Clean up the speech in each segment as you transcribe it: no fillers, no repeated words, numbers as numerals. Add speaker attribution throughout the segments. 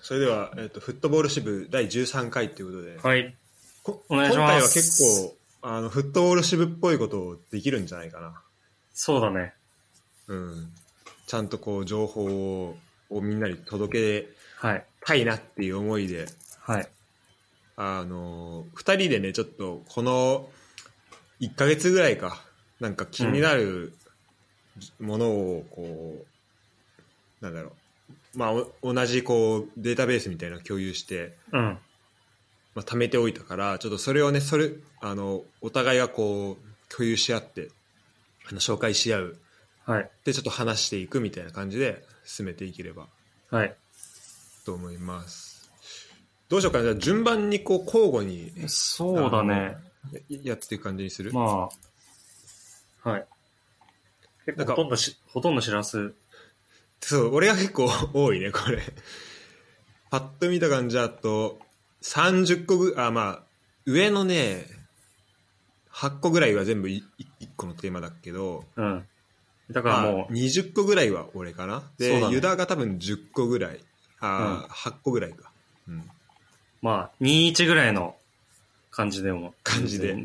Speaker 1: それでは、フットボール支部第13回ということで、
Speaker 2: はい。お願いします。
Speaker 1: 今回は結構フットボール支部っぽいことをできるんじゃないかな。
Speaker 2: そうだね。
Speaker 1: うん。ちゃんとこう情報をみんなに届け
Speaker 2: はい。
Speaker 1: たいなっていう思いで、
Speaker 2: はい。
Speaker 1: 2人でね、ちょっとこの1ヶ月ぐらいか、なんか気になるものをこう、なんだろう、まあ同じこうデータベースみたいなのを共有して、
Speaker 2: うん。
Speaker 1: まあ、貯めておいたから、ちょっとそれをね、お互いがこう共有し合って紹介し合う、
Speaker 2: はい。
Speaker 1: でちょっと話していくみたいな感じで進めていければ
Speaker 2: はい。
Speaker 1: と思います。どうしようかな。じゃあ順番にこう交互に
Speaker 2: そうだね。
Speaker 1: やっていく感じにする。
Speaker 2: まあ、はい。結構ほとんど知らす。
Speaker 1: そう、俺が結構多いねこれ。パッと見た感じだと30個まあ上のね8個ぐらいは全部1個のテーマだけど、
Speaker 2: うん。だからもう、
Speaker 1: まあ、20個ぐらいは俺かな。で、ユダが多分10個ぐらい。8個ぐらいか。うん。
Speaker 2: まあ、2-1ぐらいの感じでも。
Speaker 1: 感じで。うん。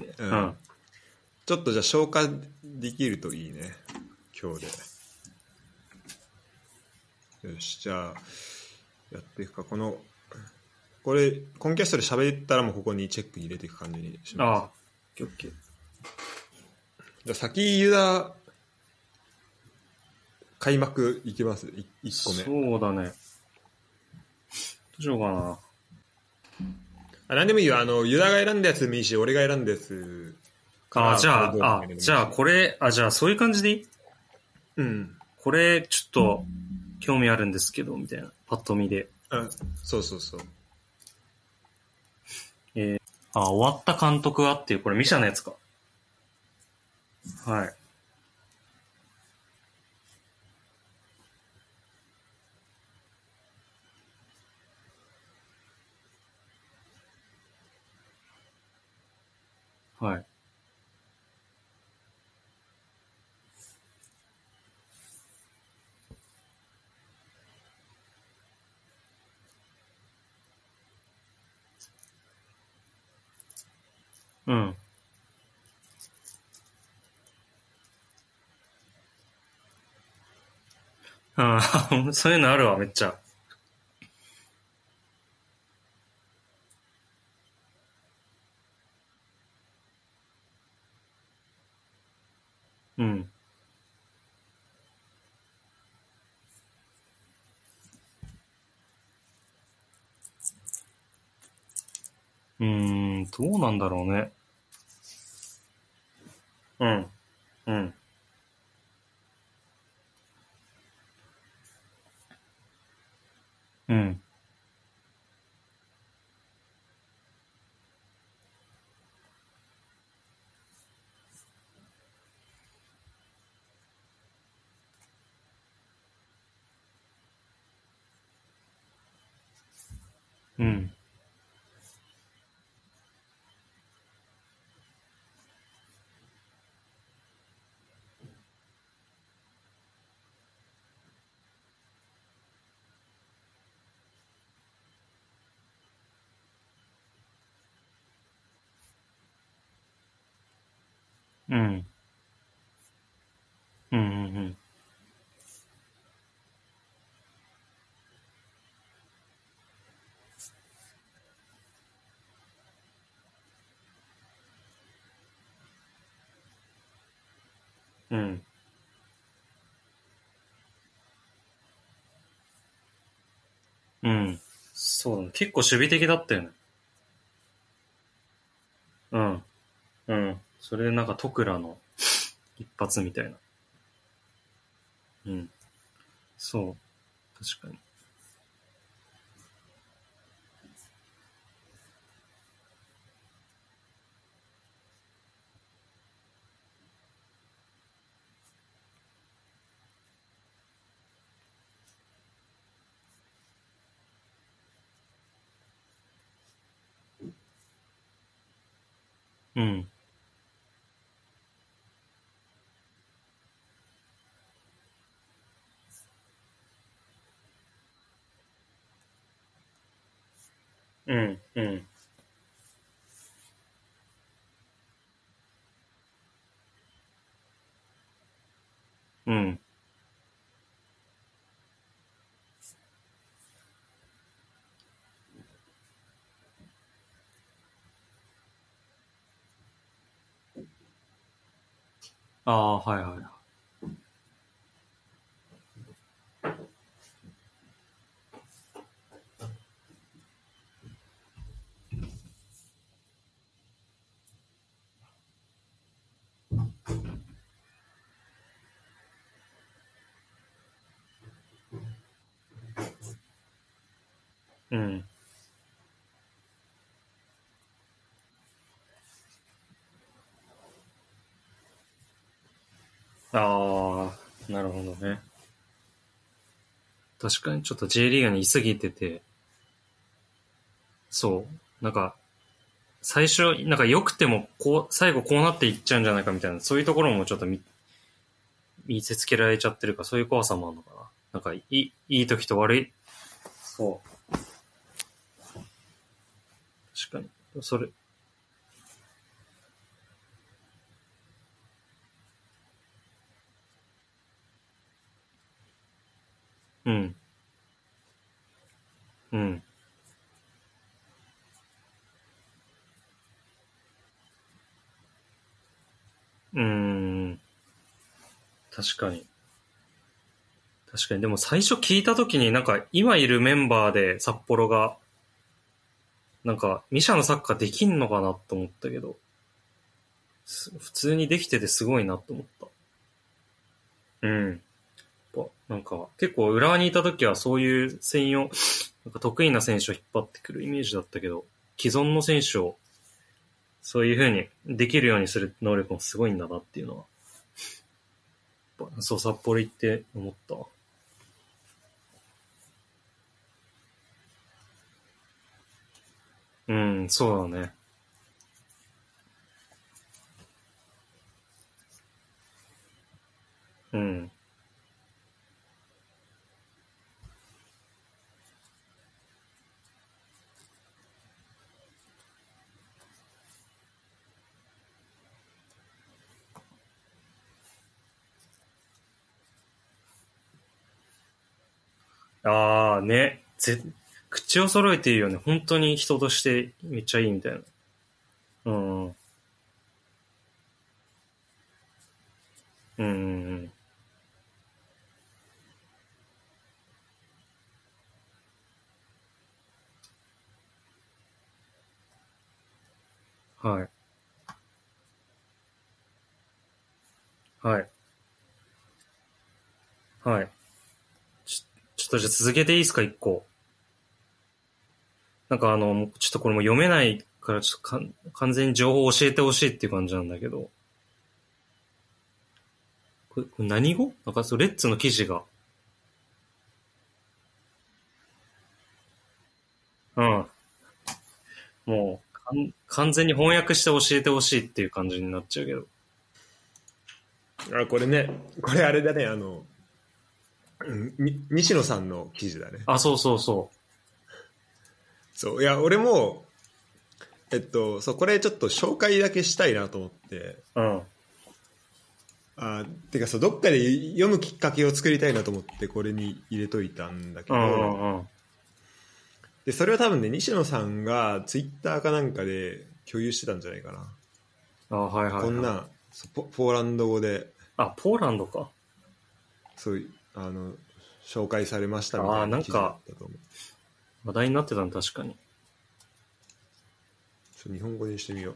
Speaker 1: ちょっとじゃあ消化できるといいね。今日で。よし、じゃあ、やっていくか。これ、コンキャストで喋ったらもうここにチェックに入れていく感じにします。
Speaker 2: ああ、オッケー。
Speaker 1: じゃあ先、ユダ、開幕いきます。1個目。
Speaker 2: そうだね。どうしようかな。
Speaker 1: 何でもいいよ。ユダが選んだやつでもいいし、俺が選んだやつ
Speaker 2: じゃあこれ、じゃあそういう感じでいい？
Speaker 1: うん。
Speaker 2: これ、ちょっと、興味あるんですけど、みたいな。パッと見で。
Speaker 1: そうそうそう。
Speaker 2: 終わった監督はっていう、これミシャのやつか。はい。はい。うん。そういうのあるわ、めっちゃ。うん。どうなんだろうね。うん。うん。うん。うん。うん。うん。うん。うん。うん。そうだね。結構守備的だったよね。うん。うん。それでなんかトクラの一発みたいな。うん。そう。確かに。うん。 うん、うん、うん。ああ、はいはい。うん。ああ、なるほどね。確かにちょっと J リーガーに居すぎてて、そう。なんか、最初、なんか良くても、こう、最後こうなっていっちゃうんじゃないかみたいな、そういうところもちょっと見せつけられちゃってるか、そういう怖さもあるのかな。なんか、いい時と悪い。そう。確かに。それ、うん、うん、うーん。確かに。確かに。でも最初聞いた時になんか、今いるメンバーで札幌が、なんか、ミシャのサッカーできんのかなと思ったけど、普通にできててすごいなと思った。うん。なんか、結構浦和にいた時はそういう専用、なんか得意な選手を引っ張ってくるイメージだったけど、既存の選手をそういう風にできるようにする能力もすごいんだなっていうのは、そう、札幌行って思ったわ。うん、そうだね。うん。ああ、ね。口を揃えていいよね。本当に人としてめっちゃいいみたいな。うん。うん。うん。はい。はい。はい。ちちょっとじゃあ続けていいですか、一個。なんかちょっとこれも読めないから、ちょっと完全に情報を教えてほしいっていう感じなんだけど、これ何語なんかそう、レッツの記事が。うん。もう、完全に翻訳して教えてほしいっていう感じになっちゃうけど。
Speaker 1: あ、これね、これあれだね、西野さんの記事だね。
Speaker 2: あ、そうそうそ
Speaker 1: そう、いや、俺も、そう、これちょっと紹介だけしたいなと思って、
Speaker 2: う。うん。
Speaker 1: てかそう、どっかで読むきっかけを作りたいなと思ってこれに入れといたんだけ
Speaker 2: うんう
Speaker 1: ど、
Speaker 2: んうん。
Speaker 1: で、それは多分ね、西野さんがツイッターかなんかで共有してたんじゃないかな。
Speaker 2: あ、はいはいはい。
Speaker 1: こんな、ポーランド語で、
Speaker 2: あ、ポーランドか。
Speaker 1: そういう、紹介されましたみた
Speaker 2: ああ、
Speaker 1: いな記事だっ
Speaker 2: なんか、
Speaker 1: たと思う。
Speaker 2: 話題になってたの確かに。
Speaker 1: 日本語にしてみよう。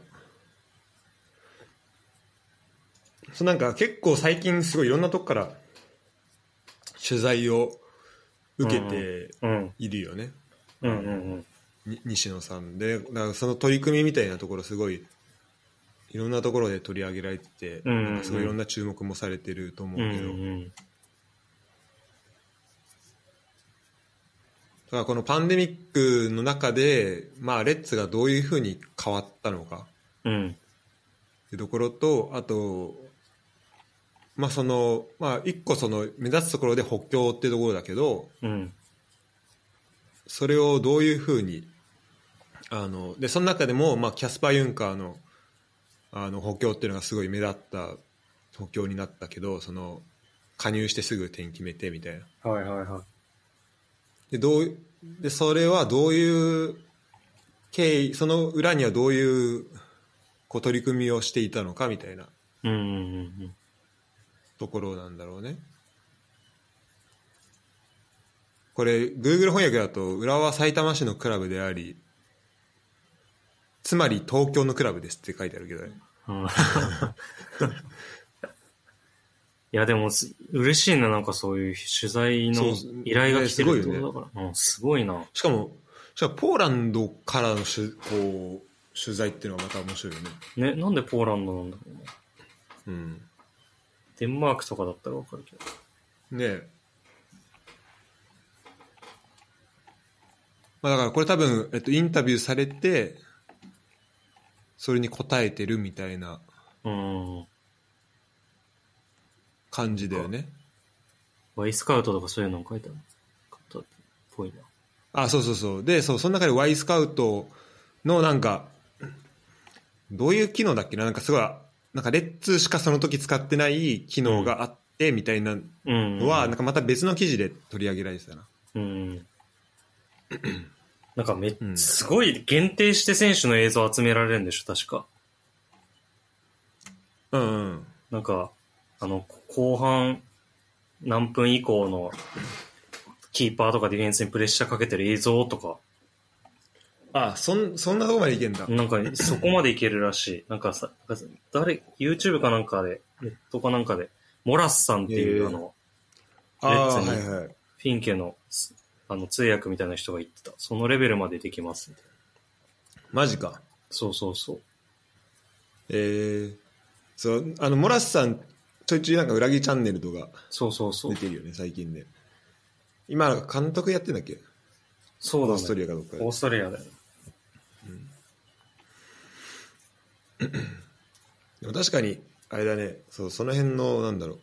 Speaker 1: そうなんか結構最近すごいいろんなとこから取材を受け
Speaker 2: うん
Speaker 1: て
Speaker 2: うん。うん。
Speaker 1: いるよね。
Speaker 2: うんうん
Speaker 1: 西野さんで、だからその取り組みみたいなところすごいいろんなところで取り上げられてて、
Speaker 2: うん。うん
Speaker 1: なんかすごいいろん
Speaker 2: うん
Speaker 1: な注目もされてると思
Speaker 2: うん。うん
Speaker 1: うけど、だ
Speaker 2: うん。
Speaker 1: からこのパンデミックの中で、まあ、レッツがどういうふうに変わったのか
Speaker 2: うん。
Speaker 1: っていうところと、あと、まあまあ、一個目指すところで補強っていうところだけど、
Speaker 2: うん。
Speaker 1: それをどういうふうにでその中でも、まあ、キャスパー・ユンカーの補強っていうのがすごい目立った補強になったけど、その加入してすぐ点決めてみたいな。
Speaker 2: はいはいはい。
Speaker 1: でそれはどういう経緯、その裏にはどういう取り組みをしていたのかみたいなところなんだろうね。これ Google 翻訳だと浦和は埼玉市のクラブであり、つまり東京のクラブですって書いてあるけどね。
Speaker 2: いやでも嬉しいな、なんかそういう取材の依頼が来てるってことだから、すごいな。
Speaker 1: しかもポーランドからの取材っていうのがまた面白いよね。
Speaker 2: ね、なんでポーランドなんだろうね。デンマークとかだったらわかるけど。
Speaker 1: ねえ。まあだからこれ多分、インタビューされてそれに答えてるみたいな感じだよね。
Speaker 2: ワイスカウトとかそういうの書いてあるっぽいな。
Speaker 1: あ、そうそうそう。で、その中でワイスカウトのなんかどういう機能だっけな、なんかすごいなんかレッツしかその時使ってない機能があってみたいなのは、なんかまた別の記事で取り上げられてたな。
Speaker 2: なんかすごい限定して選手の映像集められるんでしょ確か。なんか後半何分以降のキーパーとかディフェンスにプレッシャーかけてる映像とか。
Speaker 1: あ、そんなとこまでいけんだ。
Speaker 2: なんかそこまでいけるらしい。なんかYouTube かなんかで、ネットかなんかで、モラスさんっていうレッツにフィンケの通訳みたいな人が言ってた。そのレベルまでできますみたいな。
Speaker 1: マジか。
Speaker 2: そうそうそう。
Speaker 1: そうモラスさんちょいちょいなんか裏切チャンネルとか
Speaker 2: 出
Speaker 1: てるよね最近で。今監督やってんだっけ？
Speaker 2: そうだね。
Speaker 1: オーストリアかどっかで。
Speaker 2: オーストリアだよ。
Speaker 1: でも確かにあれだね。その辺のなんだろ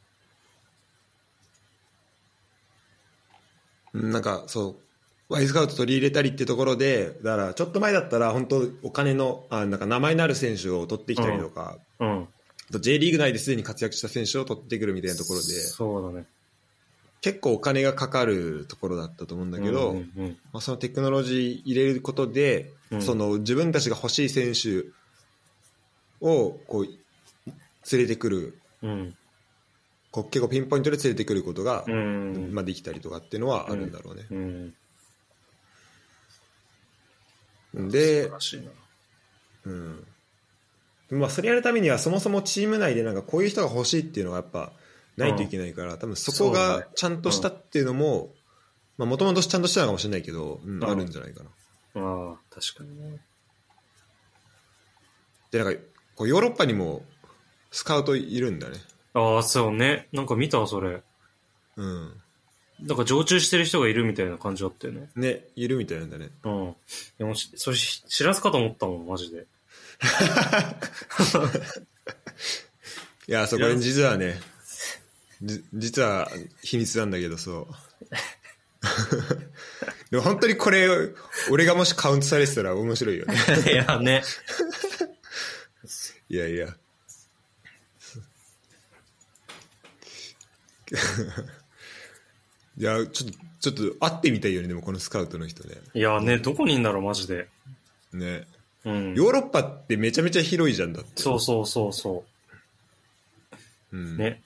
Speaker 1: う。なんかワイスカウト取り入れたりってところで、だからちょっと前だったら本当お金のなんか名前のある選手を取ってきたりとか、J リーグ内ですでに活躍した選手を取ってくるみたいなところで、
Speaker 2: そうだね。
Speaker 1: 結構お金がかかるところだったと思うんだけど、まあ、そのテクノロジー入れることで、その自分たちが欲しい選手を連れてくる、結構ピンポイントで連れてくることが、まあ、できたりとかっていうのはあるんだろうね。で、まあ、それやるためにはそもそもチーム内でなんかこういう人が欲しいっていうのがやっぱないといけないから、多分そこがちゃんとしたっていうのももともとちゃんとしたのかもしれないけど、あるんじゃないかな。
Speaker 2: ああ、確かにね。
Speaker 1: でなんかヨーロッパにもスカウトいるんだね。
Speaker 2: ああ、そうね。なんか見たそれ。なんか常駐してる人がいるみたいな感じだったよね。
Speaker 1: ね、いるみたいなんだね。
Speaker 2: でもそれ知らずかと思ったもん、マジで。
Speaker 1: いや、これ実はね、実は秘密なんだけど、でも本当にこれ俺がもしカウントされてたら面白いよね。
Speaker 2: いやね。
Speaker 1: いやいや。いやちょっと会ってみたいよね。でもこのスカウトの人ね。
Speaker 2: いやね、どこにいんだろうマジで。
Speaker 1: ね。ヨーロッパってめちゃめちゃ広いじゃんだって。
Speaker 2: そう。ね。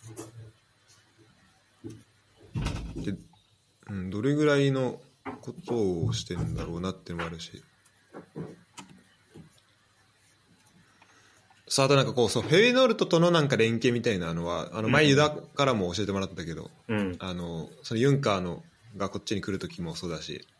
Speaker 1: で、どれぐらいのことをしてるんだろうなっていうのもあるし。さあ、あとなんかフェイノルトとのなんか連携みたいなのは前ユダからも教えてもらったけど、そのユンカーのがこっちに来る時もそうだし、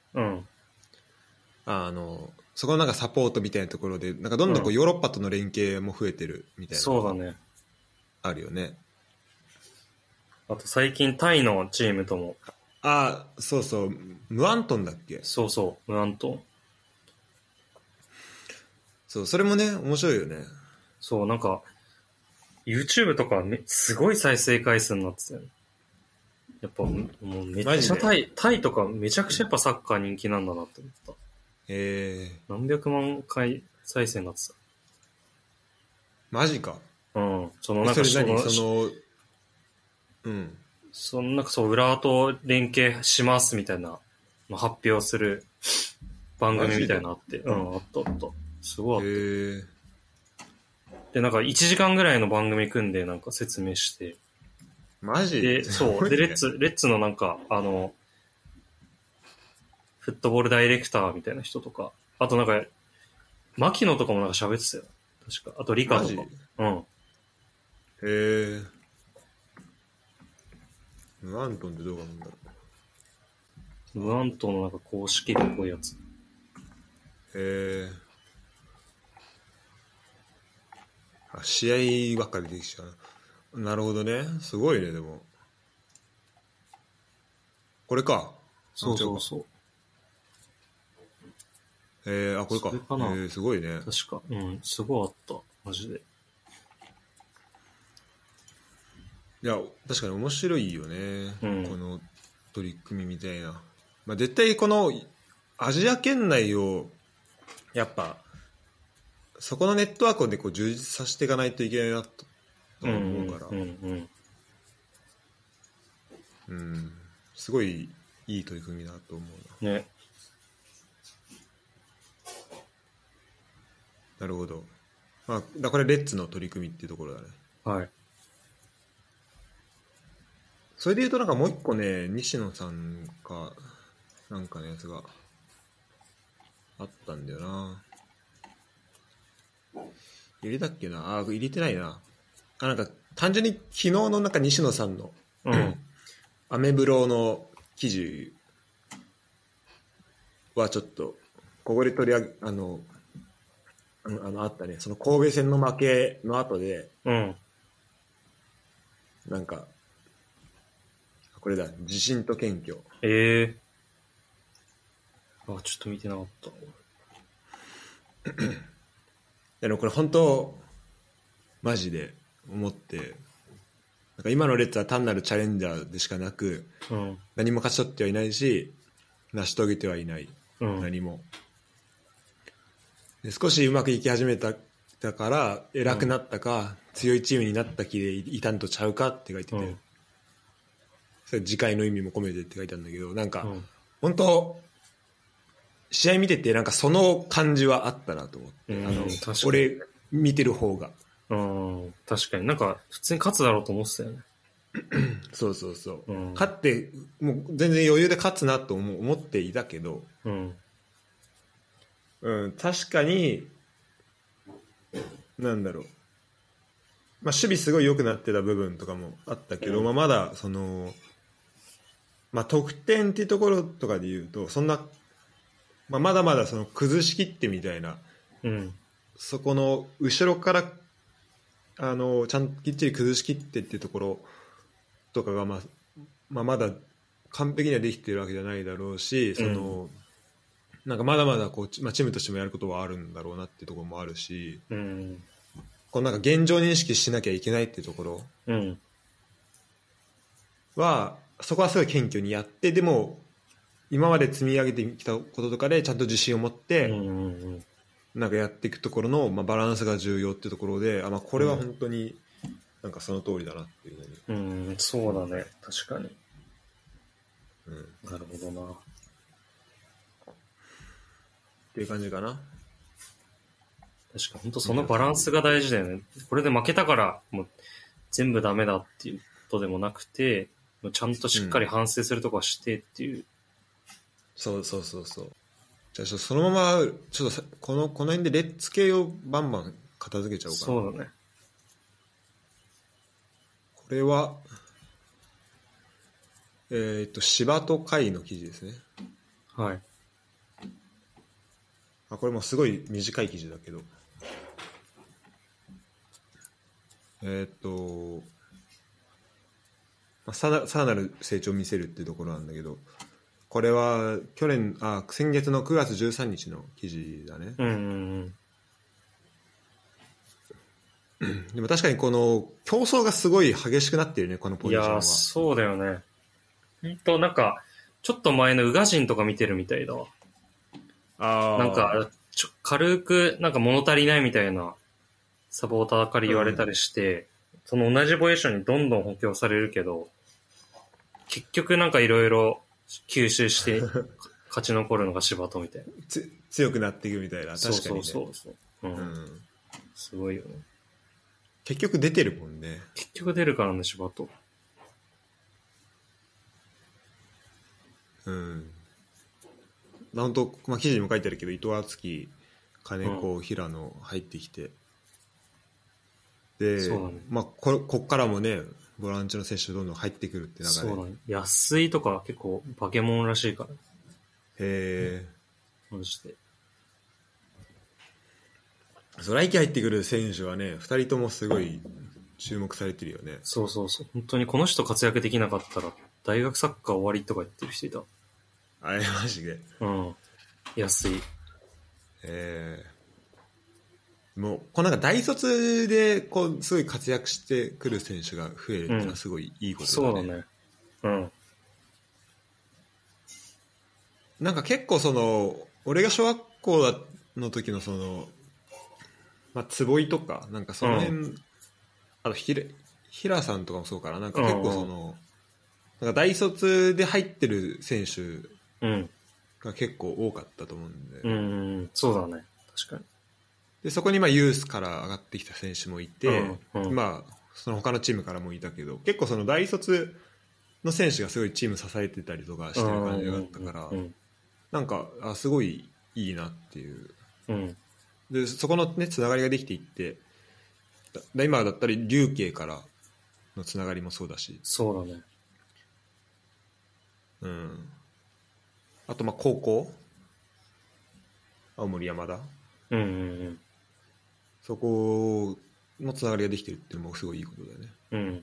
Speaker 1: そこのなんかサポートみたいなところでなんかどんどんヨーロッパとの連携も増えてるみたいな、
Speaker 2: そうだね、
Speaker 1: あるよね。
Speaker 2: あと最近タイのチームとも、
Speaker 1: そうムアントンだっけ。
Speaker 2: そうムアントン。
Speaker 1: それもね面白いよね。
Speaker 2: そう、なんか YouTube とかすごい再生回数になってたよね。やっぱもうめっちゃタイとかめちゃくちゃやっぱサッカー人気なんだなって思った。 何百万回再生になって
Speaker 1: マジか。
Speaker 2: た。うん。そのなんか
Speaker 1: それ何その、うん。
Speaker 2: そのなんかそう浦和と連携しますみたいなの発表する番組みたいなのあって、うん、あったあった。すごいあった。で、なんか1時間ぐらいの番組組んでなんか説明して。
Speaker 1: マジ
Speaker 2: で、そう。で、レッツのなんか、フットボールダイレクターみたいな人とか、あとなんか、牧野とかもなんか喋ってたよ。確か。あとリカとか。うん。
Speaker 1: ムアントンってどうなんだろ
Speaker 2: う。ムアントンのなんか公式っぽいやつ。
Speaker 1: 試合ばっかり出てきちゃう。なるほどね。すごいね、でも。これか。
Speaker 2: そうそうそう。
Speaker 1: これか。
Speaker 2: それかな。
Speaker 1: すごいね。
Speaker 2: 確か。うん、すごいあった。マジで。
Speaker 1: いや、確かに面白いよね。
Speaker 2: うん、
Speaker 1: この取り組みみたいな。まあ、絶対このアジア圏内を、やっぱ、そこのネットワークを、ね、こう充実させていかないといけないなと思うから。すごいいい取り組みだと思うな。
Speaker 2: ね。
Speaker 1: なるほど。まあ、だからレッツの取り組みっていうところだね。
Speaker 2: はい。
Speaker 1: それでいうとなんかもう一個ね、西野さんかなんかのやつがあったんだよな。入れたっけな。入れてないな。なんか単純に昨日のなんか西野さんの、
Speaker 2: うん、
Speaker 1: アメブロの記事はちょっとここで取り上げあったね。その神戸戦の負けの後で、
Speaker 2: うん、
Speaker 1: なんかこれだ、自信と謙虚。
Speaker 2: ちょっと見てなかった。
Speaker 1: でもこれ本当マジで思って、なんか今のレッツは単なるチャレンジャーでしかなく、
Speaker 2: うん、
Speaker 1: 何も勝ち取ってはいないし、成し遂げてはいない、
Speaker 2: うん、
Speaker 1: 何も。で少しうまくいき始めたから偉くなったか、強いチームになった気でいたんとちゃうかって書いてて、それ次回の意味も込めてって書いてあるんだけど、なんか、本当試合見ててなんかその感じはあったなと思って、俺見てる方が、
Speaker 2: 確かになんか普通に勝つだろうと思ってたよね。
Speaker 1: そうそうそう、勝ってもう全然余裕で勝つなと思っていたけど、確かになんだろう、まあ、守備すごい良くなってた部分とかもあったけど、まだその、まあ、得点っていうところとかで言うとそんな、まだまだその崩しきってみたいな、そこの後ろからちゃんときっちり崩しきってっていうところとかが、まだ完璧にはできてるわけじゃないだろうし、そのなんかまだまだこう、チームとしてもやることはあるんだろうなっていうところもあるし、こうなんか現状認識しなきゃいけないっていうところは、そこはすごい謙虚にやって、でも今まで積み上げてきたこととかでちゃんと自信を持ってなんかやっていくところの、バランスが重要っていうところで、これは本当になんかその通りだなっていうふ
Speaker 2: うに、そうだね、確かに、なるほどな
Speaker 1: っていう感じかな。
Speaker 2: 確か本当そのバランスが大事だよね。これで負けたからもう全部ダメだっていうことでもなくて、ちゃんとしっかり反省するとこはしてっていう。
Speaker 1: そう。じゃあそのままちょっとこの辺でレッツ系をバンバン片付けちゃおうかな。
Speaker 2: そうだね。
Speaker 1: これは芝と貝の記事ですね。
Speaker 2: はい。
Speaker 1: これもすごい短い記事だけど、さらなる成長を見せるっていうところなんだけど、これは先月の9月13日の記事だね。でも確かにこの競争がすごい激しくなってるね、このポジションは。
Speaker 2: いやそうだよね。なんかちょっと前の宇賀神とか見てるみたいだわ。
Speaker 1: あ
Speaker 2: なんか、軽く、なんか物足りないみたいな、サポーターから言われたりして、その同じポジションにどんどん補強されるけど、結局なんかいろいろ吸収して勝ち残るのが柴戸みたいな。
Speaker 1: 強くなっていくみたいな。確かにね。
Speaker 2: そう。うん。すごいよね。
Speaker 1: 結局出てるもんね。
Speaker 2: 結局出るからね、柴戸。
Speaker 1: うん。本当、まあ、記事にも書いてあるけど、伊藤敦樹、金子、平野入ってきて。で、
Speaker 2: そうだね、
Speaker 1: まあこっからもね、ボランチの選手どんどん入ってくるって中で。
Speaker 2: そうだね。安井とか結構化け物らしいから。
Speaker 1: へえ。
Speaker 2: マジで。
Speaker 1: 来季入ってくる選手はね、2人ともすごい注目されてるよね。
Speaker 2: そう。本当にこの人活躍できなかったら、大学サッカー終わりとか言ってる人いた。
Speaker 1: あれマジで。
Speaker 2: うん。安い。
Speaker 1: もうこうなんか大卒でこうすごい活躍してくる選手が増えるっていうのはすごいいいことだね。
Speaker 2: そうだね。うん。
Speaker 1: なんか結構その俺が小学校の時のその、まあ、坪井とかなんかその辺、あと平さんとかもそうかな、なんか結構その、なんか大卒で入ってる選手が結構多かったと思うんで、
Speaker 2: そうだね。確かに。
Speaker 1: でそこにまあユースから上がってきた選手もいて、まあその他のチームからもいたけど、結構その大卒の選手がすごいチーム支えてたりとかしてる感じがあったから、なんかすごいいいなっていう、でそこのねつながりができていって、今だったり琉球からのつながりもそうだし、
Speaker 2: そうだね。
Speaker 1: あとまあ高校青森山田、そこのつながりができてるっていうのもすごいいいことだよね。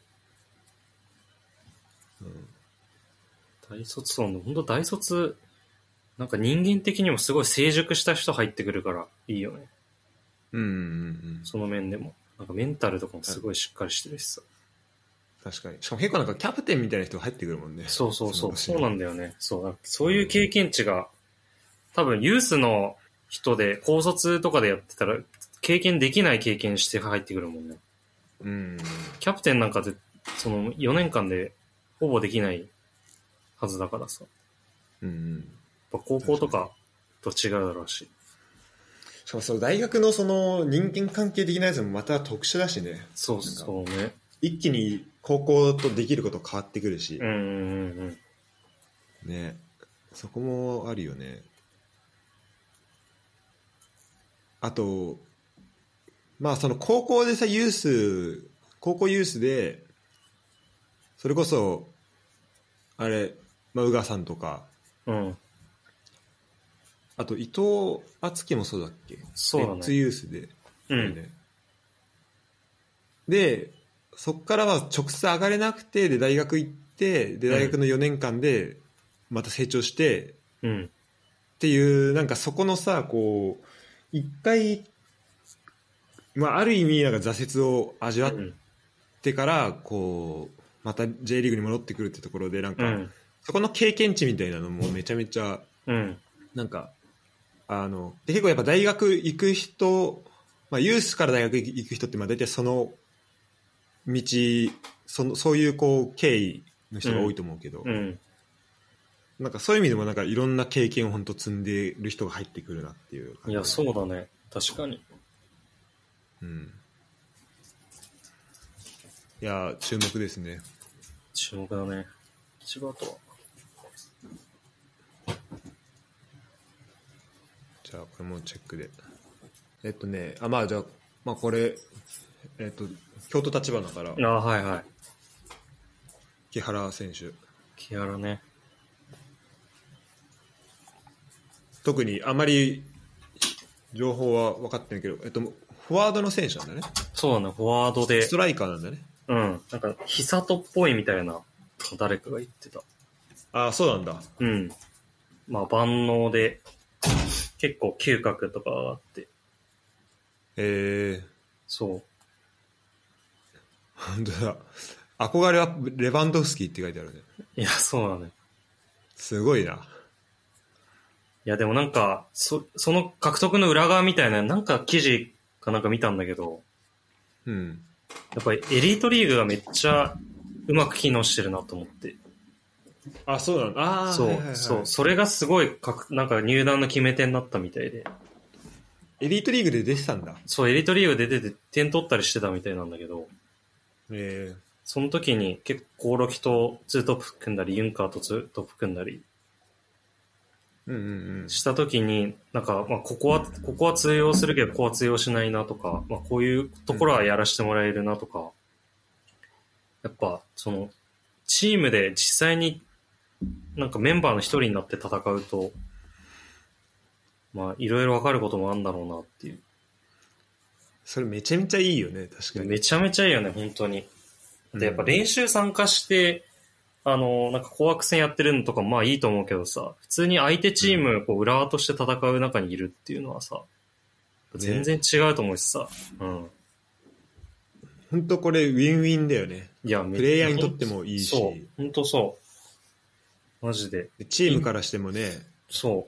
Speaker 2: 大卒本当大卒なんか人間的にもすごい成熟した人入ってくるからいいよね。その面でもなんかメンタルとかもすごいしっかりしてるしさ。
Speaker 1: 確かに。しかも結構なんかキャプテンみたいな人が入ってくるもんね。
Speaker 2: そうなんだよね。そういう経験値が多分ユースの人で高卒とかでやってたら経験できない経験して入ってくるもんね。キャプテンなんかでその4年間でほぼできないはずだからさ。やっぱ高校とかと違うだろうし。
Speaker 1: しかもその大学のその人間関係的なやつもまた特殊だしね。
Speaker 2: そうね。
Speaker 1: 一気に高校とできること変わってくるし。ね、そこもあるよね。あとまあその高校でさ高校ユースでそれこそあれ、まあ、宇賀さんとか、あと伊藤敦樹もそうだっけ？
Speaker 2: そうだね。
Speaker 1: レッツユースで、でそこからは直接上がれなくて、で大学行って、で大学の4年間でまた成長して、っていうなんかそこのさこう一回、まあ、ある意味なんか挫折を味わってからこうまた J リーグに戻ってくるってところでなんか、そこの経験値みたいなのもめちゃめちゃ、なんかで結構やっぱ大学行く人、まあ、ユースから大学行く人ってまあ大体その道そういうこう経緯の人が多いと思うけど、なんかそういう意味でもなんかいろんな経験を本当積んでる人が入ってくるなっていう感じ。
Speaker 2: いやそうだね、確かに。
Speaker 1: いや注目ですね。
Speaker 2: 注目だね。千葉とは
Speaker 1: じゃあこれもチェックでまあじゃあまあこれ京都橘から木原選手。
Speaker 2: 木原ね。
Speaker 1: 特にあまり情報は分かってないけど、フォワードの選手なんだね。
Speaker 2: そうだね、フォワードで
Speaker 1: ストライカーなんだね。
Speaker 2: なんか久人っぽいみたいな誰かが言ってた。
Speaker 1: ああそうなんだ。
Speaker 2: まあ万能で結構嗅覚とかがあって。そう。
Speaker 1: 本当だ。憧れはレバンドフスキーって書いてあるね。
Speaker 2: いやそうだね。
Speaker 1: すごいな。
Speaker 2: いやでもなんか、その獲得の裏側みたいな、なんか記事かなんか見たんだけど、
Speaker 1: うん。
Speaker 2: やっぱりエリートリーグがめっちゃうまく機能してるなと思って。
Speaker 1: あ、そうなんだ。ああ、
Speaker 2: そう、
Speaker 1: はいはいはい、
Speaker 2: そう、それがすごいなんか入団の決め手になったみたいで。
Speaker 1: エリートリーグで出てたんだ。
Speaker 2: そう、エリートリーグで出て点取ったりしてたみたいなんだけど、
Speaker 1: え
Speaker 2: その時に結構コオロキとツートップ組んだり、ユンカーとツートップ組んだり
Speaker 1: うんうんうん。
Speaker 2: した時に、なんか、まあ、ここは通用するけど、ここは通用しないなとか、まあ、こういうところはやらせてもらえるなとか、やっぱ、その、チームで実際になんかメンバーの一人になって戦うと、まあ、いろいろわかることもあるんだろうなっていう。
Speaker 1: それめちゃめちゃいいよね、確かに。
Speaker 2: めちゃめちゃいいよね、本当に。で、やっぱ練習参加して、なんか紅白戦やってるのとかまあいいと思うけどさ、普通に相手チーム、こう、浦和として戦う中にいるっていうのはさ、全然違うと思うしさ、うん。
Speaker 1: 本当これウィンウィンだよね。
Speaker 2: いや、
Speaker 1: プレイヤーにとってもいいし。
Speaker 2: そう、本当そう。マジで。
Speaker 1: チームからしてもね。
Speaker 2: そう。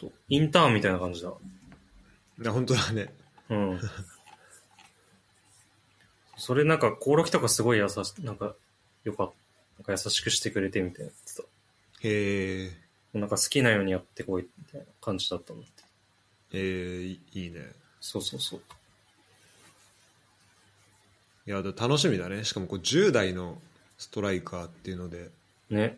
Speaker 2: インターンみたいな感じだ。
Speaker 1: いや、本当だね。
Speaker 2: うん。それなんか、コオロキとかすごいなんか、よかった。なんか優しくしてくれてみたいな言ってた。
Speaker 1: へえ。
Speaker 2: なんか好きなようにやってこいみたいな感じだったんだって。
Speaker 1: いいね。
Speaker 2: そうそうそう。
Speaker 1: いや、楽しみだね。しかもこう10代のストライカーっていうので。
Speaker 2: ね。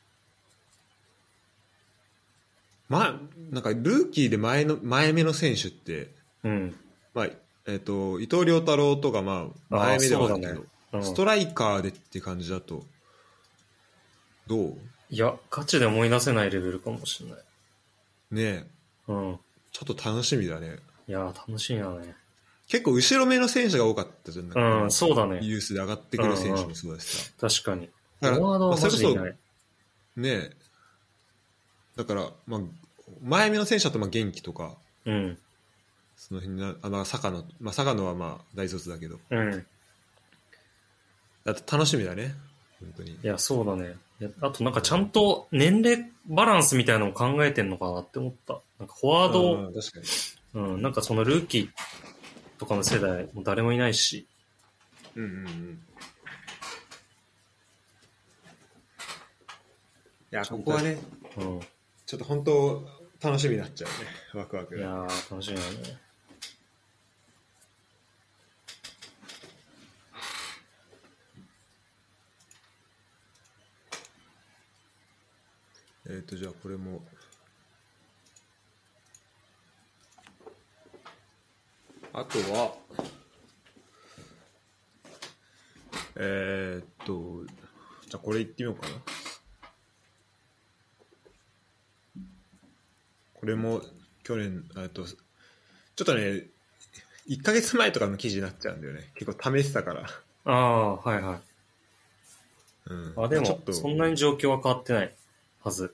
Speaker 1: まあ、なんかルーキーで前目の選手って、
Speaker 2: うん。
Speaker 1: まあ、伊藤涼太郎とかまあ前目ではあるけど、
Speaker 2: ね、うん、
Speaker 1: ストライカーでって感じだと、どう？
Speaker 2: いや、ガチで思い出せないレベルかもしれない。
Speaker 1: ねえ。
Speaker 2: うん。
Speaker 1: ちょっと楽しみだね。
Speaker 2: いや、楽しみだね。
Speaker 1: 結構後ろ目の選手が多かったじゃん。
Speaker 2: うん、そうだね。
Speaker 1: ユースで上がってくる選手もそうですさ。
Speaker 2: 確かに。
Speaker 1: だから、
Speaker 2: フォワードはマジでいない。
Speaker 1: ねえ。だから、まあ、前目の選手だとまあ元気とか、
Speaker 2: うん。
Speaker 1: その辺な、坂野はまあ大卒だけど。
Speaker 2: うん。
Speaker 1: だと楽しみだね。本当に。
Speaker 2: いや、そうだね。あとなんかちゃんと年齢バランスみたいなのを考えてんのかなって思った。なんかフォワード、
Speaker 1: 確かに。
Speaker 2: うん、なんかそのルーキーとかの世代も誰もいないし。
Speaker 1: うんうんうん。いや、ここはね、
Speaker 2: うん、
Speaker 1: ちょっと本当楽しみになっちゃうね。ワクワク。
Speaker 2: いやー、楽しみだね。
Speaker 1: じゃあこれも。あとは、じゃあこれいってみようかな。これも去年、ちょっとね、1ヶ月前とかの記事になっちゃうんだよね。結構試してたから。
Speaker 2: ああ、はいはい。
Speaker 1: うん、
Speaker 2: あ、でも、そんなに状況は変わってないはず。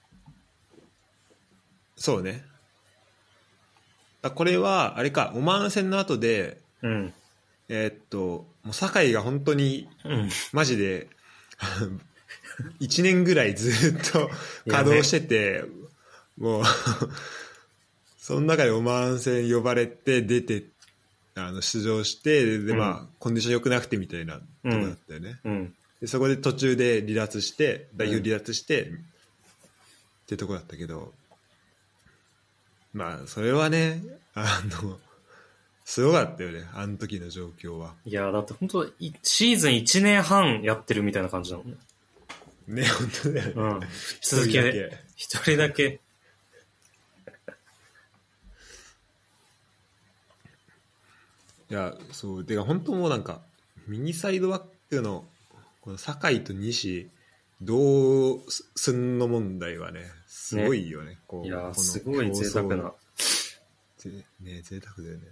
Speaker 1: そうね。これは、あれか、オマーン戦の後で、
Speaker 2: うん。
Speaker 1: もう酒井が本当に、
Speaker 2: うん、
Speaker 1: マジで、1年ぐらいずっと稼働してて、もうその中でオマーン戦呼ばれて出て、出場して、で、まあ、コンディション良くなくてみたいなとこだったよね。
Speaker 2: うん。
Speaker 1: でそこで途中で離脱して、代表離脱して、ってとこだったけど、まあ、それはね、すごかったよね、あの時の状況は。
Speaker 2: いや、だって本当シーズン1年半やってるみたいな感じなのね。
Speaker 1: ね、本当だよね。
Speaker 2: うん。続けで。一人だけ。
Speaker 1: いや、そう、てか本当もうなんか、右サイドバックの、この酒井と西、どうすんの問題はね、すごいよね。こう
Speaker 2: いや、すごい贅沢な。
Speaker 1: ね、贅沢だよね。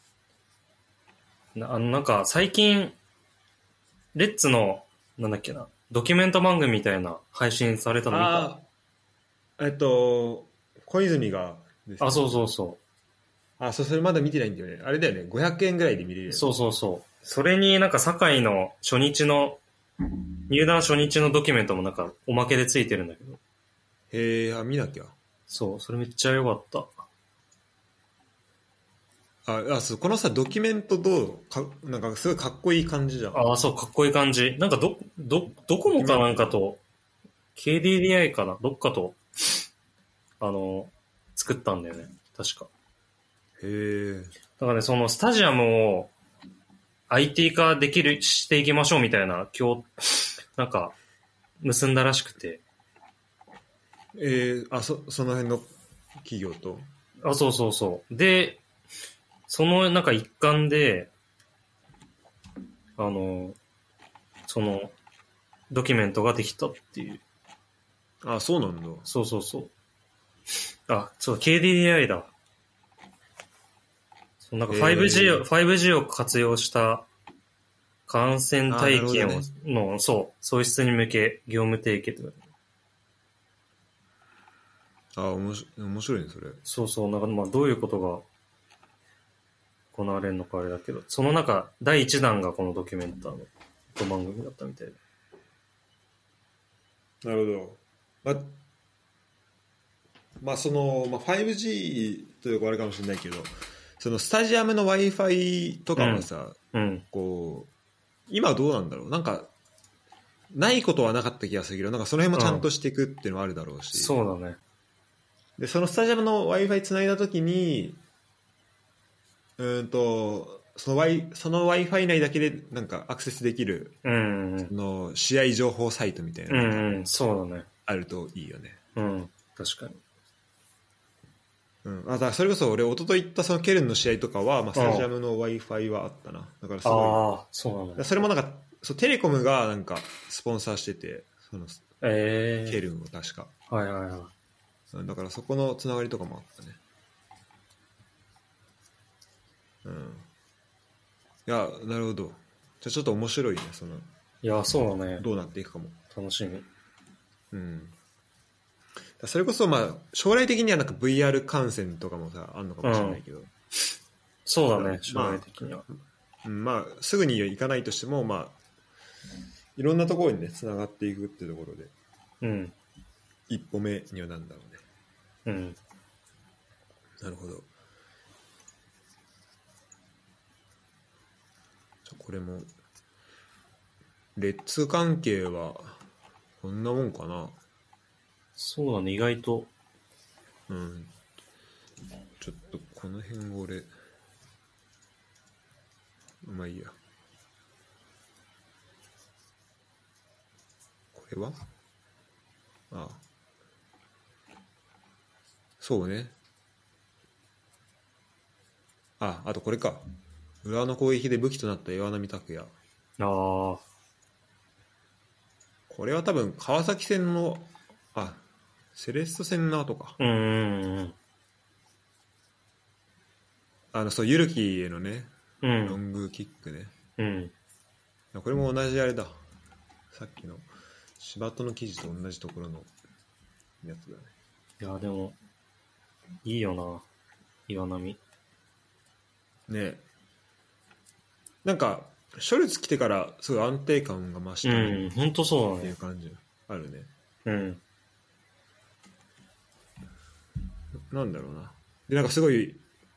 Speaker 2: なんか最近、レッツの、なんだっけな、ドキュメント番組みたいな配信されたの見た？
Speaker 1: 小泉がですね。
Speaker 2: あ、そうそうそう。
Speaker 1: それまだ見てないんだよね。あれだよね、500円ぐらいで見れるよね。
Speaker 2: そうそうそう。それになんか堺の入団初日のドキュメントもなんかおまけでついてるんだけど。
Speaker 1: へえ、あ、見なきゃ。
Speaker 2: そう、それめっちゃ良かった。
Speaker 1: そう、このさ、ドキュメントなんかすごいかっこいい感じじゃん。
Speaker 2: ああ、そう、かっこいい感じ。なんかドコモかなんかと、KDDI かなどっかと、作ったんだよね。確か。
Speaker 1: へえ。
Speaker 2: だからね、そのスタジアムを IT 化していきましょうみたいな、なんか、結んだらしくて。
Speaker 1: その辺の企業と。
Speaker 2: あ、そうそうそう。で、そのなんか一環で、その、ドキュメントができたっていう。
Speaker 1: あ、そうなんだ。
Speaker 2: そうそうそう。あ、そう、KDDI だ。そうなんか 5G を活用した感染体験の、ね、そう、創出に向け業務提携とか。
Speaker 1: 面白いね、それ。
Speaker 2: そうそう、なんかまあどういうことが行われるのかあれだけど、その中、第1弾がこのドキュメンターの番組だったみたいで。
Speaker 1: なるほど。その、5G というかあれかもしれないけど、そのスタジアムの Wi-Fi とかはさ、こう、今どうなんだろう。なんか、ないことはなかった気がするけど、なんかその辺もちゃんとしていくっていうのはあるだろうし。
Speaker 2: そうだね。
Speaker 1: で、そのスタジアムの Wi-Fi つないだときに、その Wi-Fi 内だけでなんかアクセスできる、その試合情報サイトみたいなのが
Speaker 2: そうだね。
Speaker 1: あるといいよね。
Speaker 2: 確かに。
Speaker 1: だからそれこそ俺一昨日行ったそのケルンの試合とかは、スタジアムの Wi-Fi はあったな。だからすごい。
Speaker 2: そうなんだ。
Speaker 1: それもなんかテレコムがなんかスポンサーしてて、そのケルンを確か。
Speaker 2: はいはいはい。
Speaker 1: だからそこのつながりとかもあったね。いや、なるほど。じゃあちょっと面白いね、その。
Speaker 2: いや、そうだね。
Speaker 1: どうなっていくかも。
Speaker 2: 楽しみ。
Speaker 1: それこそ将来的にはなんか VR 観戦とかもさあるのかもしれないけど、
Speaker 2: そうだね、将来的には。
Speaker 1: すぐに行かないとしてもいろんなところにねつながっていくっていうところで、一歩目にはなんだろうね。なるほど。これもレッツ関係はこんなもんかな。
Speaker 2: そうだね、意外と。
Speaker 1: ちょっとこの辺俺まあいいや。これはそうね。あとこれか。浦和の攻撃で武器となった岩波拓也。これは多分川崎戦のセレッソ戦の後か。そう、ゆるきへのね、ロングキックね。これも同じあれだ。さっきの柴戸の記事と同じところのやつだね。
Speaker 2: いや、でも、いいよな、岩波。
Speaker 1: ね。なんか、ショルツ来てからすごい安定感が増したね。
Speaker 2: 本当そうだね。
Speaker 1: っていう感じあるね。なんだろうな。で、なんかすごい、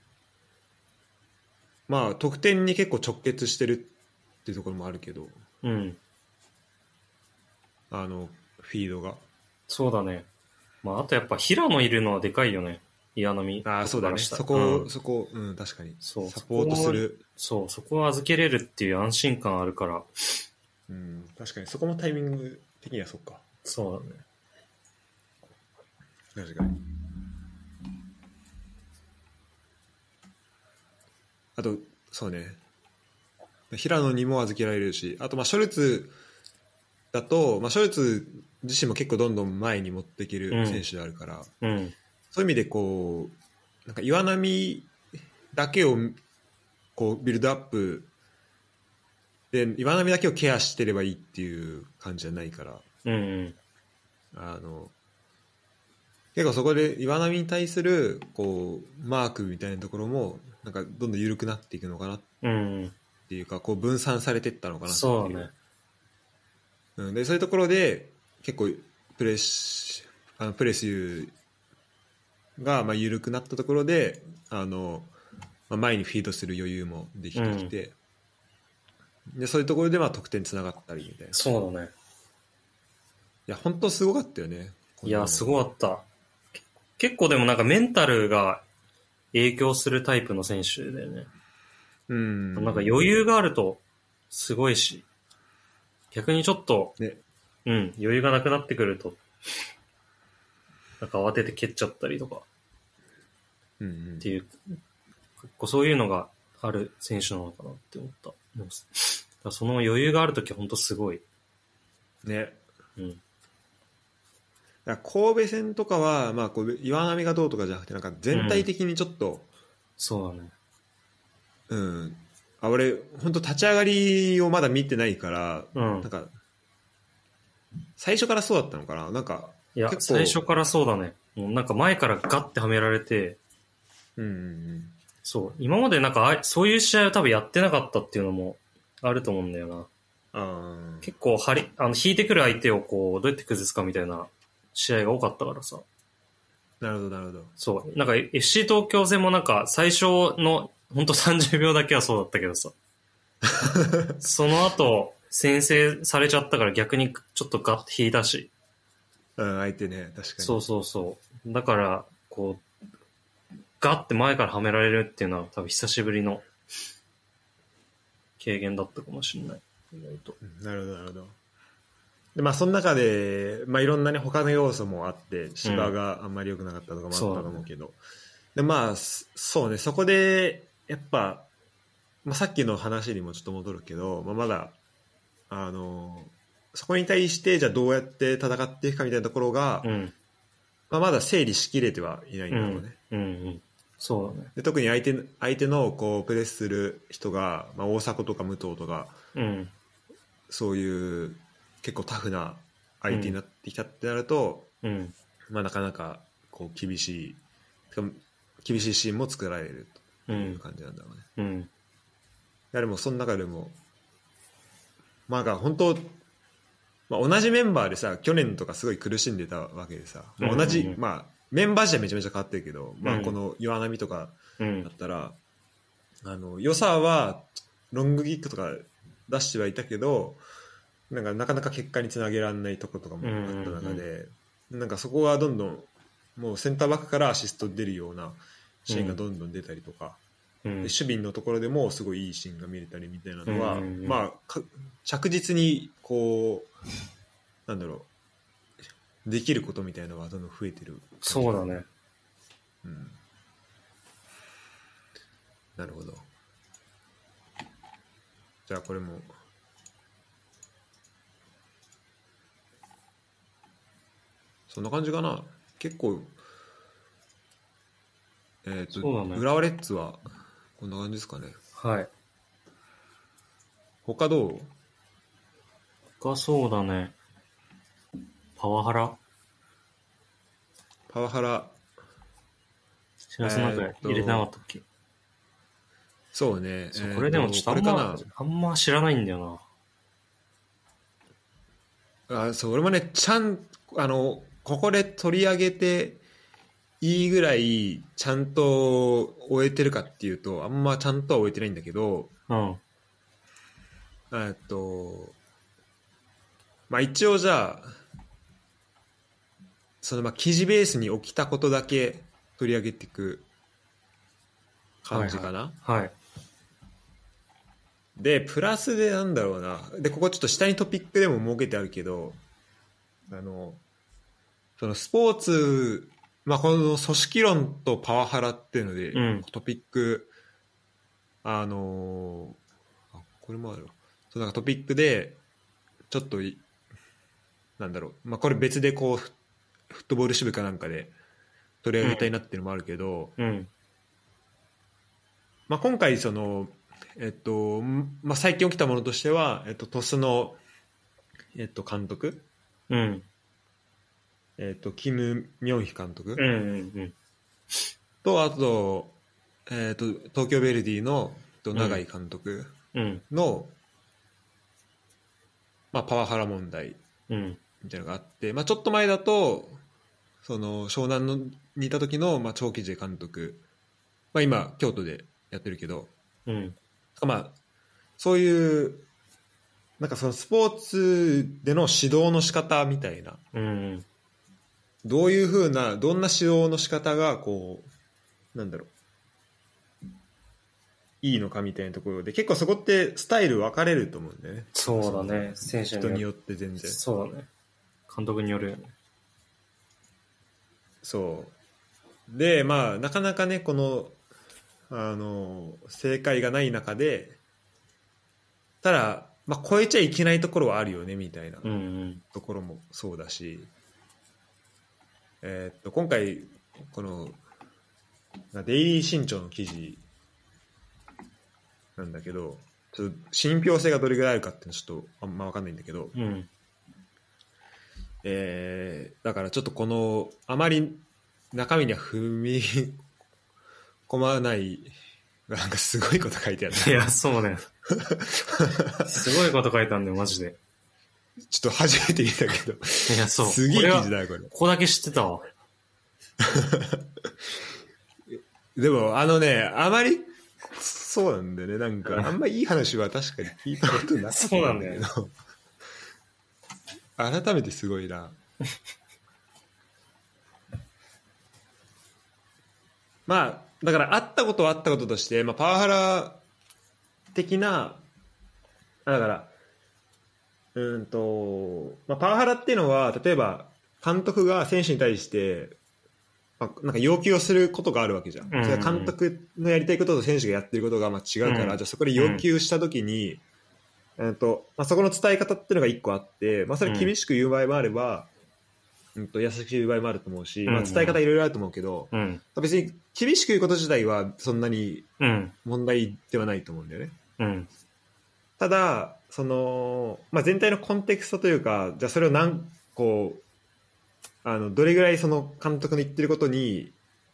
Speaker 1: 得点に結構直結してるっていうところもあるけど、フィードが。
Speaker 2: そうだね。あとやっぱ平野いるのはでかいよね。岩波。
Speaker 1: そうだね。そこ、確かに。サポートする。
Speaker 2: そこを預けれるっていう安心感あるから。
Speaker 1: 確かにそこもタイミング的にはそっか。
Speaker 2: そう
Speaker 1: だね。確かに。あと、そうね。平野にも預けられるし、あとショルツだと、ショルツ自身も結構どんどん前に持っていける選手であるから、そういう意味でこう、なんか岩波だけをこうビルドアップで、岩波だけをケアしてればいいっていう感じじゃないから、結構そこで岩波に対するこうマークみたいなところもなんかどんどん緩くなっていくのかなっていうか、こう分散されていったのかなっていう。
Speaker 2: そうね。
Speaker 1: でそういうところで結構プレッシプレスがまあ緩くなったところでまあ、前にフィードする余裕もできてきて、でそういうところでまあ得点つながったりみたいな。
Speaker 2: そうだね。
Speaker 1: いや本当すごかったよね。
Speaker 2: いや、すごかった。結構でもなんかメンタルが影響するタイプの選手だよね。
Speaker 1: うん。
Speaker 2: なんか余裕があるとすごいし、逆にちょっと、
Speaker 1: ね、
Speaker 2: 余裕がなくなってくると、なんか慌てて蹴っちゃったりとか、っていう、結構そういうのがある選手なのかなって思った。でもその余裕があるときは本当すごい。
Speaker 1: ね。
Speaker 2: うん。
Speaker 1: 神戸戦とかは、まあ、こう岩波がどうとかじゃなくてなんか全体的にちょっと、
Speaker 2: そうだね。
Speaker 1: 俺本当立ち上がりをまだ見てないから、なんか最初からそうだったのかな、なんか
Speaker 2: いや最初からそうだね。もうなんか前からガッてはめられて、そう今までなんかそういう試合を多分やってなかったっていうのもあると思うんだよな。結構引いてくる相手をこうどうやって崩すかみたいな試合が多かったからさ。
Speaker 1: なるほどなるほど。
Speaker 2: そうなんか FC 東京戦もなんか最初のほんと30秒だけはそうだったけどさその後先制されちゃったから逆にちょっとガッて引いたし、
Speaker 1: 相手ね、確かに。
Speaker 2: そうだからこうガッて前からはめられるっていうのは多分久しぶりの経験だったかもしれない。意外と。
Speaker 1: なるほどなるほど。でまあその中で、まあ、いろんなね他の要素もあって芝があんまり良くなかったとかもあったと思うけど、でまあそうね、そこでやっぱ、まあ、さっきの話にもちょっと戻るけど、まあ、まだそこに対してじゃあどうやって戦っていくかみたいなところが、まあ、まだ整理しきれてはいないんだろうね。
Speaker 2: そうだね。
Speaker 1: で特に相手のこうプレスする人が、まあ、大迫とか武藤とか、そういう結構タフな相手になってきたってなると、まあ、なかなかこう厳しいシーンも作られるという感じなんだろうね。でもその中でもまあ本当、まあ、同じメンバーでさ去年とかすごい苦しんでたわけでさ、まあ、同じ、まあ、メンバー自体めちゃめちゃ変わってるけど、まあ、この岩波とかだったら、良さはロングキックとか出してはいたけどなかなか結果につなげられないとことかもあった中で、なんかそこがどんどんもうセンターバックからアシスト出るようなシーンがどんどん出たりとか、で守備のところでもすごいいいシーンが見れたりみたいなのは、まあ着実にこうなんだろうできることみたいなのがどんどん増えてる。
Speaker 2: そうだね。
Speaker 1: なるほど。じゃあこれもそんな感じかな。結構浦和レッズはこんな感じですかね。
Speaker 2: はい。
Speaker 1: 他どう？
Speaker 2: 他そうだね。パワハラ知らせなんか入れてなかったっけ？
Speaker 1: そうね。
Speaker 2: これでもちょっとあんま知らないんだよ
Speaker 1: な。そう俺もねここで取り上げていいぐらいちゃんと終えてるかっていうとあんまちゃんとは終えてないんだけど、まあ一応じゃあそのまあ記事ベースに起きたことだけ取り上げていく感じかな。
Speaker 2: はい。
Speaker 1: でプラスでなんだろうな。でここちょっと下にトピックでも設けてあるけどそのスポーツ、まあ、この組織論とパワハラっていうので、トピックこれもあるわ。そうなんかトピックでちょっとなんだろう、まあ、これ別でこうフットボール支部かなんかで取り上げたいなっていうのもあるけど、まあ、今回そのまあ、最近起きたものとしては、鳥栖の監督、キム・ミョンヒ監督、とあと、東京ヴェルディの永井監督の、まあ、パワハラ問題みたいなのがあって、まあ、ちょっと前だとその湘南のにいた時の、まあ、長期次監督、まあ、今京都でやってるけど、
Speaker 2: うん。
Speaker 1: まあ、そういうなんかそのスポーツでの指導の仕方みたいな、
Speaker 2: うん。
Speaker 1: どういう風などんな指導の仕方がこうなんだろういいのかみたいなところで結構そこってスタイル分かれると思うんだよね。
Speaker 2: そうだね。選手
Speaker 1: 人によって全然。
Speaker 2: そうだね。監督によるよね。
Speaker 1: そうでまあなかなかねこの正解がない中でただ、まあ、超えちゃいけないところはあるよねみたいな
Speaker 2: うんうん
Speaker 1: ところもそうだし、今回このデイリー新潮の記事なんだけどちょっと信憑性がどれぐらいあるかっていうのはちょっとあんま分かんないんだけど、
Speaker 2: うん
Speaker 1: だからちょっとこのあまり中身には踏み込まないなんかすごいこと書いてある。
Speaker 2: いや、そうね。すごいこと書いたんだよ、マジで。
Speaker 1: ちょっと初めて見たけど。
Speaker 2: いや、そう。
Speaker 1: すげえ記事だよ、これ。
Speaker 2: ここだけ知ってたわ。
Speaker 1: でも、あまり、そうなんだよね。なんか、あんまいい話は確かに聞いたことなかった。
Speaker 2: そうなんだよね。
Speaker 1: 改めてすごいな。まあ、だからあったことはあったこととして、まあ、パワハラ的な、だから、まあ、パワハラっていうのは、例えば、監督が選手に対して、まあ、なんか要求をすることがあるわけじゃん。それは監督のやりたいことと選手がやってることがまあ違うから、じゃあそこで要求したときに、まあ、そこの伝え方っていうのが一個あって、まあ、それ厳しく言う場合もあれば、優しく言う場合もあると思うし、まあ、伝え方いろいろあると思うけど、別に厳しく言うこと自体はそんなに問題ではないと思うんだよね。ただその、まあ、全体のコンテクストというか、じゃあそれをこうどれぐらいその監督の言ってることに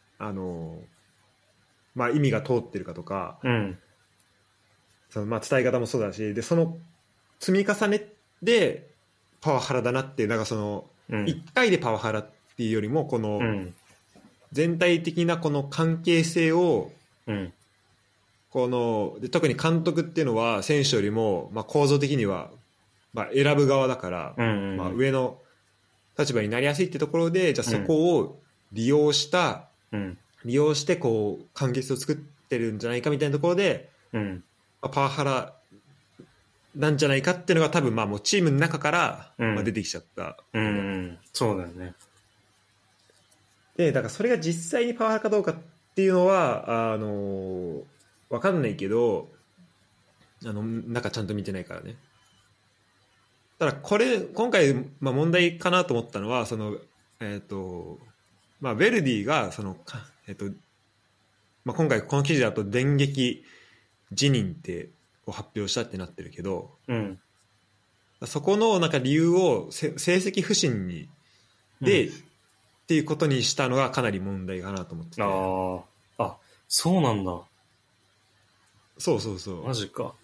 Speaker 1: まあ、意味が通ってるかとか、そのまあ伝え方もそうだし、でその積み重ねでパワハラだなっていう、なんかその1回でパワハラっていうよりもこの全体的なこの関係性をこので特に監督っていうのは選手よりもまあ構造的にはまあ選ぶ側だから、まあ上の立場になりやすいってところで、じゃあそこを利用してこう関係性を作ってるんじゃないかみたいなところで、まあ、パワハラなんじゃないかっていうのが多分まあもうチームの中からまあ出てきちゃった、
Speaker 2: そうだよね。
Speaker 1: でだからそれが実際にパワハラかどうかっていうのは分かんないけど中ちゃんと見てないからね。ただ今回まあ問題かなと思ったのはそのまあ、ヴェルディがそのまあ、今回この記事だと電撃辞任って発表したってなってるけど、そこのなんか理由を成績不振で、っていうことにしたのがかなり問題かなと思ってて。
Speaker 2: あ、そうなんだ。
Speaker 1: そう
Speaker 2: マジか。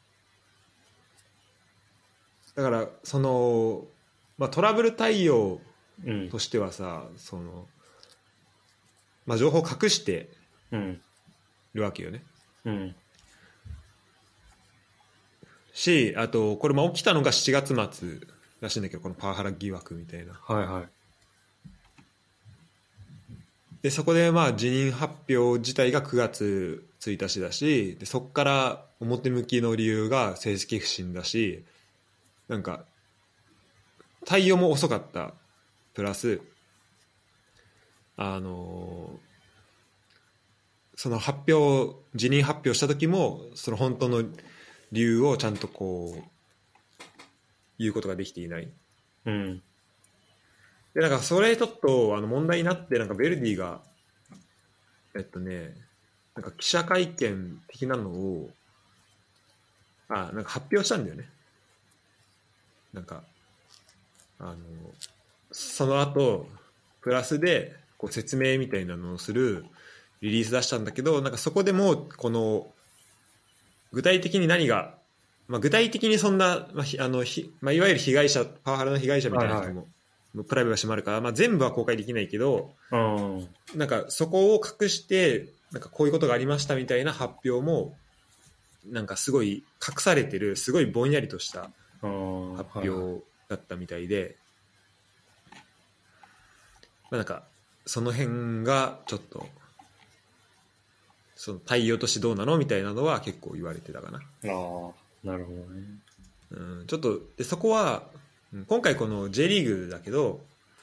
Speaker 1: だからその、まあ、トラブル対応としてはさ、そのまあ、情報を隠してるわけよね。し、あとこれも起きたのが7月末らしいんだけど、このパワハラ疑惑みたいな。でそこでまあ辞任発表自体が9月1日だし、でそこから表向きの理由が成績不振だし、なんか対応も遅かったプラスその辞任発表した時もその本当の理由をちゃんとこう言うことができていない。でなんかそれちょっと問題になって、なんかヴェルディがなんか記者会見的なのをなんか発表したんだよね。なんかその後プラスでこう説明みたいなのをするリリース出したんだけど、なんかそこでもこの具体的に何が、まあ、具体的にそんな、まあまあ、いわゆる被害者、パワハラの被害者みたいな人もプライバシーもあるから、まあ、全部は公開できないけど、
Speaker 2: うん。
Speaker 1: なんかそこを隠してなんかこういうことがありましたみたいな発表もなんかすごい隠されてるすごいぼんやりとした発表だったみたいで、まあ、なんかその辺がちょっとその対応としてどうなのみたいなのは結構言われてたかな。
Speaker 2: ああ、なるほどね。
Speaker 1: うん、ちょっとでそこは今回この J リーグだけど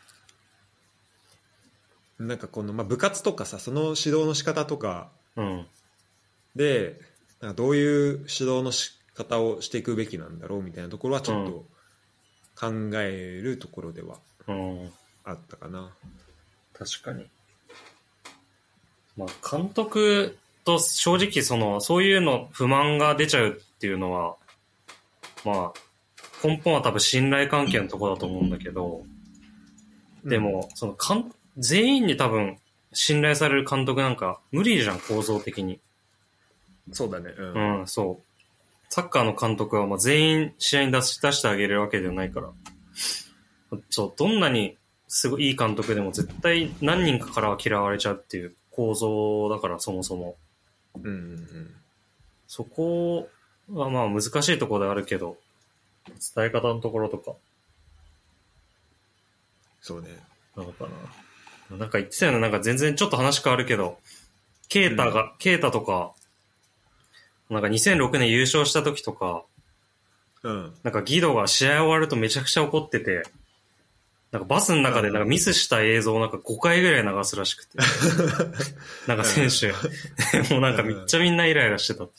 Speaker 1: なんかこの、まあ、部活とかさその指導の仕方とか
Speaker 2: うん。
Speaker 1: でなんかどういう指導の仕方をしていくべきなんだろうみたいなところはちょっと考えるところではあったかな。
Speaker 2: 確かに。まあ、監督と正直そういうの不満が出ちゃうっていうのは、まあ、根本は多分信頼関係のところだと思うんだけど、でも、全員に多分信頼される監督なんか無理じゃん、構造的に。
Speaker 1: そうだね。
Speaker 2: うん、そう。サッカーの監督はまあ全員試合に出してあげるわけではないから。どんなにすごいいい監督でも絶対何人かからは嫌われちゃうっていう構造だから、そもそも。そこはまあ難しいところであるけど、伝え方のところとか。
Speaker 1: そうね。
Speaker 2: なのかな。なんか言ってたよね。なんか全然ちょっと話変わるけど、ケイタとか、なんか2006年優勝した時とか、なんかギドが試合終わるとめちゃくちゃ怒ってて、なんかバスの中でなんかミスした映像をなんか5回ぐらい流すらしくて。なんか選手、もうなんかめっちゃみんなイライラしてたって。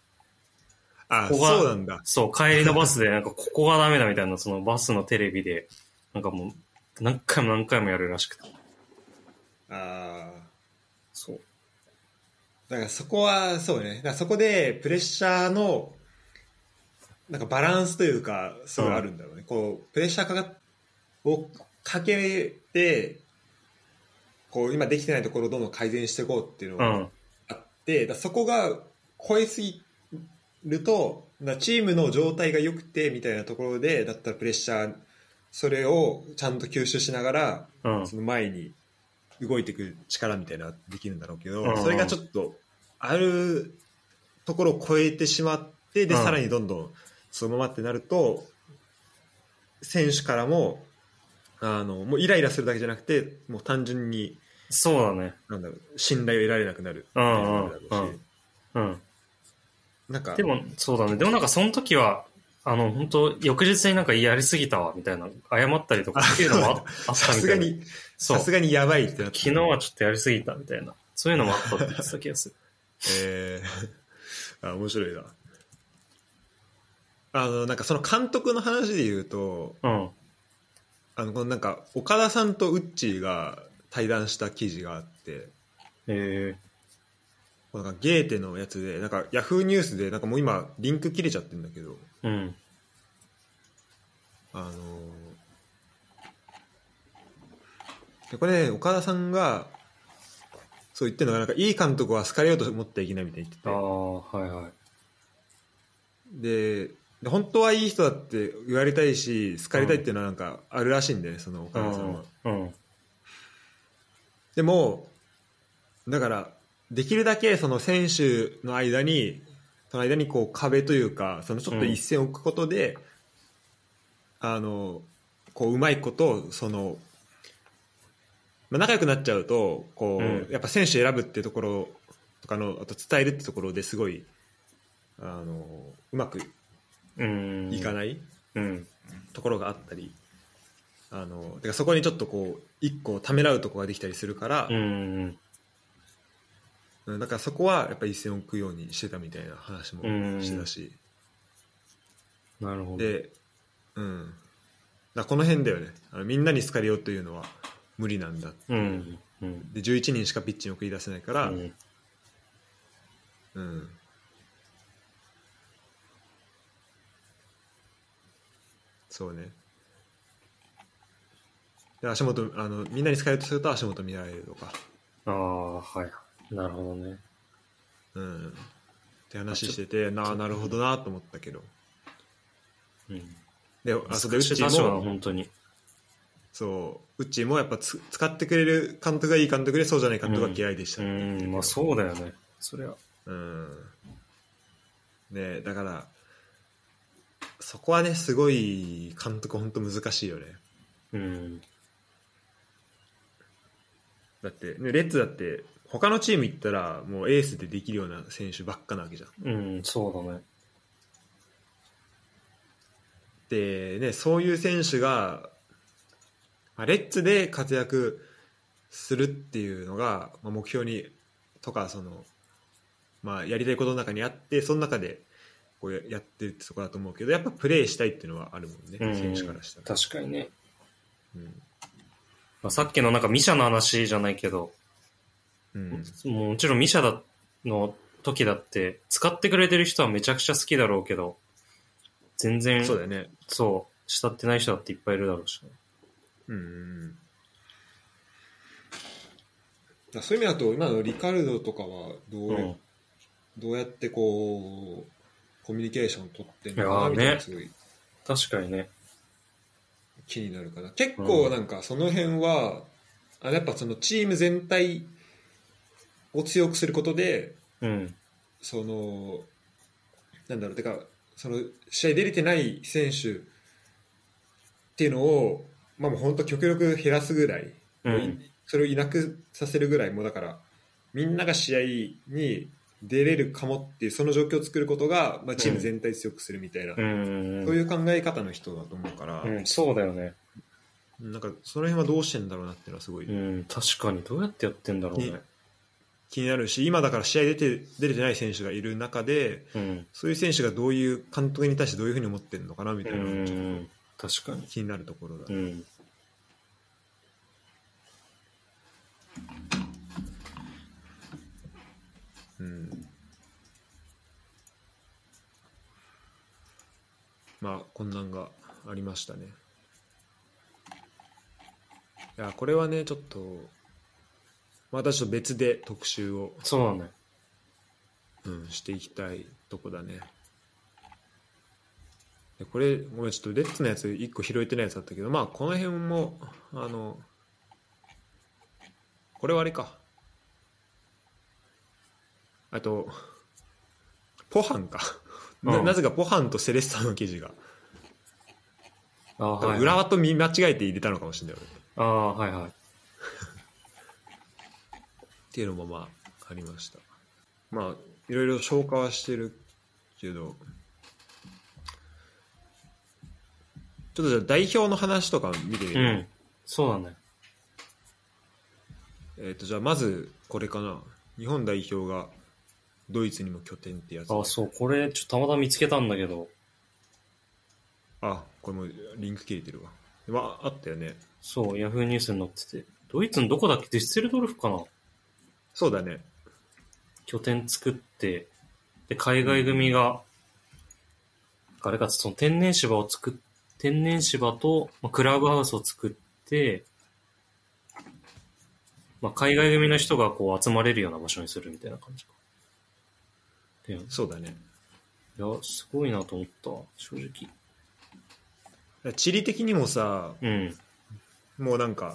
Speaker 1: そうなんだ。
Speaker 2: そう、帰りのバスでなんかここがダメだみたいな、そのバスのテレビで、なんかもう何回もやるらしくて。そう。
Speaker 1: だからそこはそうね。だからそこでプレッシャーのなんかバランスというかすごいあるんだろうね。こうプレッシャーをかけてこう今できてないところをどんどん改善していこうっていうのがあって、だそこが超えすぎるとチームの状態が良くてみたいなところでだったらプレッシャーそれをちゃんと吸収しながら、その前に動いていく力みたいなのができるんだろうけど、それがちょっとあるところを超えてしまってで、さらにどんどんそのままってなると選手からももうイライラするだけじゃなくてもう単純に
Speaker 2: そうだね。
Speaker 1: なんだろう信頼を得られなくなる
Speaker 2: なんかでもそうだね。でもなんかその時は本当翌日になんかやりすぎたわみたいな謝ったりとかっていうのもあったみたいな。
Speaker 1: さすがにやばいってなって
Speaker 2: 昨日はちょっとやりすぎたみたいなそういうのもあったって言ってた気がす
Speaker 1: る。面白いな。なんかその監督の話で言うと、このなんか岡田さんとウッチーが対談した記事があって、なんかゲーテのやつでなんかヤフーニュースでなんかもう今リンク切れちゃってるんだけど、でこれ、ね、岡田さんがそう言ってるのがなんかいい監督は好かれようと思ってはいけないみたいに言ってて、で本当はいい人だって言われたいし好かれたいっていうのはなんかあるらしいんで、ね、その岡田さんは。でもだからできるだけその選手の間にこう壁というかそのちょっと一線を置くことで、こううまいことその、仲良くなっちゃうとこう、やっぱ選手選ぶっていうところとかのあと伝えるってところですごいうまくいかないところがあったり、だからそこにちょっとこう一個ためらうところができたりするから、だからそこはやっぱり一線を置くようにしてたみたいな話もしてたし、
Speaker 2: なるほど。
Speaker 1: で、だこの辺だよね。みんなに好かれようというのは無理なんだっていう、で11人しかピッチに送り出せないから、そうね。で足元みんなに好かれるとすると足元見られるとか。
Speaker 2: なるほどね。
Speaker 1: って話しててなるほどなと思ったけど。で、
Speaker 2: それうちも本当に。
Speaker 1: そううちもやっぱ使ってくれる監督がいい監督で、そうじゃない監督が嫌いでした
Speaker 2: まあそうだよね、そりゃ。
Speaker 1: ね、だからそこはねすごい監督本当難しいよね。だって、ね、レッズだって他のチーム行ったらもうエースでできるような選手ばっかなわけじゃん。
Speaker 2: そうだね。
Speaker 1: でね、そういう選手がレッズで活躍するっていうのが目標にとかやりたいことの中にあって、その中でこうやってるってところだと思うけど、やっぱプレーしたいっていうのはあるもんね、選手からしたら。
Speaker 2: 確かにね。さっきのなんかミシャの話じゃないけど、もちろんミシャの時だって使ってくれてる人はめちゃくちゃ好きだろうけど、全然
Speaker 1: そうだよね。
Speaker 2: そう慕ってない人だっていっぱいいるだろうし、
Speaker 1: そういう意味だと今のリカルドとかはどうやってこうコミュニケーションを取ってんのかなみたいな、すごい
Speaker 2: 確かにね
Speaker 1: 気になるかな。結構なんかその辺は、やっぱそのチーム全体を強くすることで、なんだろう、てかその試合出れてない選手っていうのをもう本当極力減らすぐらい、それをいなくさせるぐらい、もうだからみんなが試合に出れるかもっていうその状況を作ることが、チーム全体強くするみたいな、そういう考え方の人だと思うから、
Speaker 2: そうだよね。
Speaker 1: なんかその辺はどうしてんだろうなっていうのはすごい、
Speaker 2: 確かにどうやってやってんだろうね。
Speaker 1: 気になるし、今だから試合出れてない選手がいる中で、そういう選手がどういう監督に対してどういうふうに思ってるのかなみたいなのがちょっと
Speaker 2: 確かに
Speaker 1: 気になるところだ。こんなんがありましたね。いやこれはねちょっとまたちょっと別で特集を
Speaker 2: そうだね、
Speaker 1: していきたいとこだね。でこれごめんちょっとレッツのやつ1個拾えてないやつだったけど、この辺もこれはあれか、あとポハンかなぜかポハンとセレッサの記事が浦和と見間違えて入れたのかもしれない。っていうのもありました。いろいろ消化はしてるけど、ちょっとじゃあ代表の話とか見てみる。
Speaker 2: そうだね。
Speaker 1: じゃあまずこれかな、日本代表がドイツにも拠点ってやつ。
Speaker 2: そうこれちょっとたまたま見つけたんだけど、
Speaker 1: これもリンク切れてるわ。あったよね。
Speaker 2: そうヤフーニュースに載ってて、ドイツのどこだっけ、デュッセルドルフかな。
Speaker 1: そうだね。
Speaker 2: 拠点作って、で海外組が、あれか、その天然芝と、クラブハウスを作って、海外組の人がこう集まれるような場所にするみたいな感じか。
Speaker 1: そうだね。
Speaker 2: いやすごいなと思った正直。
Speaker 1: 地理的にもさ、もうなんか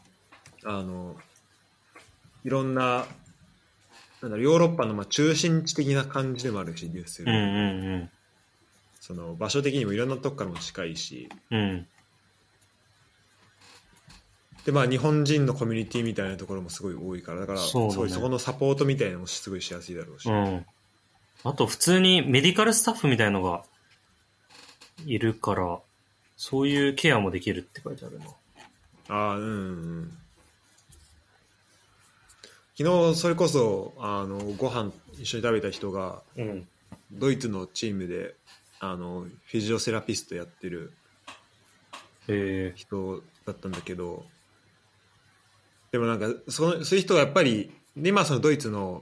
Speaker 1: いろんな、ヨーロッパの中心地的な感じでもあるし、デュッセル、その場所的にもいろんなとこからも近いし、で日本人のコミュニティみたいなところもすごい多いから、だからすごいそこのサポートみたいなのもすごいしやすいだろうし、
Speaker 2: あと普通にメディカルスタッフみたいのがいるから、そういうケアもできるって書いてあるな。
Speaker 1: 昨日それこそご飯一緒に食べた人が、ドイツのチームでフィジオセラピストやってる人だったんだけど、でもなんかそういう人がやっぱり今そのドイツの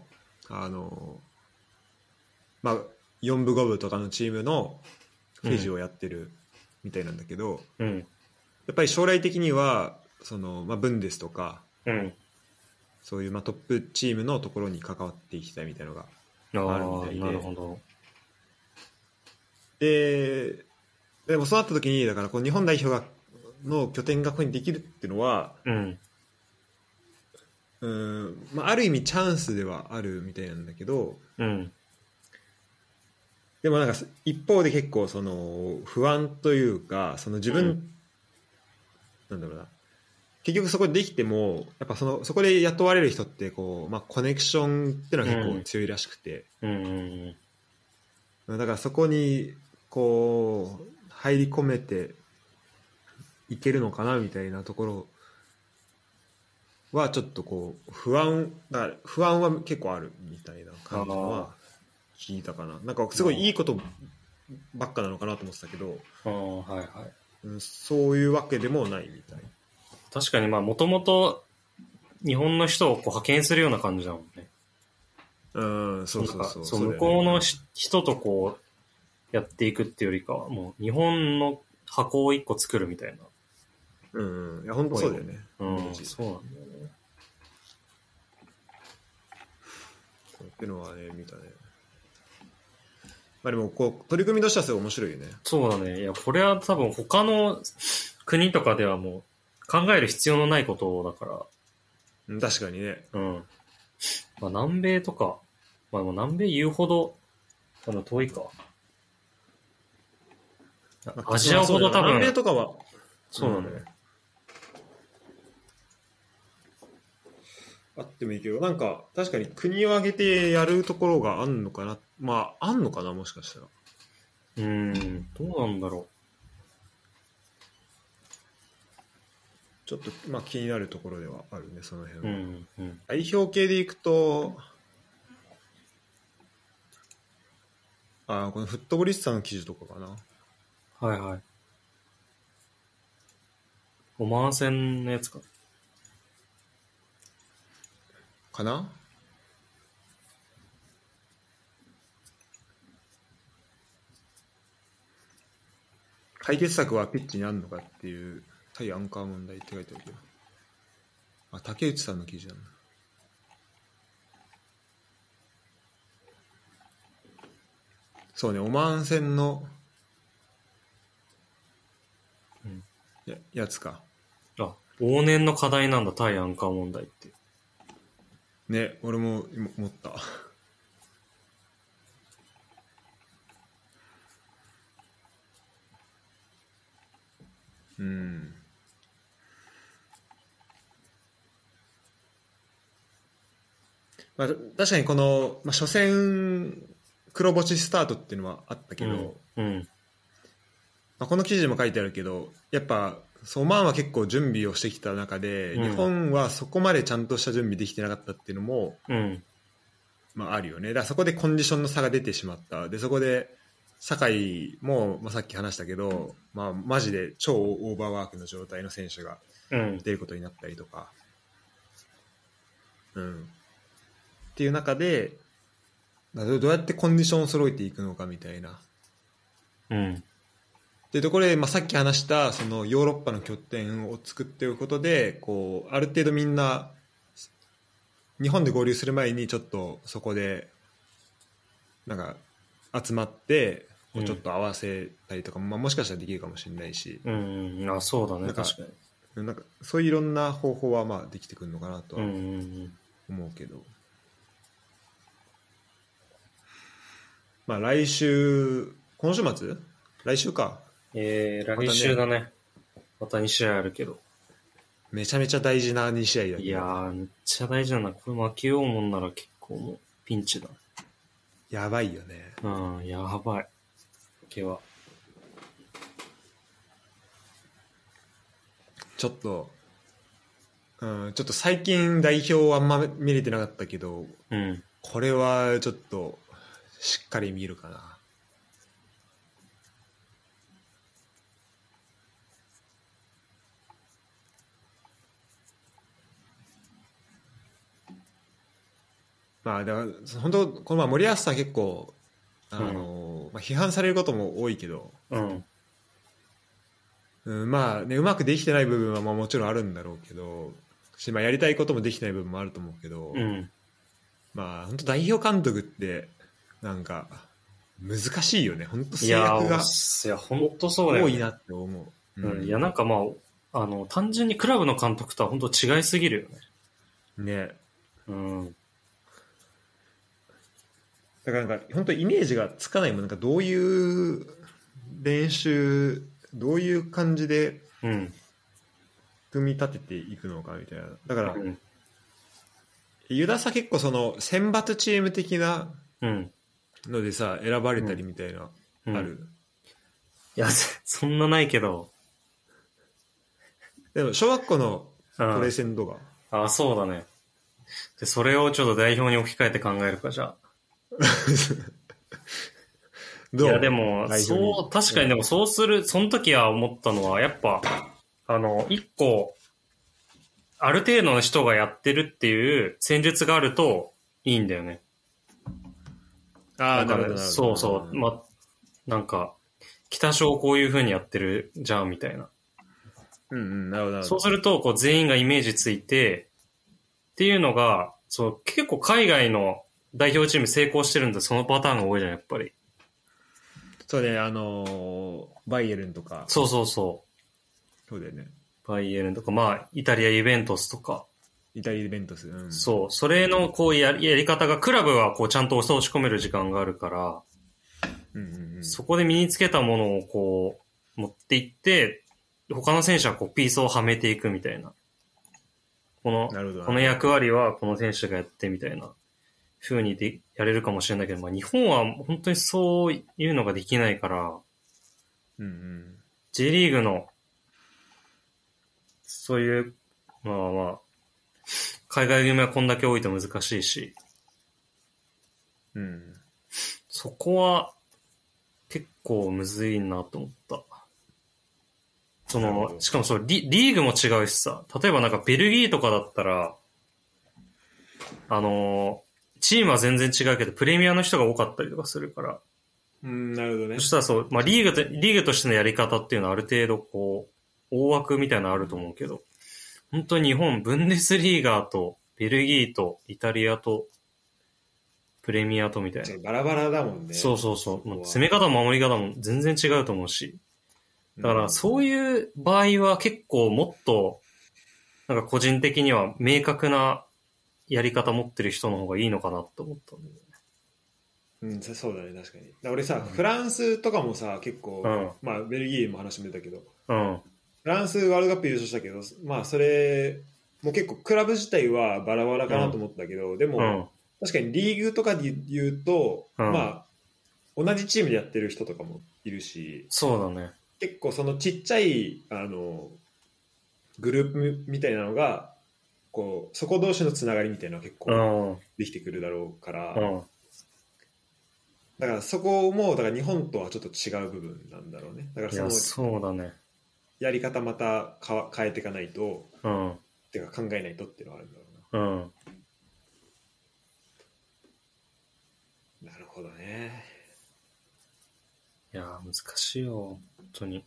Speaker 1: 4部5部とかのチームのフィジオをやってるみたいなんだけど、やっぱり将来的にはその、ブンデスとか、そういうトップチームのところに関わっていきたいみたいなのがあるみたいで。
Speaker 2: なるほど。
Speaker 1: でもそうなった時にだからこう日本代表がの拠点がここにできるっていうのは、
Speaker 2: うん
Speaker 1: まあ、ある意味チャンスではあるみたいなんだけど、
Speaker 2: うん
Speaker 1: でもなんか一方で結構その不安というか、その自分、なんだろうな、結局そこでできてもやっぱそこで雇われる人ってこう、まあ、コネクションっていうのは結構強いらしくて、
Speaker 2: うん
Speaker 1: だからそこにこう入り込めていけるのかなみたいなところはちょっとこう不安は結構あるみたいな感じのは聞いたかな。なんかすごいいいことばっかなのかなと思ってたけど、
Speaker 2: はいはい。
Speaker 1: そういうわけでもないみたい。
Speaker 2: 確かにまあもともと日本の人をこう派遣するような感じだもんね。
Speaker 1: そうそうそう。
Speaker 2: そう、向こうの人とこうやっていくっていうよりかは、もう日本の箱を一個作るみたいな。
Speaker 1: いや本当そうだよね。
Speaker 2: そうなんだよね。
Speaker 1: っていうのはね見たね。まあでもこう取り組みとしてはすごい面白いよね。
Speaker 2: そうだね。いやこれは多分他の国とかではもう考える必要のないことだから。
Speaker 1: 確かにね。
Speaker 2: まあ、南米とか、まあでも南米言うほど遠いか。アジアほど多分。
Speaker 1: 南米とかは
Speaker 2: そうだね。
Speaker 1: あってもいいけど、なんか確かに国を挙げてやるところがあんのかな。まああんのかな、もしかしたら。
Speaker 2: どうなんだろう。
Speaker 1: ちょっとまあ気になるところではあるね、その辺は。代表系でいくと、このフットボリスタの記事とかかな。
Speaker 2: はいはい。オマーン戦のやつか。
Speaker 1: かな。解決策はピッチにあるのかっていう対アンカー問題って書いてあるけど、竹内さんの記事なんだ。そうね、オマーン戦の、やつか。
Speaker 2: 往年の課題なんだ、対アンカー問題って。
Speaker 1: ね、俺も思った。まあ、確かにこの、初戦黒星スタートっていうのはあったけど、この記事でも書いてあるけど、やっぱオマーンは結構準備をしてきた中で、日本はそこまでちゃんとした準備できてなかったっていうのも、あるよね。だからそこでコンディションの差が出てしまった。でそこで酒井も、さっき話したけど、マジで超オーバーワークの状態の選手が出ることになったりとか、っていう中でどうやってコンディションを揃えていくのかみたいな、っていうところで、さっき話したそのヨーロッパの拠点を作っておくことで、こうある程度みんな日本で合流する前にちょっとそこでなんか集まってちょっと合わせたりとか、もしかしたらできるかもしれないし、
Speaker 2: そうだね、確かに。
Speaker 1: なんかそういういろんな方法はできてくるのかなとは思うけど、来週、今週末？来週か。
Speaker 2: 来週だね。また2試合あるけど。
Speaker 1: めちゃめちゃ大事な2試合だけど。
Speaker 2: いやー、めっちゃ大事だな。これ負けようもんなら結構もうピンチだ。
Speaker 1: やばいよね。
Speaker 2: やばい。負けは。
Speaker 1: ちょっと最近代表はあんま見れてなかったけど、これはちょっとしっかり見るかな。だから本当この森保さん結構批判されることも多いけど、うまくできてない部分はもちろんあるんだろうけど、やりたいこともできてない部分もあると思うけど、本当代表監督ってなんか難しいよね。本当制約が
Speaker 2: 本当そうだよね。
Speaker 1: 多いなって思う。
Speaker 2: いやなんか単純にクラブの監督とは本当違いすぎるよね。
Speaker 1: ね。
Speaker 2: うん。
Speaker 1: だからなんか本当イメージがつかないもん、なんかどういう練習、どういう感じで組み立てていくのかみたいな。だから、ユダさ結構その選抜チーム的なのでさ、選ばれたりみたいな、ある？
Speaker 2: いや、そんなないけど。
Speaker 1: でも小学校のトレセンとか。
Speaker 2: あ、そうだね。で、それをちょっと代表に置き換えて考えるか、じゃあ。
Speaker 1: どう？
Speaker 2: いや、でも、そう、確かにでもそうする、その時は思ったのは、やっぱ、一個、ある程度の人がやってるっていう戦術があるといいんだよね。
Speaker 1: ああ、なるほど。
Speaker 2: そうそう。ま、なんか、北小こういう風にやってるじゃん、みたいな。
Speaker 1: うんうん、なるほど。
Speaker 2: そうすると、こう全員がイメージついて、っていうのが、そう、結構海外の代表チーム成功してるんで、そのパターンが多いじゃん、やっぱり。
Speaker 1: そうね、バイエルンとか。
Speaker 2: そうそうそう。
Speaker 1: そうだよね。
Speaker 2: バイエルンとか、まあ、イタリアユベントスとか。
Speaker 1: イタリアユベントス。うん、
Speaker 2: そう。それの、こうやり方が、クラブはこう、ちゃんと押し込める時間があるから、そこで身につけたものをこう、持っていって、他の選手はこう、ピースをはめていくみたいな。この役割はこの選手がやってみたいな風にやれるかもしれないけど、まあ日本は本当にそういうのができないから、J リーグの、そういう、まあまあ、海外組はこんだけ多いと難しいし、そこは結構むずいなと思った。しかもそう、リーグも違うしさ、例えばなんかベルギーとかだったら、チームは全然違うけど、プレミアの人が多かったりとかするから。
Speaker 1: なるほどね。
Speaker 2: そしたらそう、まあリーグとしてのやり方っていうのはある程度こう、大枠みたいなのあると思うけど、本当に日本、ブンデスリーガーと、ベルギーと、イタリアと、プレミアとみたいな。
Speaker 1: バラバラだもんね。
Speaker 2: そうそうそう。攻め方も守り方も全然違うと思うし。だからそういう場合は結構もっと、なんか個人的には明確なやり方持ってる人の方がいいのかなと思ったんだよね。
Speaker 1: そうだね、確かに。俺さ、フランスとかもさ、結構、まあベルギーも話も出たけど、フランスワールドカップ優勝したけど、まあそれ、もう結構クラブ自体はバラバラかなと思ったけど、でも、確かにリーグとかで言うと、まあ、同じチームでやってる人とかもいるし、
Speaker 2: そうだね。
Speaker 1: 結構そのちっちゃいグループみたいなのがこうそこ同士のつながりみたいなのが結構できてくるだろうから、だからそこもだから日本とはちょっと違う部分なんだろうね。だから
Speaker 2: そうだね。
Speaker 1: やり方また変えていかないと、っていうか考えないとっていうのはあるんだろうな。なるほどね。
Speaker 2: いや難しいよ本当に。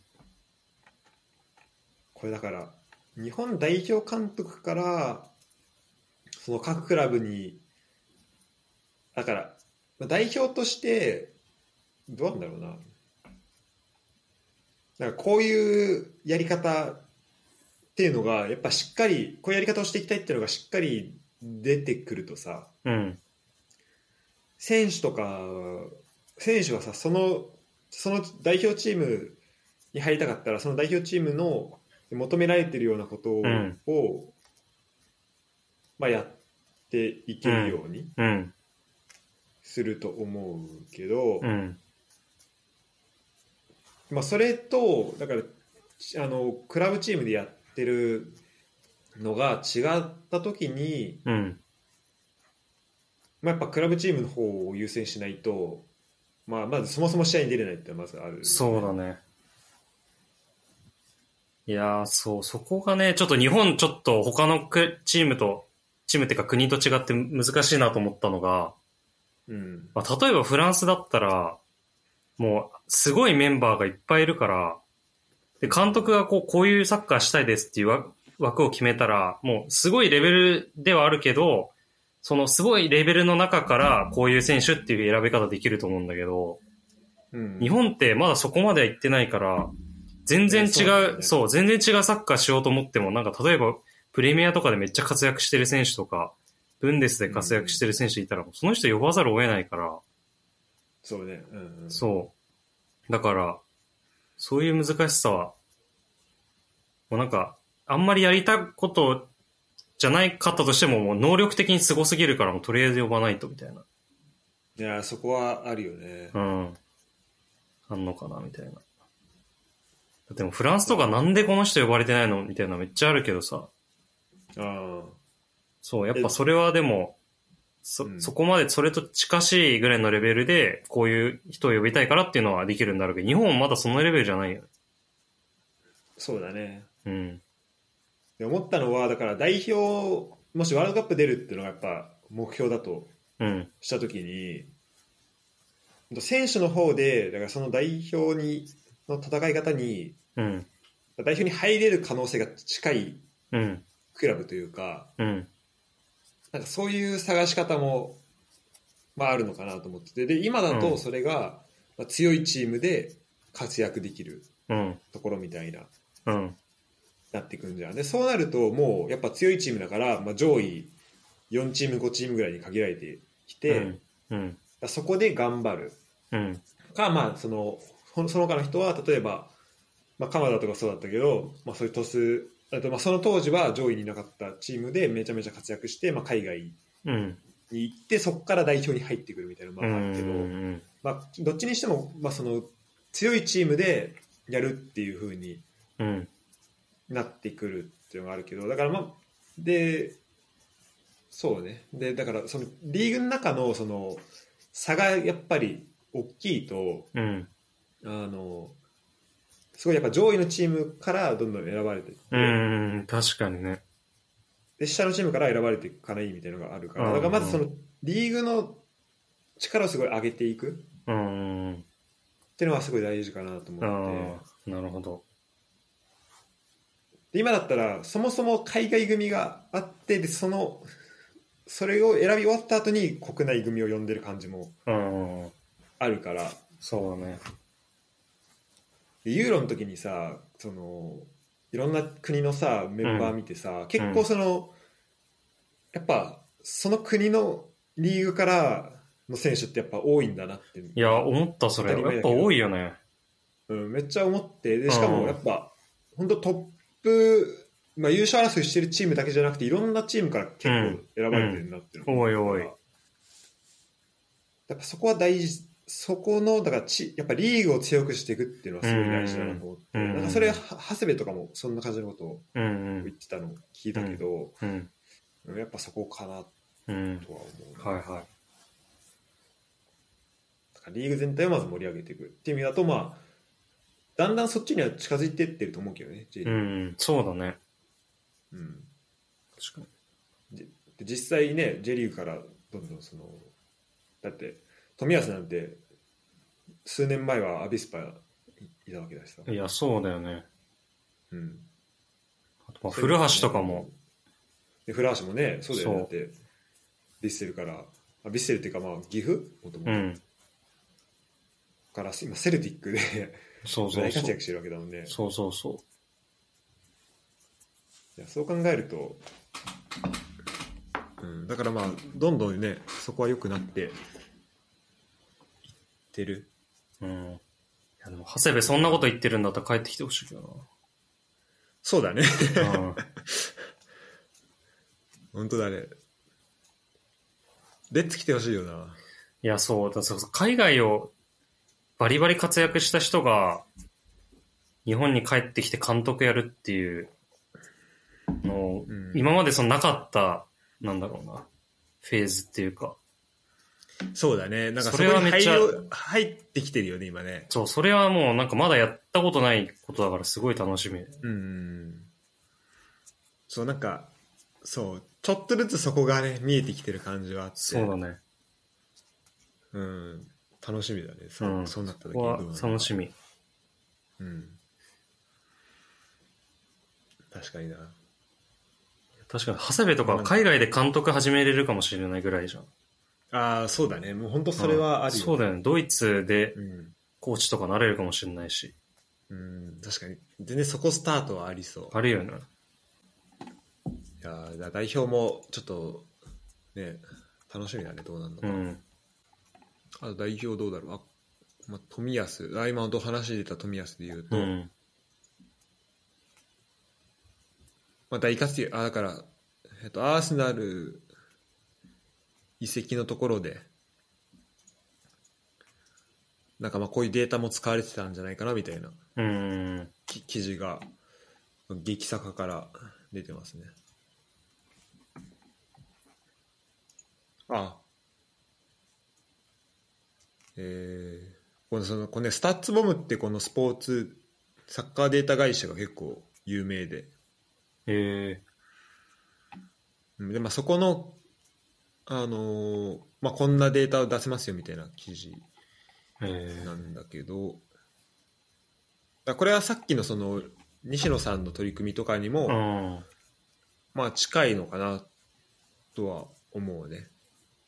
Speaker 1: これだから日本代表監督からその各クラブにだから代表としてどうなんだろうな。なんかこういうやり方っていうのがやっぱしっかりこういうやり方をしていきたいっていうのがしっかり出てくるとさ、選手はさその代表チームに入りたかったらその代表チームの求められているようなことを、まあ、やっていけるようにすると思うけど、まあ、それとだからクラブチームでやってるのが違った時に、まあ、やっぱクラブチームの方を優先しないと、まあ、まずそもそも試合に出れないってのはまずある、ね、
Speaker 2: そうだね。いやそこがね、ちょっと日本ちょっと他のチームっていうか国と違って難しいなと思ったのが、まあ、例えばフランスだったら、もうすごいメンバーがいっぱいいるから、で監督がこういうサッカーしたいですっていう枠を決めたら、もうすごいレベルではあるけど、そのすごいレベルの中からこういう選手っていう選び方できると思うんだけど、日本ってまだそこまでは行ってないから、 全然違
Speaker 1: そうなんだよね
Speaker 2: う、そう、全然違うサッカーしようと思っても、なんか例えば、プレミアとかでめっちゃ活躍してる選手とか、ブンデスで活躍してる選手いたら、その人呼ばざるを得ないから、
Speaker 1: そうね。
Speaker 2: そう。だから、そういう難しさは、もうなんか、あんまりやりたことじゃないかったとしても、もう能力的にすごすぎるから、もうとりあえず呼ばないとみたいな。
Speaker 1: いや、そこはあるよね。
Speaker 2: うん。あんのかなみたいな。でもフランスとかなんでこの人呼ばれてないのみたいなめっちゃあるけどさ。
Speaker 1: ああ。
Speaker 2: そう、やっぱそれはでも、そこまでそれと近しいぐらいのレベルで、こういう人を呼びたいからっていうのはできるんだろうけど、日本はまだそのレベルじゃないよね。
Speaker 1: そうだね。
Speaker 2: うん。
Speaker 1: で思ったのは、だから代表、もしワールドカップ出るっていうのがやっぱ目標だとしたときに、選手の方で、だからその代表の戦い方に、代表に入れる可能性が近いクラブというか、なんかそういう探し方も、まあ、あるのかなと思ってて、で今だとそれが、強いチームで活躍できるところみたいな、なってくるんじゃん。でそうなるともうやっぱ強いチームだから、上位4チーム5チームぐらいに限られてきて、そこで頑張る、か、その他の人は例えば、カナダとかそうだったけど、そういうトス、その当時は上位にいなかったチームでめちゃめちゃ活躍して、海外に行ってそこから代表に入ってくるみたいなのもあるけど、どっちにしても、その強いチームでやるっていう風になってくるっていうのがあるけど、だからでそうね、でだからそのリーグの中のその差がやっぱり大きいと、すごいやっぱ上位のチームからどんどん選ばれていって、
Speaker 2: 確かにね。
Speaker 1: で下のチームから選ばれていかないみたいなのがあるから、だからまずそのリーグの力をすごい上げていくっていうのはすごい大事かなと思って。
Speaker 2: なるほど。
Speaker 1: で今だったらそもそも海外組があって、でそれを選び終わった後に国内組を呼んでる感じもあるから。
Speaker 2: そうだね。
Speaker 1: ユーロの時にさ、そのいろんな国のさメンバー見てさ、結構その、やっぱその国のリーグからの選手ってやっぱ多いんだなって。
Speaker 2: いや思った、それやっぱ多いよね。
Speaker 1: めっちゃ思って、でしかもやっぱ本当トップ、優勝争いしてるチームだけじゃなくていろんなチームから結構選ばれてるなっていうの、
Speaker 2: おいおい。
Speaker 1: やっぱそこは大事。そこのだからやっぱリーグを強くしていくっていうのはすごい大事だなと思って、なんかそれ長谷部とかもそんな感じのことを言ってたのを聞いたけど、やっぱそこかなとは思う。
Speaker 2: はいはい。だ
Speaker 1: からリーグ全体をまず盛り上げていくっていう意味だと、だんだんそっちには近づいていってると思うけどね、J リーグ。
Speaker 2: そうだね。
Speaker 1: 確かに。で実際ね、J リーグからどんどんその、だって冨安なんて数年前はアビスパいたわけだしさ。
Speaker 2: いやそうだよね。あと古橋とかも。
Speaker 1: で古橋もね、そうだよね。だってヴィッセルから、ヴィッセルっていうか岐阜もともとから今セルティックで大活躍してるわけだもんね。
Speaker 2: そうそうそう。
Speaker 1: いやそう考えると、だからどんどんねそこは良くなっていってる。
Speaker 2: いやでも長谷部そんなこと言ってるんだったら帰ってきてほしいけどな。
Speaker 1: そうだね。本当だね。レッツ来てほしいよな。
Speaker 2: いやそうだ、海外をバリバリ活躍した人が日本に帰ってきて監督やるっていうの、今までそのなかったなんだろうなフェーズっていうか。
Speaker 1: そうだね。なんかそれはめっちゃ入ってきてるよね今ね。
Speaker 2: そう、それはもうなんかまだやったことないことだからすごい楽しみ。
Speaker 1: そうなんかそうちょっとずつそこがね見えてきてる感じはあって。
Speaker 2: そうだね。
Speaker 1: 楽しみだね。そうなった時に
Speaker 2: どうなるか。楽しみ。
Speaker 1: 確かにな。
Speaker 2: 確かに長谷部とか海外で監督始めれるかもしれないぐらいじゃん。
Speaker 1: ああそうだね。もう本当それはあるよ、
Speaker 2: そうだよね。ドイツでコーチとかなれるかもしれないし。
Speaker 1: 確かに全然そこスタートはありそう。
Speaker 2: あるよね。
Speaker 1: いや代表もちょっとね楽しみだね、どうなるのか。あと代表どうだろう。冨安、今と話出た冨安で言うと、大活躍、だから、アーセナル移籍のところでなんかこういうデータも使われてたんじゃないかなみたいな記事が激坂から出てますね。このスタッツボムってこのスポーツサッカーデータ会社が結構有名で、でそこのこんなデータを出せますよみたいな記事なんだけど、これはさっきのその西野さんの取り組みとかにも近いのかなとは思うね。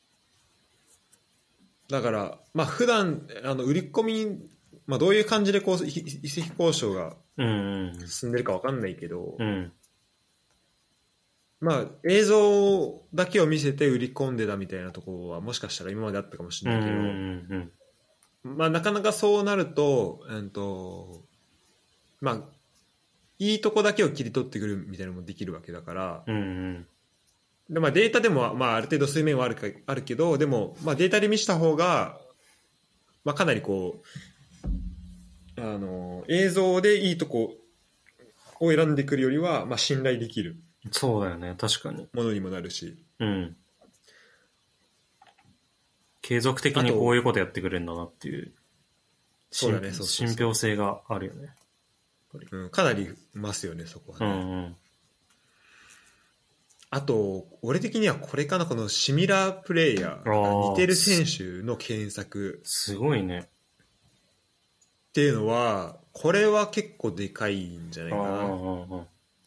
Speaker 1: だから普段売り込み、どういう感じで移籍交渉が進んでるか分かんないけど、映像だけを見せて売り込んでたみたいなところはもしかしたら今まであったかもしれないけど、なかなかそうなると、いいとこだけを切り取ってくるみたいなのもできるわけだから、でデータでも、ある程度水面はあるけど、でも、データで見せた方が、かなり映像でいいとこを選んでくるよりは、信頼できる。
Speaker 2: そうだよね、確かに。
Speaker 1: ものにもなるし。
Speaker 2: 継続的にこういうことやってくれるんだなっていう。
Speaker 1: そうだね、
Speaker 2: 信憑性があるよね。
Speaker 1: かなり増すよね、そこはね。あと俺的にはこれかな、このシミラープレイヤー、似てる選手の検索
Speaker 2: すごいね
Speaker 1: っていうのは、これは結構でかいんじゃないかな。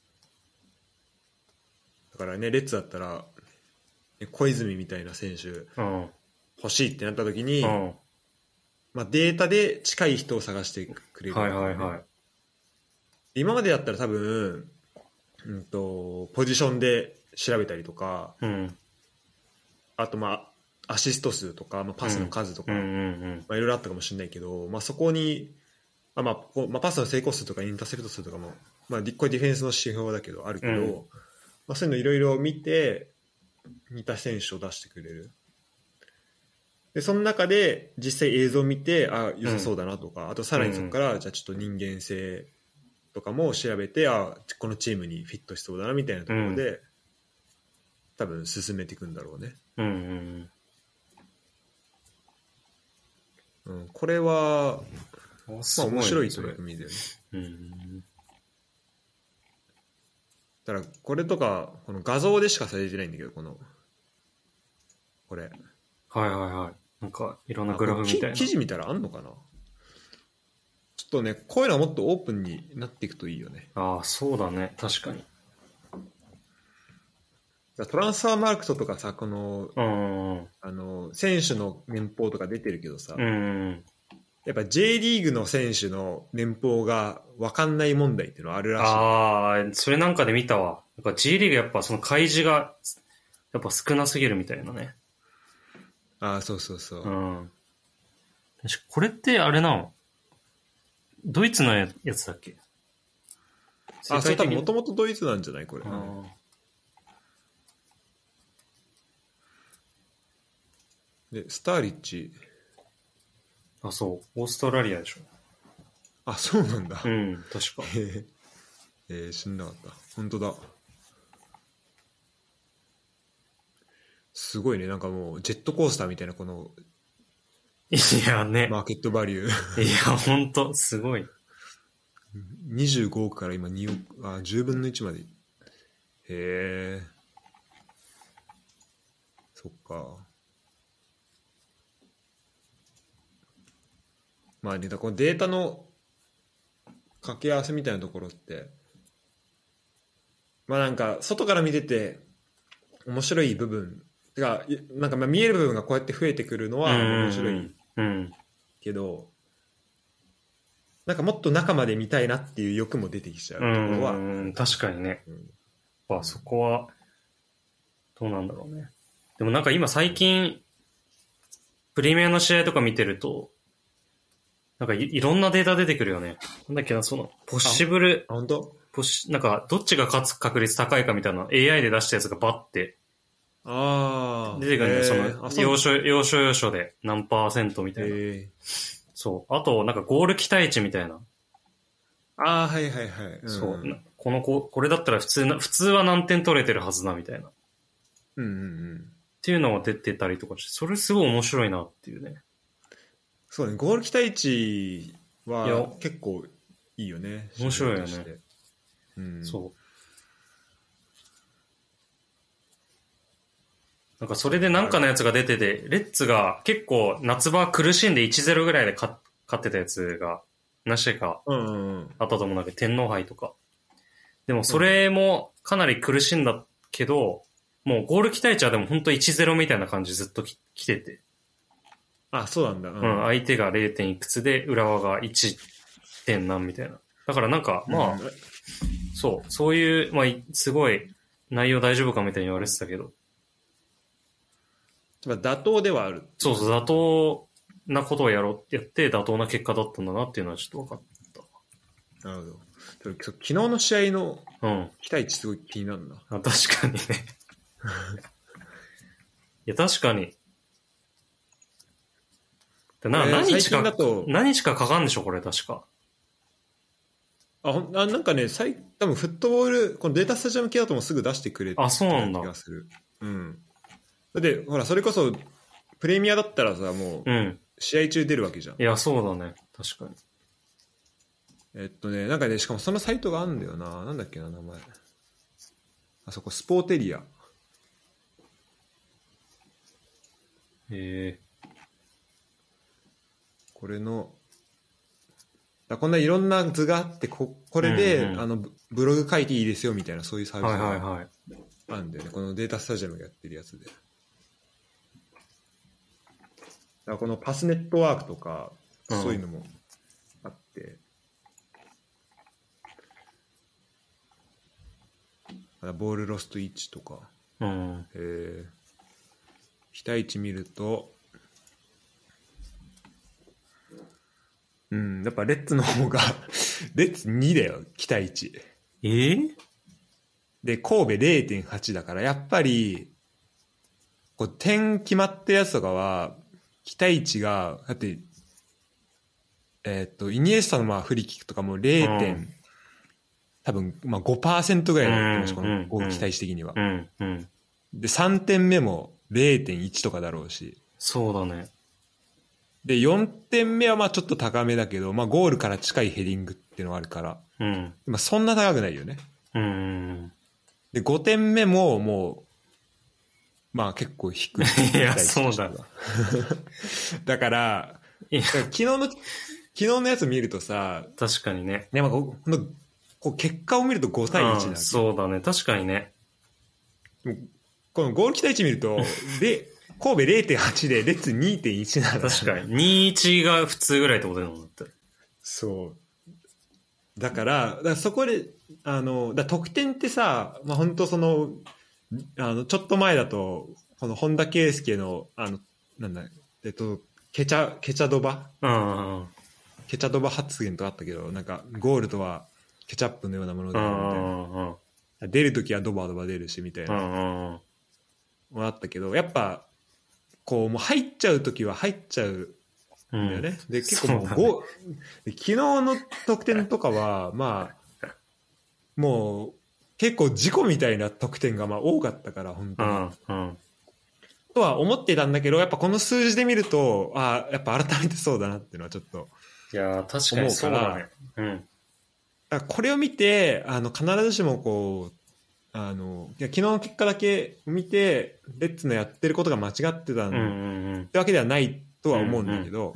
Speaker 1: だからね、レッツだったら小泉みたいな選手欲しいってなった時に、データで近い人を探してくれる、今までだったら多分、ポジションで調べたりとか、あとアシスト数とか、パスの数とか、いろいろあったかもしれないけど、そこに、パスの成功数とかインターセプト数とかも、これディフェンスの指標だけどあるけど、そういうのいろいろ見て似た選手を出してくれる。でその中で実際映像を見て良さそうだなとか、あとさらにそこからじゃあちょっと人間性とかも調べて、このチームにフィットしそうだなみたいなところで、多分進めていくんだろうね。これは面白い取り組みだよね。だからこれとかこの画像でしかされてないんだけど、これ
Speaker 2: なんかいろんなグラフみたいな
Speaker 1: 記事見たらあんのかな。ちょっとね、こういうのはもっとオープンになっていくといいよね。
Speaker 2: そうだね、確かに。
Speaker 1: トランスファーマークトとかさ、この、選手の年俸とか出てるけどさ、やっぱ J リーグの選手の年俸が分かんない問題っていうのはあるらしい。
Speaker 2: それなんかで見たわ。やっぱ J リーグやっぱその開示がやっぱ少なすぎるみたいなね。
Speaker 1: そうそうそう。
Speaker 2: これってあれなの？ドイツのやつだっけ？
Speaker 1: それ多分もともとドイツなんじゃないこれ。でスターリッチ。
Speaker 2: そう。オーストラリアでしょ。
Speaker 1: そうなんだ。
Speaker 2: 確か。
Speaker 1: 知んなかった。本当だ。すごいね、なんかもうジェットコースターみたいなこの
Speaker 2: いやね、
Speaker 1: マーケットバリュー。
Speaker 2: いや本当すごい。
Speaker 1: 25億から今2億、10分の1まで。へえ。そっか。ね、このデータの掛け合わせみたいなところってなんか外から見てて面白い部分がなんか見える部分がこうやって増えてくるのは面白いけど、 なんかもっと中まで見たいなっていう欲も出てきちゃうところは、
Speaker 2: 確かにね。
Speaker 1: うん、
Speaker 2: そこは、どうなんだろうね。でもなんか今最近、プレミアの試合とか見てると、なんかいろんなデータ出てくるよね。なんだっけな、その、ポッシブル、
Speaker 1: 本当
Speaker 2: なんか、どっちが勝つ確率高いかみたいな AI で出したやつがバッて出てくるんだよ。その、要所で何%みたいな。そう。あと、なんかゴール期待値みたいな。
Speaker 1: はいはいはい。
Speaker 2: そう。これだったら普通は何点取れてるはずなみたいな。っていうのも出てたりとかして、それすごい面白いなっていうね。
Speaker 1: そうね、ゴール期待値は結構いいよね。
Speaker 2: 面白いよね。そう。なんかそれでなんかのやつが出てて、レッツが結構夏場苦しんで 1-0 ぐらいで勝ってたやつが、なしかあったと思うんだけど、天皇杯とか。でもそれもかなり苦しんだけど、もうゴール期待値はでも本当 1-0 みたいな感じずっと来てて。
Speaker 1: そうなんだ。
Speaker 2: 相手が 0. 点いくつで、浦和が 1. 点何みたいな。だからなんか、まあ、そういう、まあ、すごい内容大丈夫かみたいに言われてたけど。
Speaker 1: 妥当ではある。
Speaker 2: そう、妥当なことをやって妥当な結果だったんだなっていうのはちょっと分かった。
Speaker 1: なるほど。昨日の試合の期待値すごい気になるな。
Speaker 2: 確かにね。いや、確かに。何日かかかんでしょ、これ確か。
Speaker 1: なんかね、多分フットボール、このデータスタジアム系だともすぐ出してくれてる
Speaker 2: そうなんだ。
Speaker 1: 気がする。で、ほら、それこそ、プレミアだったらさ、もう、試合中出るわけじゃん。
Speaker 2: いや、そうだね。確か
Speaker 1: に。なんかね、しかもそのサイトがあるんだよな。なんだっけな、名前。あそこ、スポーテリア。これの、こんないろんな図があって、これで、ブログ書いていいですよみたいな、そういうサービスがあるんだよね。このデータスタジアムがやってるやつで。このパスネットワークとか、そういうのもあって、ボールロスト1とか、期待値見ると、やっぱレッツの方がレッツ2だよ、期待値。で、神戸 0.8 だから、やっぱり、こう点決まったやつとかは、期待値が、だって、イニエスタのフリーキックとかも 0. 多分、5% ぐらいだったこの期待値的には。で、3点目も 0.1 とかだろうし。
Speaker 2: そうだね。
Speaker 1: で、4点目はちょっと高めだけど、ゴールから近いヘディングっていうのがあるから、そんな高くないよね。で、5点目ももう、結構低い。
Speaker 2: いや、そうだ。
Speaker 1: だから、昨日のやつ見るとさ、
Speaker 2: 確かにね。
Speaker 1: こう結果を見ると5対1だ。
Speaker 2: そうだね。確かにね。
Speaker 1: このゴール期待値見ると、神戸 0.8 でレッツ 2.1 なの。
Speaker 2: 確かに。2-1が普通ぐらいってことだもんだって。
Speaker 1: そう。だからそこで、得点ってさ、本当ちょっと前だと、この本田圭佑の、なんだ、ケチャドバケチャドバ発言とあったけど、なんか、ゴールとはケチャップのようなものだみたいな。出るときはドバドバ出るし、みたいな。もあったけど、やっぱ、こう、もう入っちゃうときは入っちゃうんだよね。で、結構もう昨日の得点とかは、もう、結構事故みたいな得点が多かったから、本当に。とは思ってたんだけど、やっぱこの数字で見ると、やっぱ改めてそうだなっていうのはちょっと。
Speaker 2: いや、確かにそうだね。
Speaker 1: だからこれを見て、必ずしもこう、昨日の結果だけ見て、レッツのやってることが間違ってたってわけではないとは思うんだけど、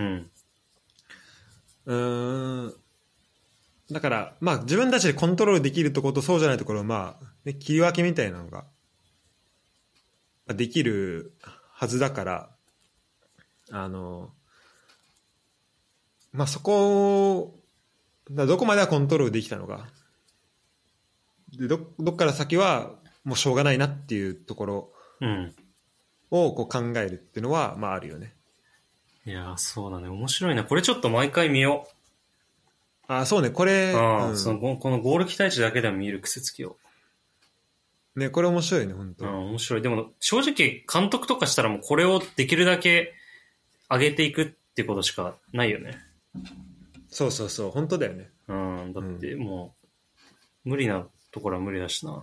Speaker 1: だから、自分たちでコントロールできるところとそうじゃないところを、切り分けみたいなのが、できるはずだから、そこだどこまではコントロールできたのかで、どっから先はもうしょうがないなっていうところをこう考えるっていうのは、まああるよね。
Speaker 2: いやー、そうだね。面白いな。これちょっと毎回見よ
Speaker 1: う。あ、そうね。これ、
Speaker 2: このゴール期待値だけでも見る癖つきよ
Speaker 1: う。ね、これ面白いね、本当。
Speaker 2: 面白い。でも、正直、監督とかしたらもうこれをできるだけ上げていくってことしかないよね。
Speaker 1: そうそうそう、本当だよね。
Speaker 2: だってもう、無理なところは無理だしな。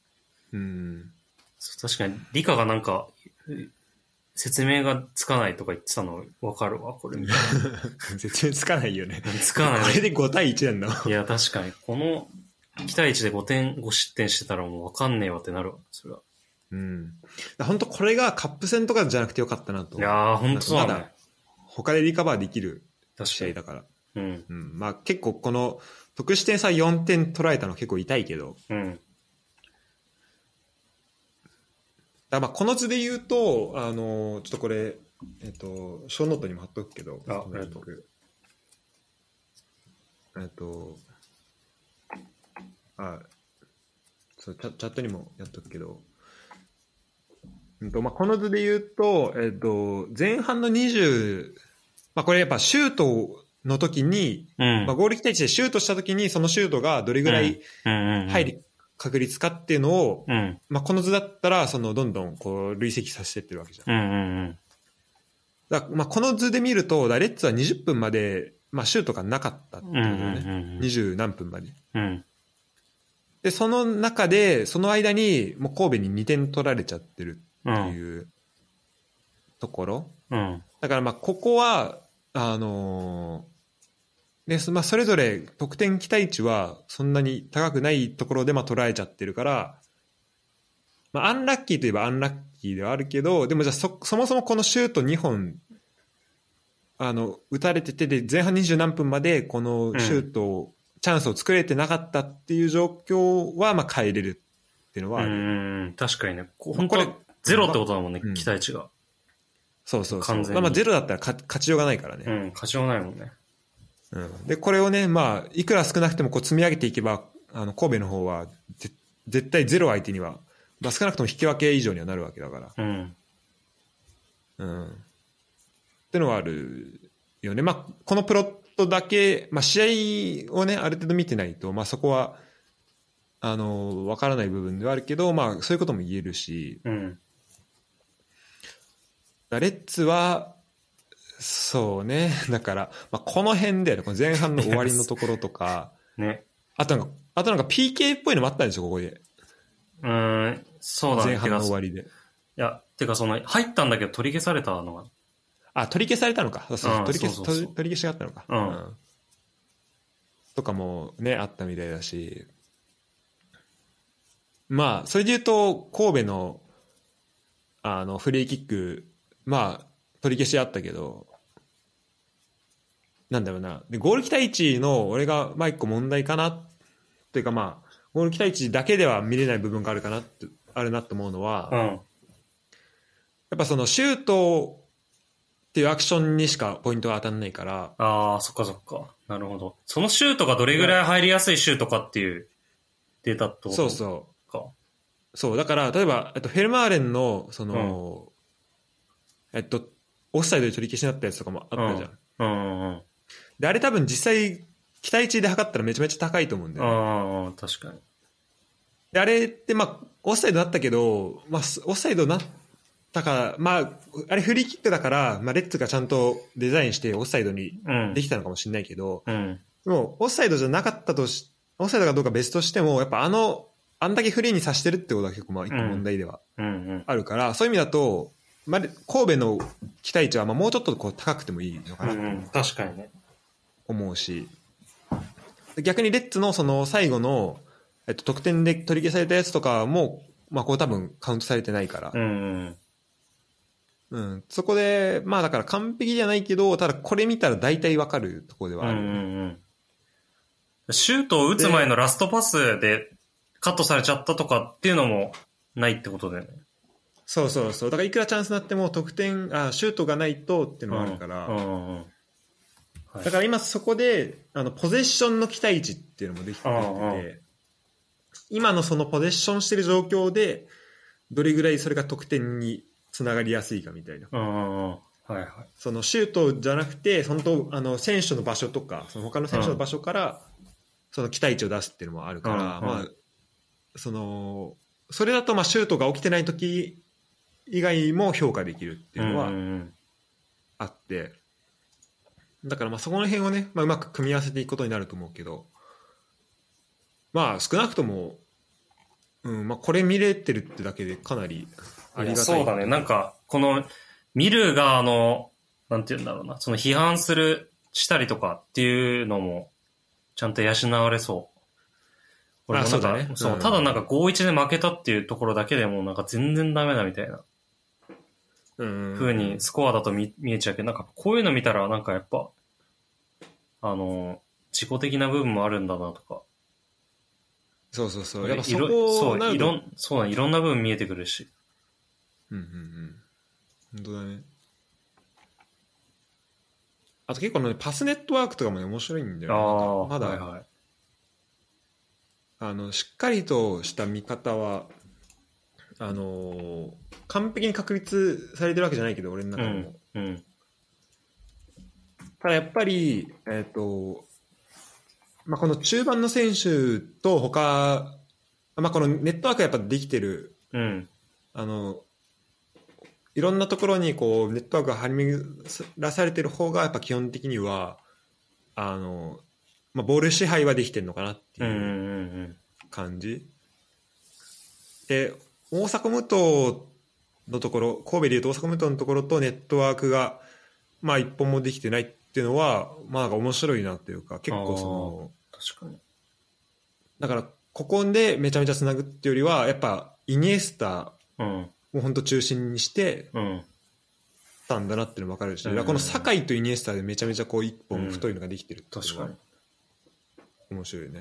Speaker 2: 確かに、理科がなんか、説明がつかないとか言ってたの分かるわ、これ見たら。
Speaker 1: 説明つかないよね。
Speaker 2: つかない。
Speaker 1: あれで5対1なんだ。
Speaker 2: いや、確かに。この期待値で5失点してたらもう分かんねえわってなるわ、それは。
Speaker 1: 本当これがカップ戦とかじゃなくてよかったなと。
Speaker 2: いやー、本当そうだね。
Speaker 1: まだ他でリカバーできる試合だから。まあ結構この得失点差4点取られたの結構痛いけど。だまあこの図で言うと、ちょっとこれ、ショーノートにも貼っとくけど。
Speaker 2: ありがと
Speaker 1: う。そうチャットにもやっとくけど。まあ、この図で言うと、前半の20、まあ、これやっぱシュートの時に、まあ、ゴール期待値でシュートした時にそのシュートがどれぐらい入る確率かっていうのを、まあ、この図だったらそのどんどんこう累積させてってるわけじゃん。だまあこの図で見るとレッツは20分まで、まあ、シュートがなかったってことだよね。20何分まで。でその中でその間にもう神戸に2点取られちゃってるっていうところ、だからまあここはでまあ、それぞれ得点期待値はそんなに高くないところでまあ捉えちゃってるから、まあ、アンラッキーといえばアンラッキーではあるけど、でもじゃあ そもそもこのシュート2本打たれててで前半20何分までこのシュート、チャンスを作れてなかったっていう状況はまあ変えれるっていうのはある。
Speaker 2: 確かにね。本当はゼロってことだもんね、期待値が。
Speaker 1: そうそうそう。まあゼロだったら勝ちようがないからね。
Speaker 2: 勝ちようがないもんね。
Speaker 1: でこれをね、まあいくら少なくてもこう積み上げていけば神戸の方は絶対ゼロ相手には、まあ、少なくとも引き分け以上にはなるわけだから。ってのはあるよね。まあこのプロットだけ、まあ、試合をねある程度見てないと、まあ、そこは分からない部分ではあるけど、まあそういうことも言えるし、レッツはそうね、だから、まあ、この辺でこの前半の終わりのところとか、
Speaker 2: ね、
Speaker 1: あとなんか PK っぽいのもあったんですよここで。
Speaker 2: そうだね。
Speaker 1: 前半の終わりで。い
Speaker 2: や、てか入ったんだけど取り消されたのが。
Speaker 1: 取り消されたのか。取り消しがあったのか。とかもねあったみたいだし、まあそれで言うと神戸のフリーキックまあ取り消しあったけど、なんだろうな、でゴール期待値の俺がまあ一個問題かなっていうか、まあゴール期待値だけでは見れない部分があるなと思うのは、やっぱそのシュートっていうアクションにしかポイントが当たんないから。
Speaker 2: そっかそっか、なるほど。そのシュートがどれぐらい入りやすいシュートかっていうデータってことか。
Speaker 1: そうだから例えばフェルマーレンのその、オフサイドで取り消しになったやつとかもあったじゃん。であれ多分実際期待値で測ったらめちゃめちゃ高いと思うんだよね。
Speaker 2: 確かに。
Speaker 1: であれってまあオフサイドだったけど、まあ、オフサイドなったからまああれフリーキックだから、まあ、レッツがちゃんとデザインしてオフサイドにできたのかもしれないけど、でもオフサイドじゃなかったとしオフサイドかどうか別としてもやっぱあんだけフリーにさしてるってことは結構まあ一個問題ではあるから、そういう意味だと、まあ、神戸の期待値はまあもうちょっとこう高くてもいいのかなと
Speaker 2: 確かにね
Speaker 1: 思うし、逆にレッツのその最後の得点で取り消されたやつとかも、まあ、こう多分カウントされてないから、そこでまあだから完璧じゃないけど、ただこれ見たら大体わかるところではある、
Speaker 2: シュートを打つ前のラストパスでカットされちゃったとかっていうのもないってことだよね。
Speaker 1: そうだからいくらチャンスになってもシュートがないとっていうのがあるから、
Speaker 2: はい、
Speaker 1: だから今そこでポゼッションの期待値っていうのもできてて、今のそのポゼッションしてる状況でどれぐらいそれが得点につながりやすいかみたいな、
Speaker 2: はいはい、
Speaker 1: そのシュートじゃなくて本当選手の場所とかその他の選手の場所からその期待値を出すっていうのもあるから、まあ、それだとまあシュートが起きてない時以外も評価できるっていうのはあって、だからまあそこの辺をね、まあ、うまく組み合わせていくことになると思うけど、まあ少なくとも、まあ、これ見れてるってだけでかなりありがたい。
Speaker 2: そうだね。なんかこの見る側のなんていうんだろうな、その批判したりとかっていうのもちゃんと養われそう。俺もなんか、
Speaker 1: そうだね。
Speaker 2: そう、ただなんか 5-1 で負けたっていうところだけでもなんか全然ダメだみたいな風にスコアだと見えちゃうけど、なんかこういうの見たらなんかやっぱ自己的な部分もあるんだなとか。
Speaker 1: そうそうそう。
Speaker 2: やっぱそういろんな部分見えてくるし。
Speaker 1: 本当だね。あと結構ねパスネットワークとかもね面白いんだよね。まだ、はいはい、しっかりとした見方は完璧に確立されてるわけじゃないけど俺の中でも、ただやっぱりまあ、この中盤の選手と他、まあ、このネットワークがやっぱできてる、いろんなところにこうネットワークが張り巡らされてる方がやっぱ基本的にはまあ、ボール支配はできてるのかなっていう感じ、で大阪無党のところ神戸でいうと大阪無党のところとネットワークがまあ一本もできてないっていうのはまあなんか面白いなっていうか、結構その
Speaker 2: 確かに
Speaker 1: だからここでめちゃめちゃつなぐっていうよりはやっぱイニエスタを本当中心にしてたんだなっていうのも分かるし、この酒井とイニエスタでめちゃめちゃこう一本太いのができてるっていうのは面白いよね。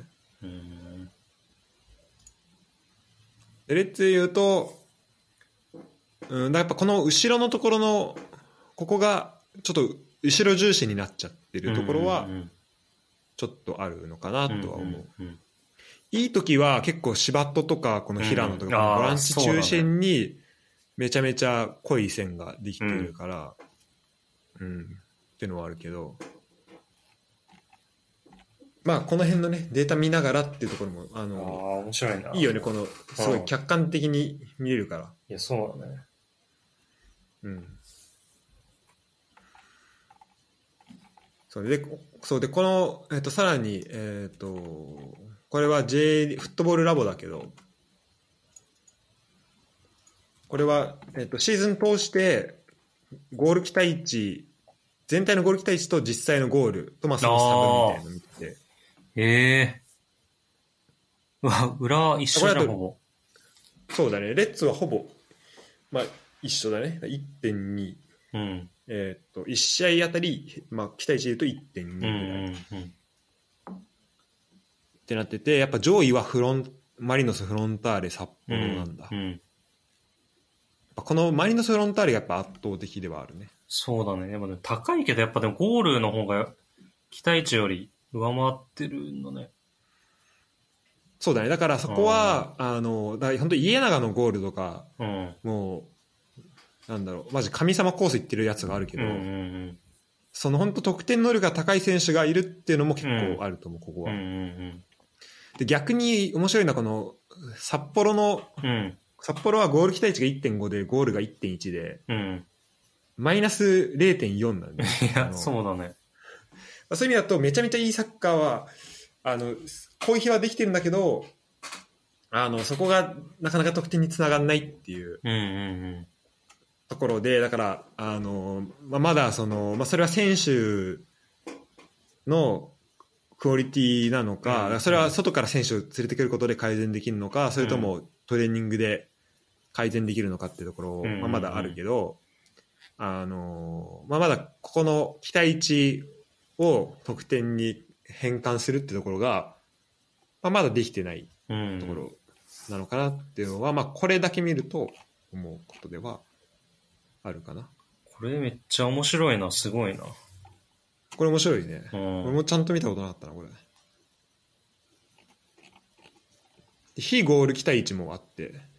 Speaker 1: でレッツ言うと、やっぱこの後ろのところのここがちょっと後ろ重視になっちゃってるところはちょっとあるのかなとは思う。いい時は結構柴戸とかこの平野とかボランチ中心にめちゃめちゃ濃い線ができてるから、っていうのはあるけど、まあこの辺のねデータ見ながらっていうところも
Speaker 2: 面白いな。
Speaker 1: いいよね、このすごい客観的に見れるから。
Speaker 2: いやそうだね。
Speaker 1: そうでこのさらにこれは J フットボールラボだけど、これはシーズン通してゴール期待値全体のゴール期待値と実際のゴールとまあその差分みたいなの見てて、
Speaker 2: 裏一緒じゃんほぼ。
Speaker 1: そうだね、レッツはほぼまあ一緒だね。 1.2、1試合あたり、まあ、期待値で言うと 1.2 ぐらい、ってなってて、やっぱ上位はマリノスフロンターレ札幌なんだ、このマリノスフロンターレがやっぱ圧倒的ではあるね。
Speaker 2: そうだね。でもね、高いけどやっぱでもゴールの方が期待値より上回ってるんだね。
Speaker 1: そうだね。だからそこはだから本当家長のゴールとか、もうなんだろう、マジ神様コース行ってるやつがあるけど、その本当得点能力が高い選手がいるっていうのも結構あると思う、ここは。で逆に面白いのはこの札幌はゴール期待値が 1.5 でゴールが 1.1 で、マイナス 0.4 なんで、い
Speaker 2: やそうだね。
Speaker 1: そういう意味だとめちゃめちゃいいサッカーは攻撃はできてるんだけどそこがなかなか得点につながらないっていうところで、だからまだそれは選手のクオリティなのか、それは外から選手を連れてくることで改善できるのか、それともトレーニングで改善できるのかっていうところ、まだあるけど、まだここの期待値を得点に変換するっていうところが、まだできてないところなのかなっていうのは、これだけ見ると思うことではあるかな。
Speaker 2: これめっちゃ面白いな、すごいな。
Speaker 1: これ面白いね。
Speaker 2: うん
Speaker 1: 俺もちゃんと見たことなかったなこれ。で非ゴール期待値もあって、じ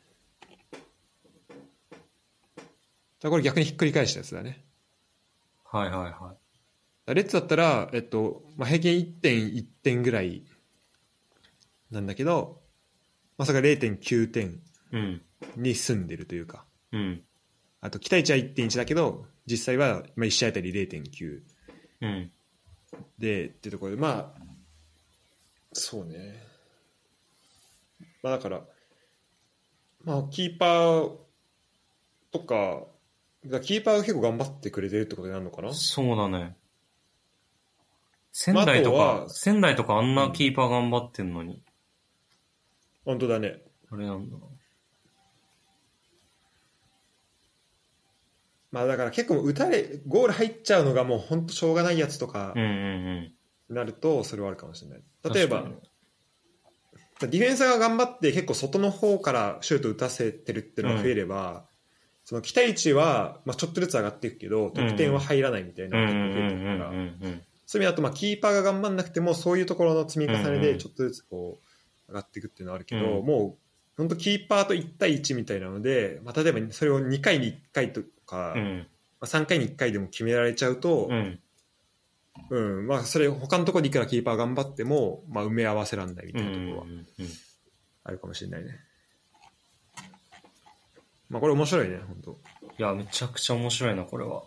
Speaker 1: ゃあこれ逆にひっくり返したやつだね。
Speaker 2: はいはいは
Speaker 1: レッツだったら、まあ、平均1.1 点ぐらいなんだけど、まさか 0.9 点
Speaker 2: い。うん。
Speaker 1: に住んでるというか、
Speaker 2: うん。
Speaker 1: あと期待値は 1.1 だけど実際は1試合あたり 0.9
Speaker 2: うん。
Speaker 1: でっていうところで、まあそうね、まあだから、まあキーパーとか、キーパーが結構頑張ってくれてるってことになるのかな。
Speaker 2: そうだね。
Speaker 1: まああとは
Speaker 2: 仙台とかあんなキーパー頑張ってんのに。
Speaker 1: 本当だね。
Speaker 2: あれなんだな。
Speaker 1: まあだから結構ゴール入っちゃうのがもう本当しょうがないやつとか
Speaker 2: うんうん
Speaker 1: なるとそれはあるかもしれない。例えば
Speaker 2: 確か
Speaker 1: ディフェンスが頑張って結構外の方からシュート打たせてるっていうのが増えれば、その期待値はまあちょっとずつ上がっていくけど得点は入らないみたいなのが結構増えてるから、そういう意味だとまあキーパーが頑張んなくてもそういうところの積み重ねでちょっとずつこう上がっていくっていうのはあるけど、もう本当キーパーと1対1みたいなので、まあ、例えばそれを2回に1回とか、まあ、3回に1回でも決められちゃうと、まあ、それ他のところでいくらキーパー頑張っても、まあ、埋め合わせらんないみたいなところはあるかもしれないね。まあ、これ面白いね本当。
Speaker 2: いやめちゃくちゃ面白いなこれは。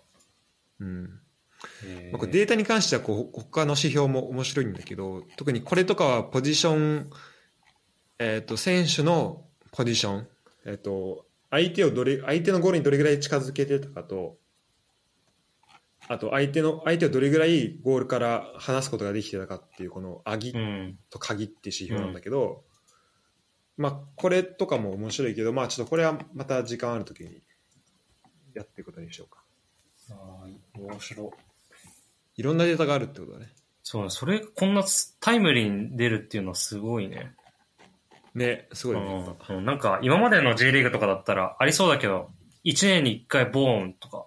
Speaker 1: まあ、これデータに関しては他の指標も面白いんだけど、特にこれとかはポジション、選手のポジション、相手のゴールにどれぐらい近づけてたかと、あと相手をどれぐらいゴールから離すことができてたかっていうこのアギと鍵っていう指標なんだけど、まあこれとかも面白いけど、まあちょっとこれはまた時間あるときにやっていくことにしようか。
Speaker 2: 面白い。
Speaker 1: いろんなデータがあるってことだね。
Speaker 2: そう、それこんなタイムリーに出るっていうのはすごいね。
Speaker 1: ね、すごいね。
Speaker 2: なんか今までの J リーグとかだったらありそうだけど、1年に1回ボーンとか、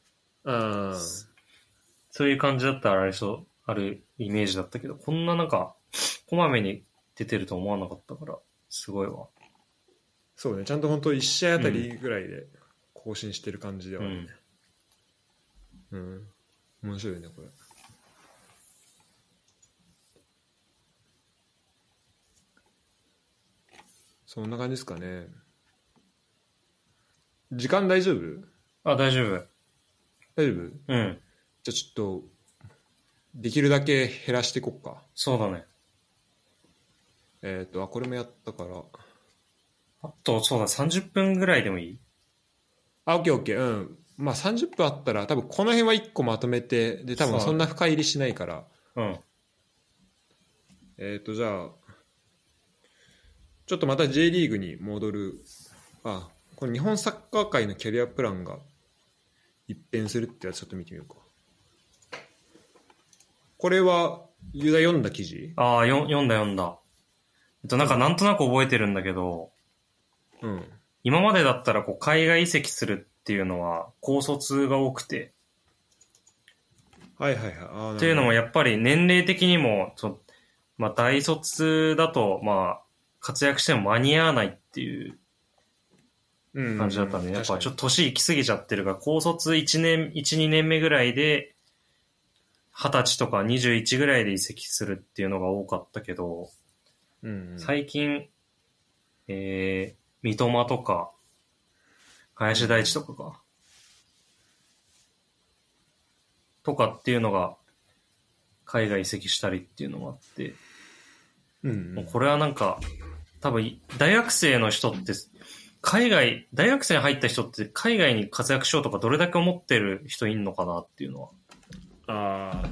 Speaker 2: そういう感じだったらあるイメージだったけど、こんななんかこまめに出てると思わなかったからすごいわ。
Speaker 1: そうね、ちゃんと本当1試合あたりぐらいで更新してる感じではあるね。面白いねこれ。そんな感じですかね。時間大丈夫？
Speaker 2: 大丈夫。
Speaker 1: 大丈夫？じゃあちょっとできるだけ減らしていこうか。
Speaker 2: そうだね。
Speaker 1: これもやったから。
Speaker 2: あとそうだ、30分ぐらいでもいい？
Speaker 1: オッケー。まあ30分あったら多分この辺は1個まとめて、で多分そんな深入りしないから。じゃあちょっとまた J リーグに戻る。これ日本サッカー界のキャリアプランが一変するってやつちょっと見てみようか。これはユダ読んだ記事？
Speaker 2: 読んだ。なんとなく覚えてるんだけど、今までだったらこう海外移籍するっていうのは高卒が多くて、っていうのもやっぱり年齢的にもまあ、大卒だとまあ活躍しても間に合わないっていう感じだったんで、やっぱちょっと年行き過ぎちゃってるから、高卒1、2年目ぐらいで20歳とか21ぐらいで移籍するっていうのが多かったけど、最近、三笘とか林大地とかとかっていうのが海外移籍したりっていうのもあって、もうこれはなんか多分大学生の人って大学生に入った人って海外に活躍しようとかどれだけ思ってる人いんのかなっていうのは。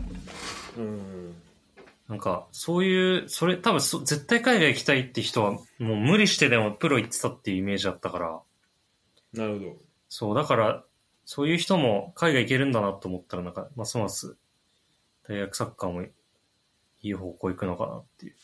Speaker 2: なんかそれ多分絶対海外行きたいって人はもう無理してでもプロ行ってたっていうイメージだったから。
Speaker 1: なるほど。
Speaker 2: そう、だからそういう人も海外行けるんだなと思ったらなんかますます大学サッカーもいい方向行くのかなっていう。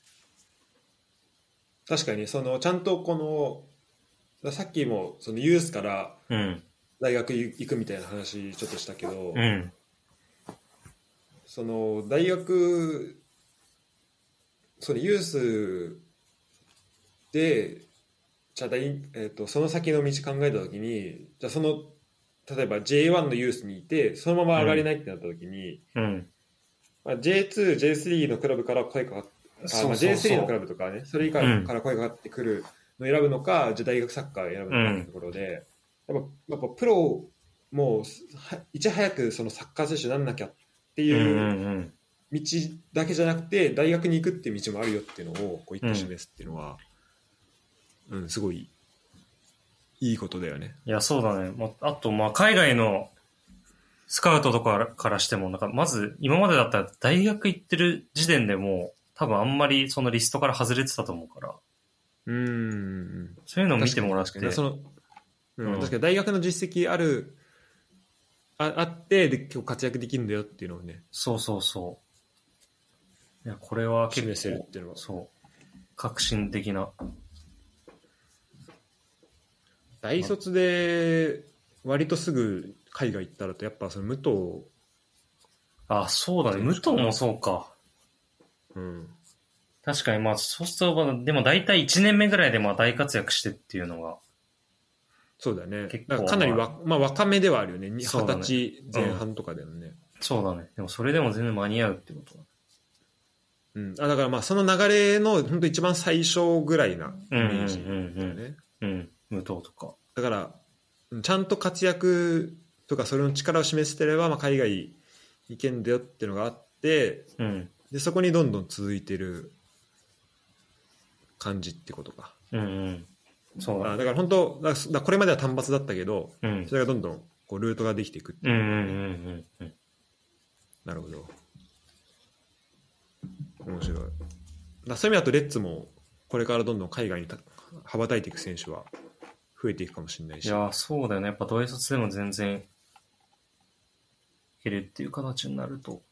Speaker 1: 確かにちゃんとこのさっきもそのユースから大学行くみたいな話ちょっとしたけど、 その大学それユースでじゃあその先の道考えたときにじゃあその例えば J1 のユースにいてそのまま上がれないってなったときに、
Speaker 2: うん
Speaker 1: まあ、J2、J3 のクラブから声かかってまあ、J3 のクラブとかねそれ以下から声かかってくるのを選ぶのか、じゃあ大学サッカーを選ぶのかってところで、やっぱプロもいち早くそのサッカー選手にならなきゃっていう道だけじゃなくて大学に行くっていう道もあるよっていうのをこう一個示すっていうのは、すごいいいことだよね。
Speaker 2: いやそうだね。あとまあ海外のスカウトとかからしてもなんかまず今までだったら大学行ってる時点でもう多分あんまりそのリストから外れてたと思うから、そういうのを見てもらって、
Speaker 1: 確かに大学の実績あってで今日活躍できるんだよっていうのをね。
Speaker 2: そうそうそう。いやこれは結構
Speaker 1: 示せるっていうのは
Speaker 2: そう革新的な。
Speaker 1: 大卒で割とすぐ海外行ったらとやっぱその武藤。
Speaker 2: あ、そうだね。武藤もそうか。確かにまあそうするとでも大体1年目ぐらいでまあ大活躍してっていうのが
Speaker 1: そうだね。
Speaker 2: 結構
Speaker 1: だからかなり若めではあるよね。20歳前半とかだよね。
Speaker 2: そうだね。でもそれでも全然間に合うってことだ。
Speaker 1: だからまあその流れの本当一番最初ぐらいなイメージだよね。
Speaker 2: 武藤とか。
Speaker 1: だからちゃんと活躍とかそれの力を示してれば、まあ、海外行けんだよっていうのがあって、でそこにどんどん続いてる感じってことか。
Speaker 2: そう
Speaker 1: だから本当だこれまでは単発だったけど、それがどんどんこうルートができていくっていう。なるほど。面白い。そういう意味だとレッツもこれからどんどん海外に羽ばたいていく選手は増えていくかもしれないし。
Speaker 2: いやそうだよね。やっぱ同卒でも全然いけるっていう形になると。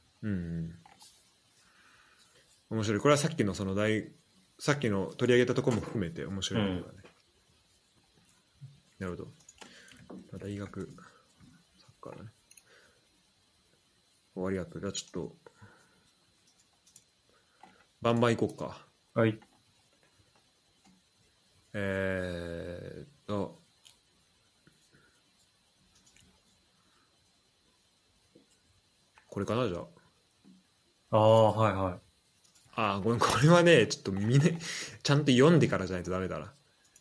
Speaker 1: 面白い。これはさっきのさっきの取り上げたところも含めて面白いことだね。なるほど。大学サッカーだね。ありがとう。じゃあちょっとバンバン行こうか。
Speaker 2: はい。
Speaker 1: これかなじゃ
Speaker 2: あ。はいはい。
Speaker 1: ごめん、これはね、ちょっとちゃんと読んでからじゃないとダメだな。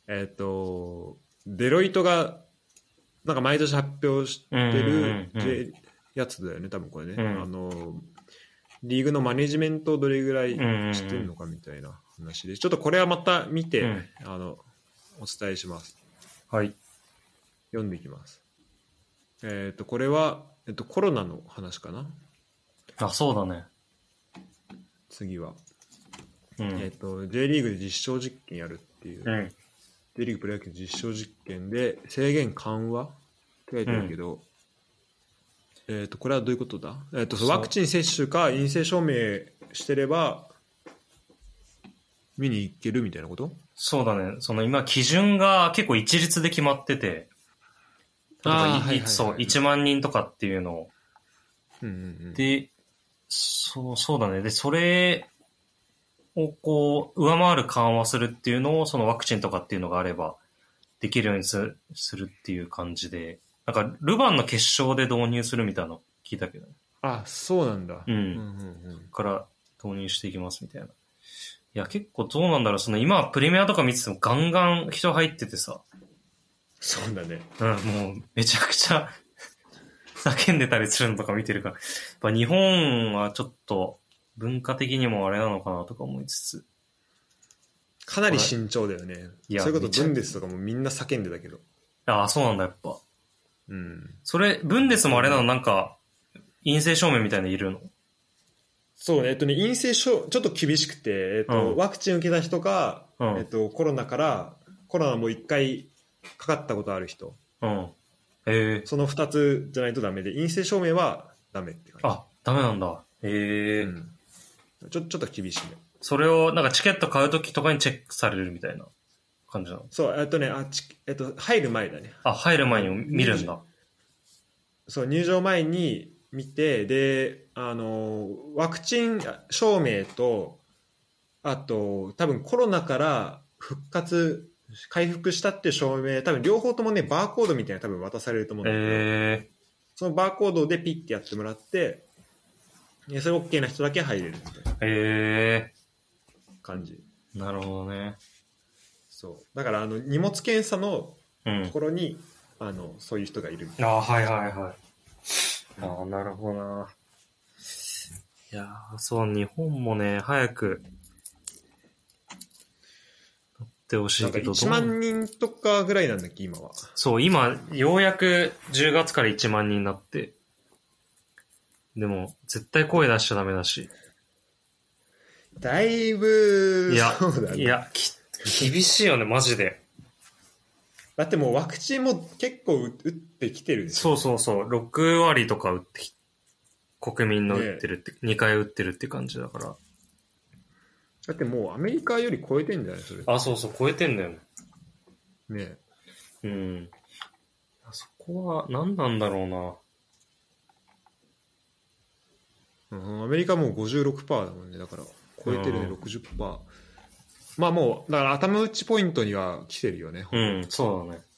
Speaker 1: デロイトがなんか毎年発表してるやつだよね、多分これね。リーグのマネジメントをどれぐらいしてるのかみたいな話で、ちょっとこれはまた見て、お伝えします。
Speaker 2: はい。
Speaker 1: 読んでいきます。これは、コロナの話かな。
Speaker 2: そうだね。
Speaker 1: 次は、J リーグで実証実験やるっていう、J リーグプロ野球実証実験で制限緩和って書いてあるけど、これはどういうことだ？ワクチン接種か陰性証明してれば見に行けるみたいなこと？
Speaker 2: そうだね。その今基準が結構一律で決まってて、例えば1万人とかっていうのを、で、そうだね。で、それをこう上回る緩和するっていうのをそのワクチンとかっていうのがあればできるようにするっていう感じで。なんかルヴァンの決勝で導入するみたいなの聞いたけど、ね、
Speaker 1: そうなんだ。
Speaker 2: から導入していきますみたいな。いや結構どうなんだろう。その今プレミアとか見ててもガンガン人入っててさ。
Speaker 1: そうだね。
Speaker 2: もうめちゃくちゃ叫んでたりするのとか見てるから、やっぱ日本はちょっと文化的にもあれなのかなとか思いつつ。
Speaker 1: かなり慎重だよね。そういうことブンデスとかもみんな叫んでたけど。
Speaker 2: そうなんだやっぱ。それ、ブンデスもあれなの、なんか、陰性証明みたいなのいるの？
Speaker 1: そうね、陰性証、ちょっと厳しくて、ワクチン受けた人か、コロナも一回かかったことある人。その2つじゃないとダメで、陰性証明はダメって感じ。
Speaker 2: ダメなんだ。
Speaker 1: ちょっと厳しいね。
Speaker 2: それを、なんかチケット買うときとかにチェックされるみたいな感じなの？
Speaker 1: そう、入る前だね。
Speaker 2: 入る前に見るんだ。
Speaker 1: そう、入場前に見て、でワクチン証明と、あと多分コロナから回復したっていう証明、多分両方ともねバーコードみたいな多分渡されると思うんだけど、そのバーコードでピッてやってもらって、でそれ OK な人だけ入れるみたいな感じ。
Speaker 2: なるほどね。
Speaker 1: そうだから荷物検査のところに、そういう人がいるみたいな。
Speaker 2: はいはいはい。なるほどな。いやー、そう、日本もね、早くなってほしいけど。
Speaker 1: 1万人とかぐらいなんだっけ、今は。
Speaker 2: そう、今、ようやく10月から1万人になって。でも、絶対声出しちゃダメだし。
Speaker 1: だいぶ、
Speaker 2: そうだね。いや、厳しいよね、マジで。
Speaker 1: だってもうワクチンも結構打ってきてるでしょ。
Speaker 2: そう、6割とか打って国民の打ってるって、2回打ってるって感じだから。
Speaker 1: だってもうアメリカより超えてんじゃないそれ。
Speaker 2: そう、超えてんだよね。
Speaker 1: ね
Speaker 2: うん。そこは何なんだろ
Speaker 1: うな。アメリカもう 56% だもんね。だから超えてるね、60%。まあもう、だから頭打ちポイントには来てるよね。
Speaker 2: そうだね。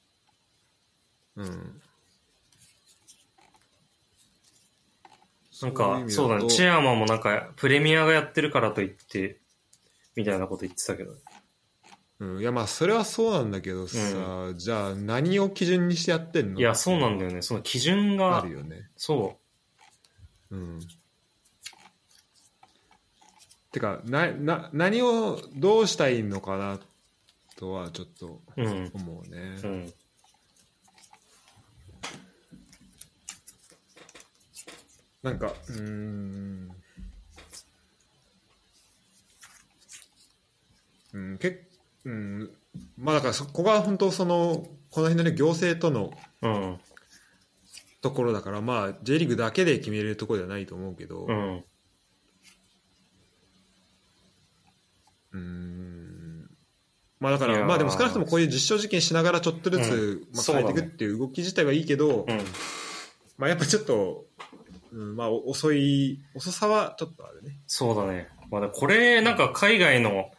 Speaker 2: なんか、そうだね。チェアマンもなんか、プレミアがやってるからといって、みたいなこと言ってたけど。
Speaker 1: いやまあそれはそうなんだけどさ、じゃあ何を基準にしてやってんの？
Speaker 2: いやそうなんだよね。その基準が
Speaker 1: あるよね。てか何をどうしたいのかなとはちょっと思うね。なんかまあだからそこが本当この辺の、ね、行政とのところだから、まあ J リーグだけで決めれるところではないと思うけど、まあだからまあでも少なくともこういう実証実験しながらちょっとずつ、変えていくっていう動き自体はいいけど、まあやっぱちょっと、まあ遅さはちょっとあるね。
Speaker 2: そうだね。まだこれなんか海外の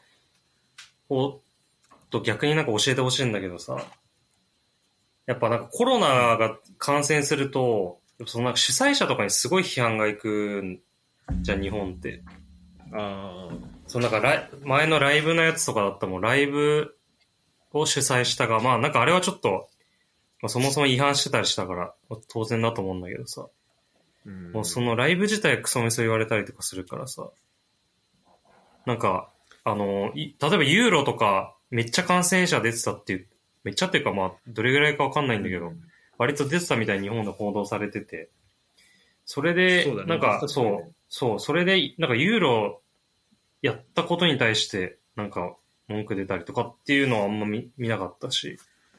Speaker 2: と逆になんか教えてほしいんだけどさ、やっぱなんかコロナが感染すると、そのなんか主催者とかにすごい批判がいくんじゃん、日本って。そうなんか前のライブのやつとかだったもん、ライブを主催したが、まあなんかあれはちょっと、そもそも違反してたりしたから、当然だと思うんだけどさ。もうそのライブ自体クソメソ言われたりとかするからさ。なんか、例えばユーロとかめっちゃ感染者出てたっていう、めっちゃっていうかまあどれぐらいかわかんないんだけど、割と出てたみたいに日本で報道されてて、それで、なんかそれでなんかユーロやったことに対してなんか文句出たりとかっていうのはあんま見なかったし、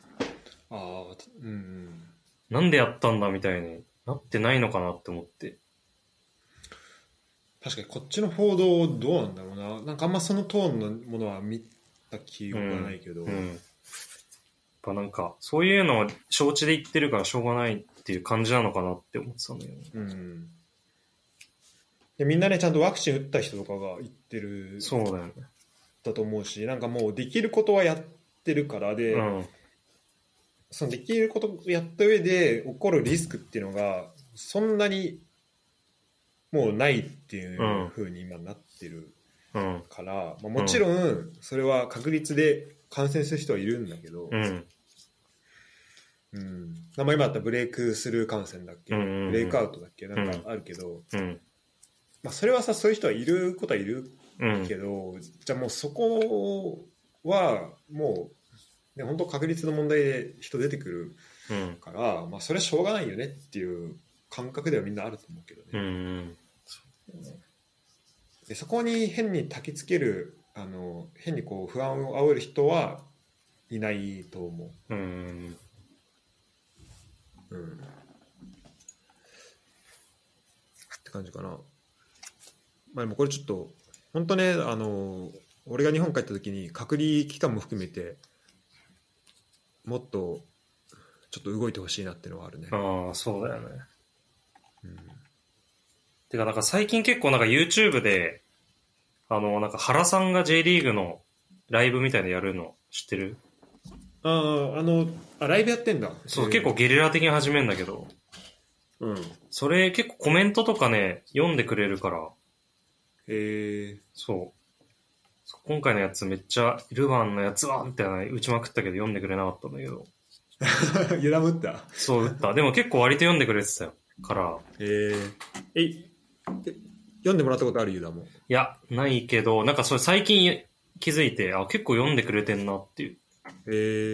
Speaker 2: なんでやったんだみたいになってないのかなって思って。
Speaker 1: 確かにこっちの報道どうなんだろうな。なんかあんまそのトーンのものは見た記憶がないけど、やっ
Speaker 2: ぱなんかそういうのを承知で言ってるからしょうがないっていう感じなのかなって思ってたんだよね。
Speaker 1: でみんなねちゃんとワクチン打った人とかが言ってる、
Speaker 2: そうだよね。
Speaker 1: だと思うし、なんかもうできることはやってるからで、そのできることをやった上で起こるリスクっていうのがそんなにもうないっていう風に今なってるから、もちろんそれは確率で感染する人はいるんだけど、今だったらブレイクスルー感染だっけ、ブレイクアウトだっけ、なんかあるけど、それはさ、そういう人はいることはいるけど、じゃあもうそこはもう、ね、本当確率の問題で人出てくるから、それはしょうがないよねっていう感覚ではみんなあると思うけどね。でそこに変に焚きつける変にこう不安を煽る人はいないと思う。って感じかな。でもこれちょっと本当ね、俺が日本帰った時に隔離期間も含めてもっとちょっと動いてほしいなっていうのはあるね。
Speaker 2: そうだよね。 てかなんか最近結構なんか YouTube で、なんか原さんが J リーグのライブみたいなのやるの知ってる？
Speaker 1: ライブやってんだ。
Speaker 2: そう、結構ゲリラ的に始めるんだけど、
Speaker 1: うん。
Speaker 2: それ結構コメントとかね、読んでくれるから、そう。今回のやつめっちゃ、ルヴァンのやつはみたいな打ちまくったけど読んでくれなかったんだけど。
Speaker 1: ユダム打った。
Speaker 2: そう、打った。でも結構割と読んでくれてたよ。から。
Speaker 1: 読んでもらったことあるユダも。
Speaker 2: いや、ないけど、なんかそれ最近気づいて、あ、結構読んでくれてんなっていう。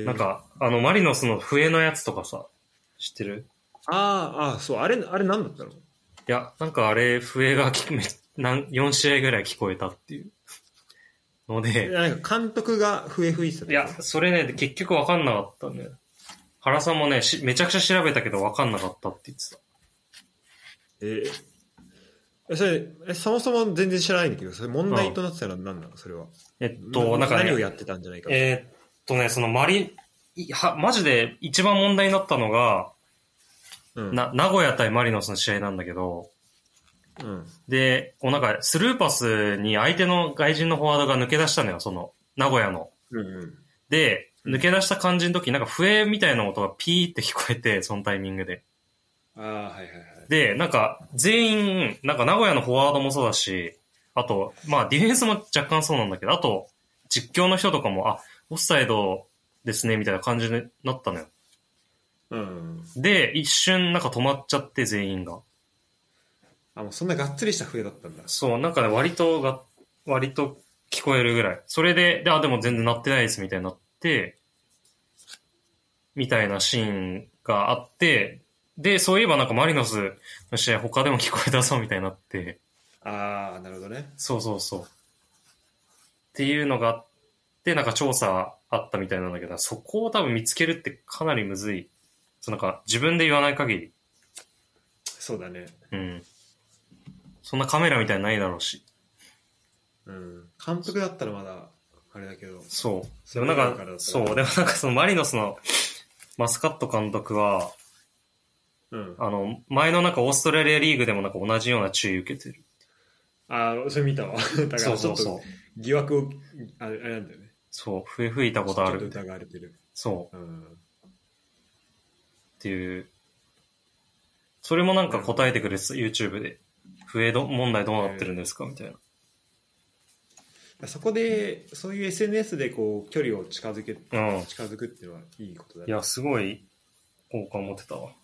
Speaker 2: なんか、マリノスの笛のやつとかさ、知ってる？
Speaker 1: そう、あれ何だったの？い
Speaker 2: や、なんかあれ、笛が4試合ぐらい聞こえたっていうので。
Speaker 1: なんか監督が笛吹いてた。
Speaker 2: いや、それね、結局わかんなかったんだよ。原さんもね、めちゃくちゃ調べたけどわかんなかったって言ってた。
Speaker 1: それ、そもそも全然知らないんだけど、それ問題となってたのは何なのそれは。
Speaker 2: なんかね、
Speaker 1: 何をやってたんじゃないか。
Speaker 2: そのマジで一番問題になったのが、名古屋対マリノスの試合なんだけど、で、こうなんかスルーパスに相手の外人のフォワードが抜け出したのよ、その、名古屋の。で、抜け出した感じの時、なんか笛みたいな音がピーって聞こえて、そのタイミングで。で、なんか全員、なんか名古屋のフォワードもそうだし、あと、まあディフェンスも若干そうなんだけど、あと、実況の人とかも、オフサイドですね、みたいな感じになったのよ。で、一瞬なんか止まっちゃって全員が。
Speaker 1: もうそんながっつりした笛だったんだ。
Speaker 2: そう、なんかね、割と聞こえるぐらい。それで、でも全然鳴ってないですみたいになって、みたいなシーンがあって、で、そういえばなんかマリノスの試合他でも聞こえたぞみたいになって。
Speaker 1: なるほどね。
Speaker 2: そうそうそう。っていうのがあって、なんか調査あったみたいなんだけど、そこを多分見つけるってかなりむずい。なんか自分で言わない限り。
Speaker 1: そうだね。
Speaker 2: そんなカメラみたいにないだろうし。
Speaker 1: 監督だったらまだ、あれだけど。
Speaker 2: そう。でもなんか、そう。でもなんかそのマリノスのマスカット監督は、前のなんかオーストラリアリーグでもなんか同じような注意受けてる。
Speaker 1: それ見たわ。だからちょっと疑惑を、あれなんだよね。
Speaker 2: そう、笛吹いたことある。
Speaker 1: ちょっと疑われてる。
Speaker 2: そう。っていう。それもなんか答えてくれてた、YouTube で。笛問題どうなってるんですかみたいな。
Speaker 1: そこで、そういう SNS でこう、距離を近づくっていうのはいいことだね。
Speaker 2: いや、すごい、好感持ってたわ。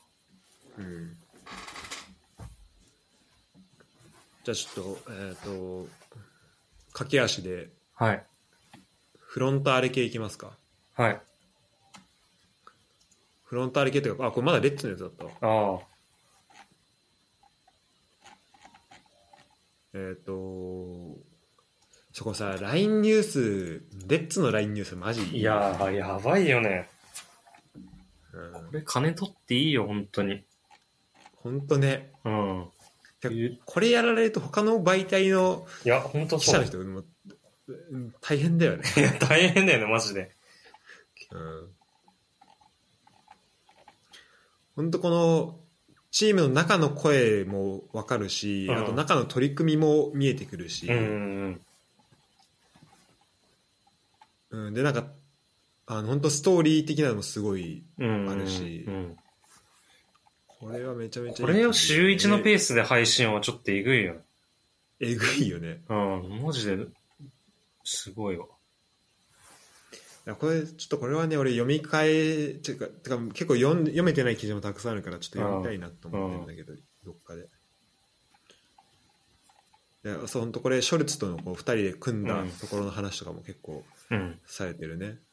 Speaker 1: じゃあちょっと、駆け足で、
Speaker 2: はい。
Speaker 1: フロンターレ系いきますか。
Speaker 2: はい。
Speaker 1: フロンターレ系というか、これまだレッツのやつだったわ。そこさ、LINE ニュース、レッツの LINE ニュースマジ
Speaker 2: いやー、やばいよね。これ金取っていいよ、本当に。
Speaker 1: 本当ね。これやられると他の媒体の
Speaker 2: いや、本当
Speaker 1: 記者の人も大変だよね。
Speaker 2: いや、大変だよね、マジで。
Speaker 1: 本当このチームの中の声も分かるし、あと中の取り組みも見えてくるし、でなんか本当ストーリー的なのもすごいあるし、これはめちゃめちゃいい、
Speaker 2: これを週1のペースで配信はちょっとえぐいよね。
Speaker 1: えぐいよね。
Speaker 2: マジですごいわ。
Speaker 1: これちょっとこれはね、俺読み替えてか結構読めてない記事もたくさんあるからちょっと読みたいなと思ってるんだけど、どっかで。そう本当これショルツとのこう2人で組んだところの話とかも結構されてるね。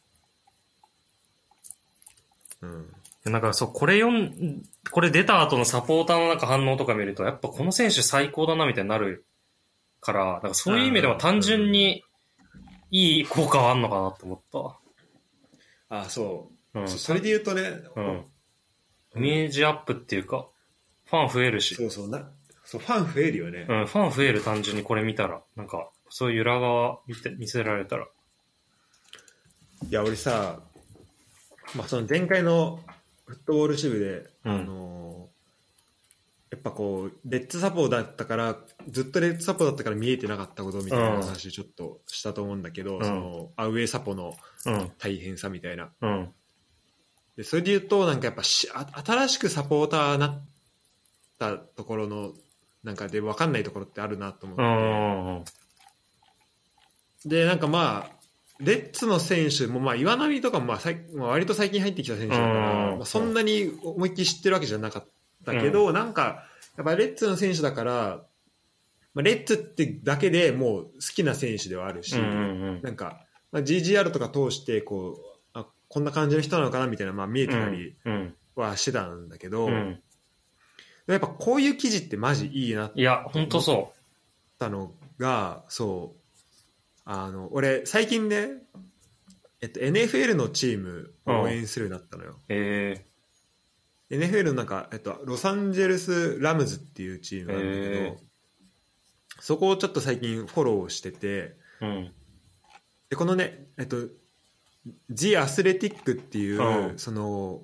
Speaker 2: なんかそう、これ出た後のサポーターのなんか反応とか見ると、やっぱこの選手最高だなみたいになるから、なんかそういう意味では単純にいい効果はあんのかなと思った。
Speaker 1: そう。それで言うとね、
Speaker 2: イメージアップっていうか、ファン増えるし。
Speaker 1: そう、ファン増えるよね。
Speaker 2: ファン増える単純にこれ見たら、なんか、そういう裏側見せられたら。
Speaker 1: いや、俺さ、その前回のフットボール支部で、 やっぱこうレッツサポだったからずっとレッツサポだったから見えてなかったことみたいな話ちょっとしたと思うんだけど、
Speaker 2: うん、
Speaker 1: そのアウェーサポの
Speaker 2: うん、
Speaker 1: 大変さみたいな、
Speaker 2: うん、
Speaker 1: でそれで言うとなんかやっぱ新しくサポーターになったところのなんかで分かんないところってあるなと思って、でなんかまあレッツの選手もまあ岩波とかもまあ割と最近入ってきた選手だから、まあ、そんなに思いっきり知ってるわけじゃなかったけど、なんかやっぱレッツの選手だから、まあ、レッツってだけでもう好きな選手ではあるし、なんか、まあ、GGR とか通してこうこんな感じの人なのかなみたいな、まあ、見えてたりはしてたんだけど、やっぱこういう記事ってマジいいなって
Speaker 2: いや本当そう
Speaker 1: 思ったのが、そう俺最近ね、NFL のチームを応援するようになったのよ。NFL のなんか、ロサンゼルスラムズっていうチームなんだけど、そこをちょっと最近フォローしてて、でこのね、The Athletic っていう、その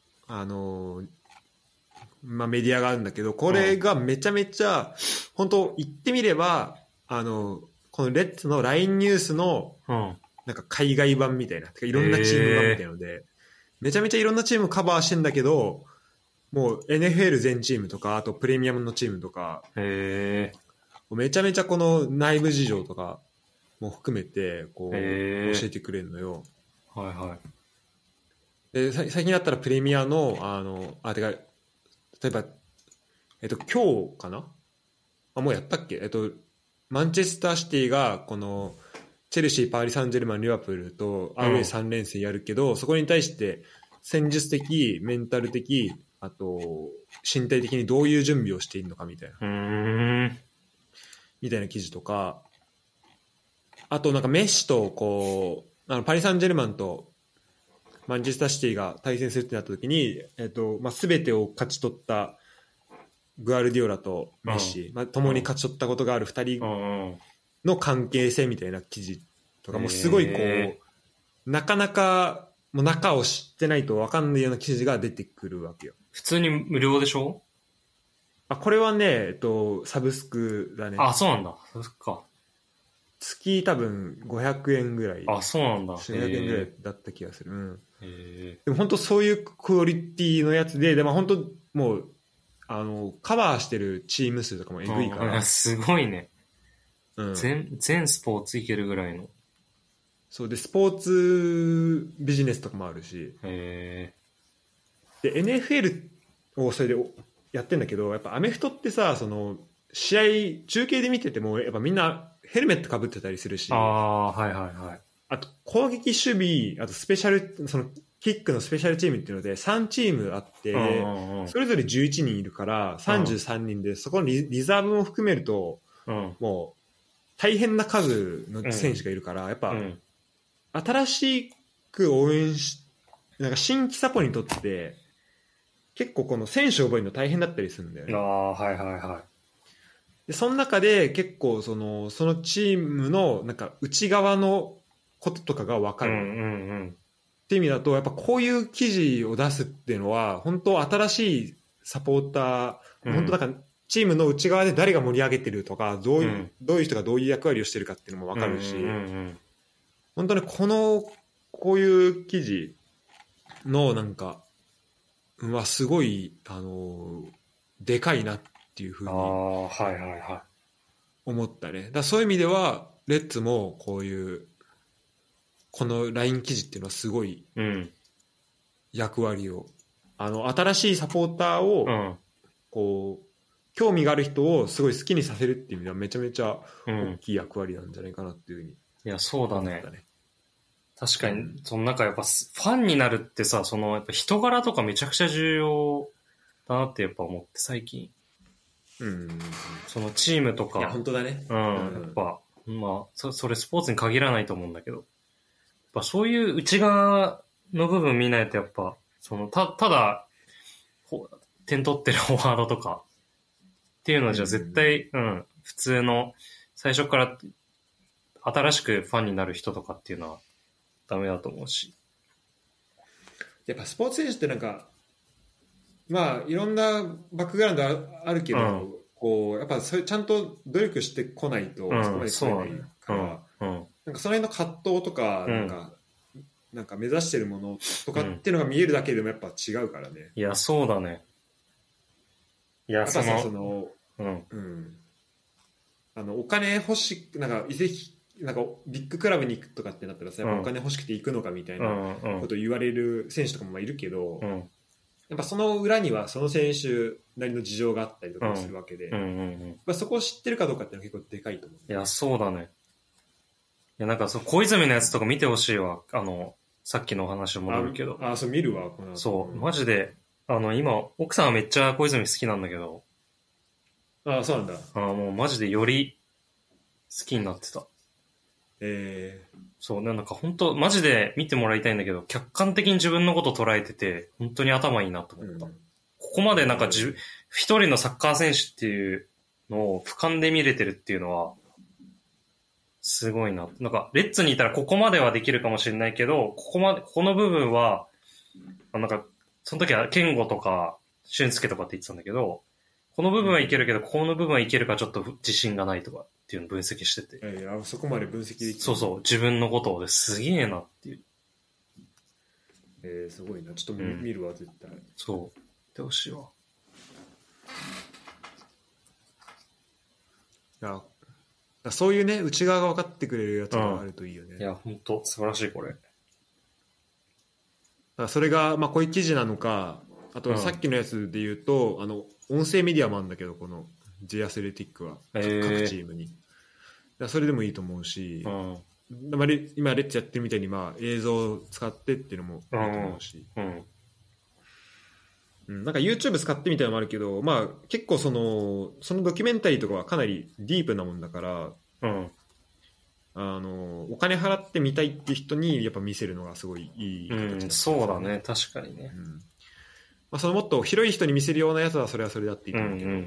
Speaker 1: まあ、メディアがあるんだけど、これがめちゃめちゃ本当言ってみればこのレッツの LINE ニュースのなんか海外版みたいな、いろんなチーム版みたいなので、めちゃめちゃいろんなチームカバーしてんだけど、もう NFL 全チームとか、あとプレミアムのチームとか、めちゃめちゃこの内部事情とかも含めてこう教えてくれるのよ。
Speaker 2: はいはい。
Speaker 1: で最近だったらプレミアのてか例えば今日かな、もうやったっけ、マンチェスターシティがこのチェルシー、パリ・サンジェルマン、リバプールとアウェー3連戦やるけど、そこに対して戦術的、メンタル的、あと身体的にどういう準備をしているのかみたいな記事とか、あとなんかメッシとこうパリ・サンジェルマンとマンチェスターシティが対戦するってなった時に、全てを勝ち取ったグアルディオラとメッシ、共に勝ち取ったことがある2人の関係性みたいな記事とかもすごいこうなかなかもう中を知ってないと分かんないような記事が出てくるわけよ。
Speaker 2: 普通に無料でしょ？
Speaker 1: これはね、サブスクだね。
Speaker 2: そうなんだ。そっか。
Speaker 1: 月多分500円ぐらい。
Speaker 2: そうなんだ。
Speaker 1: 500円ぐらいだった気がする。でも本当そういうクオリティのやつで、でも本当もうカバーしてるチーム数とかもえぐいから。
Speaker 2: すごいね。全スポーツいけるぐらいの。
Speaker 1: そうで、スポーツビジネスとかもあるし。で NFL をそれでやってんだけど、やっぱアメフトってさ、その試合中継で見ててもやっぱみんなヘルメットかぶってたりするし、あと攻撃守備、あとスペシャル、そのキックのスペシャルチームっていうので3チームあって、それぞれ11人いるから33人で、そこのリザーブも含めると、もう大変な数の選手がいるから、やっぱ新しく応援し、なんか新規サポにとって結構この選手を覚えるの大変だったりするんだよね。でその中で結構そのチームのなんか内側のこととかが分かるっていう意味だと、やっぱこういう記事を出すっていうのは本当新しいサポーター、本当なんかチームの内側で誰が盛り上げてるとか、どういう人がどういう役割をしてるかっていうのも分かるし、本当にこういう記事のなんかすごいでかいなっていうふうに思ったね。だからそういう意味ではレッツもこの LINE 記事っていうのはすごい役割を、新しいサポーターをこう興味がある人をすごい好きにさせるっていう意味ではめちゃめちゃ大きい役割なんじゃないかなっていうふうに、
Speaker 2: いやそうだね。確かにそのなんかやっぱファンになるってさ、そのやっぱ人柄とかめちゃくちゃ重要だなってやっぱ思って最近。そのチームとか。
Speaker 1: いや本当だね。
Speaker 2: やっぱそれスポーツに限らないと思うんだけど、やっぱそういう内側の部分見ないとやっぱそのただ点取ってるフォワードとかっていうのじゃ絶対普通の最初から新しくファンになる人とかっていうのはダメだと思うし、
Speaker 1: やっぱスポーツ選手ってなんかまあいろんなバックグラウンドあるけど、こうやっぱそれちゃんと努力してこないとそこまで来れないから、なんかその辺の葛藤とか、なんか目指してるものとかっていうのが見えるだけでもやっぱ違うからね。
Speaker 2: いや、そうだね。いや、
Speaker 1: やっぱさ、その、お金欲しなんか移籍なんかビッグクラブに行くとかってなったらさ、やっぱお金欲しくて行くのかみたいなことを言われる選手とかもいるけど、やっぱその裏にはその選手なりの事情があったりとかするわけで、そこを知ってるかどうかっていうのは結構でかいと思う。
Speaker 2: いや、そうだね。いや、なんか小泉のやつとか見てほしいわ。さっきのお話も戻るけど。
Speaker 1: そう見るわ。この
Speaker 2: そう、マジで、今、奥さんはめっちゃ小泉好きなんだけど。
Speaker 1: そうなんだ。
Speaker 2: もうマジでより好きになってた。そう、なんか本当マジで見てもらいたいんだけど、客観的に自分のこと捉えてて、本当に頭いいなと思った。ここまでなんか一人のサッカー選手っていうのを俯瞰で見れてるっていうのは、すごいな。なんか、レッツにいたらここまではできるかもしれないけど、この部分は、なんか、その時は健吾とか、俊介とかって言ってたんだけど、この部分はいけるけど、この部分はいけるかちょっと自信がないとかっていうのを分析してて。
Speaker 1: そこまで分析できる。
Speaker 2: そうそう、自分のことをすげえなっていう。
Speaker 1: すごいな。ちょっと見るわ、絶対。
Speaker 2: そう。見てほしいわ。
Speaker 1: そういうね、内側が分かってくれるやつがあるといいよね。
Speaker 2: いや、ほんと、素晴らしい、これ。
Speaker 1: それが、こういう記事なのか、あとさっきのやつで言うと、音声メディアもあるんだけど、この J アスレティックは、各チームに。それでもいいと思うし、今レッツやってるみたいに、映像を使ってっていうのもいいと思うし。なんか YouTube 使ってみたいなのもあるけど、結構そのドキュメンタリーとかはかなりディープなもんだから、お金払ってみたいっていう人にやっぱ見せるのがすごいいい形なんですね。
Speaker 2: そうだね、確かにね。
Speaker 1: そのもっと広い人に見せるようなやつはそれはそれだっていいと思うけど、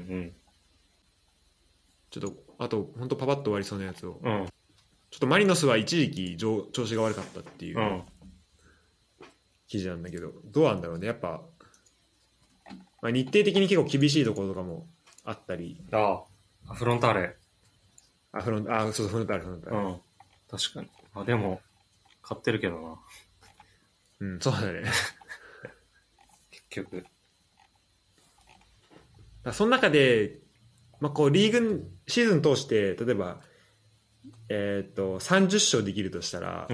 Speaker 1: ちょっとあと本当パパッと終わりそうなやつを、ちょっとマリノスは一時期調子が悪かったっていう記事なんだけど、どうなんだろうね。やっぱ日程的に結構厳しいところとかもあったり。
Speaker 2: フロンターレ。
Speaker 1: そう、フロンターレ。
Speaker 2: 確かに。でも、買ってるけど
Speaker 1: な。そうだね。
Speaker 2: 結局。
Speaker 1: その中で、こう、リーグ、シーズン通して、例えば、30勝できるとしたら、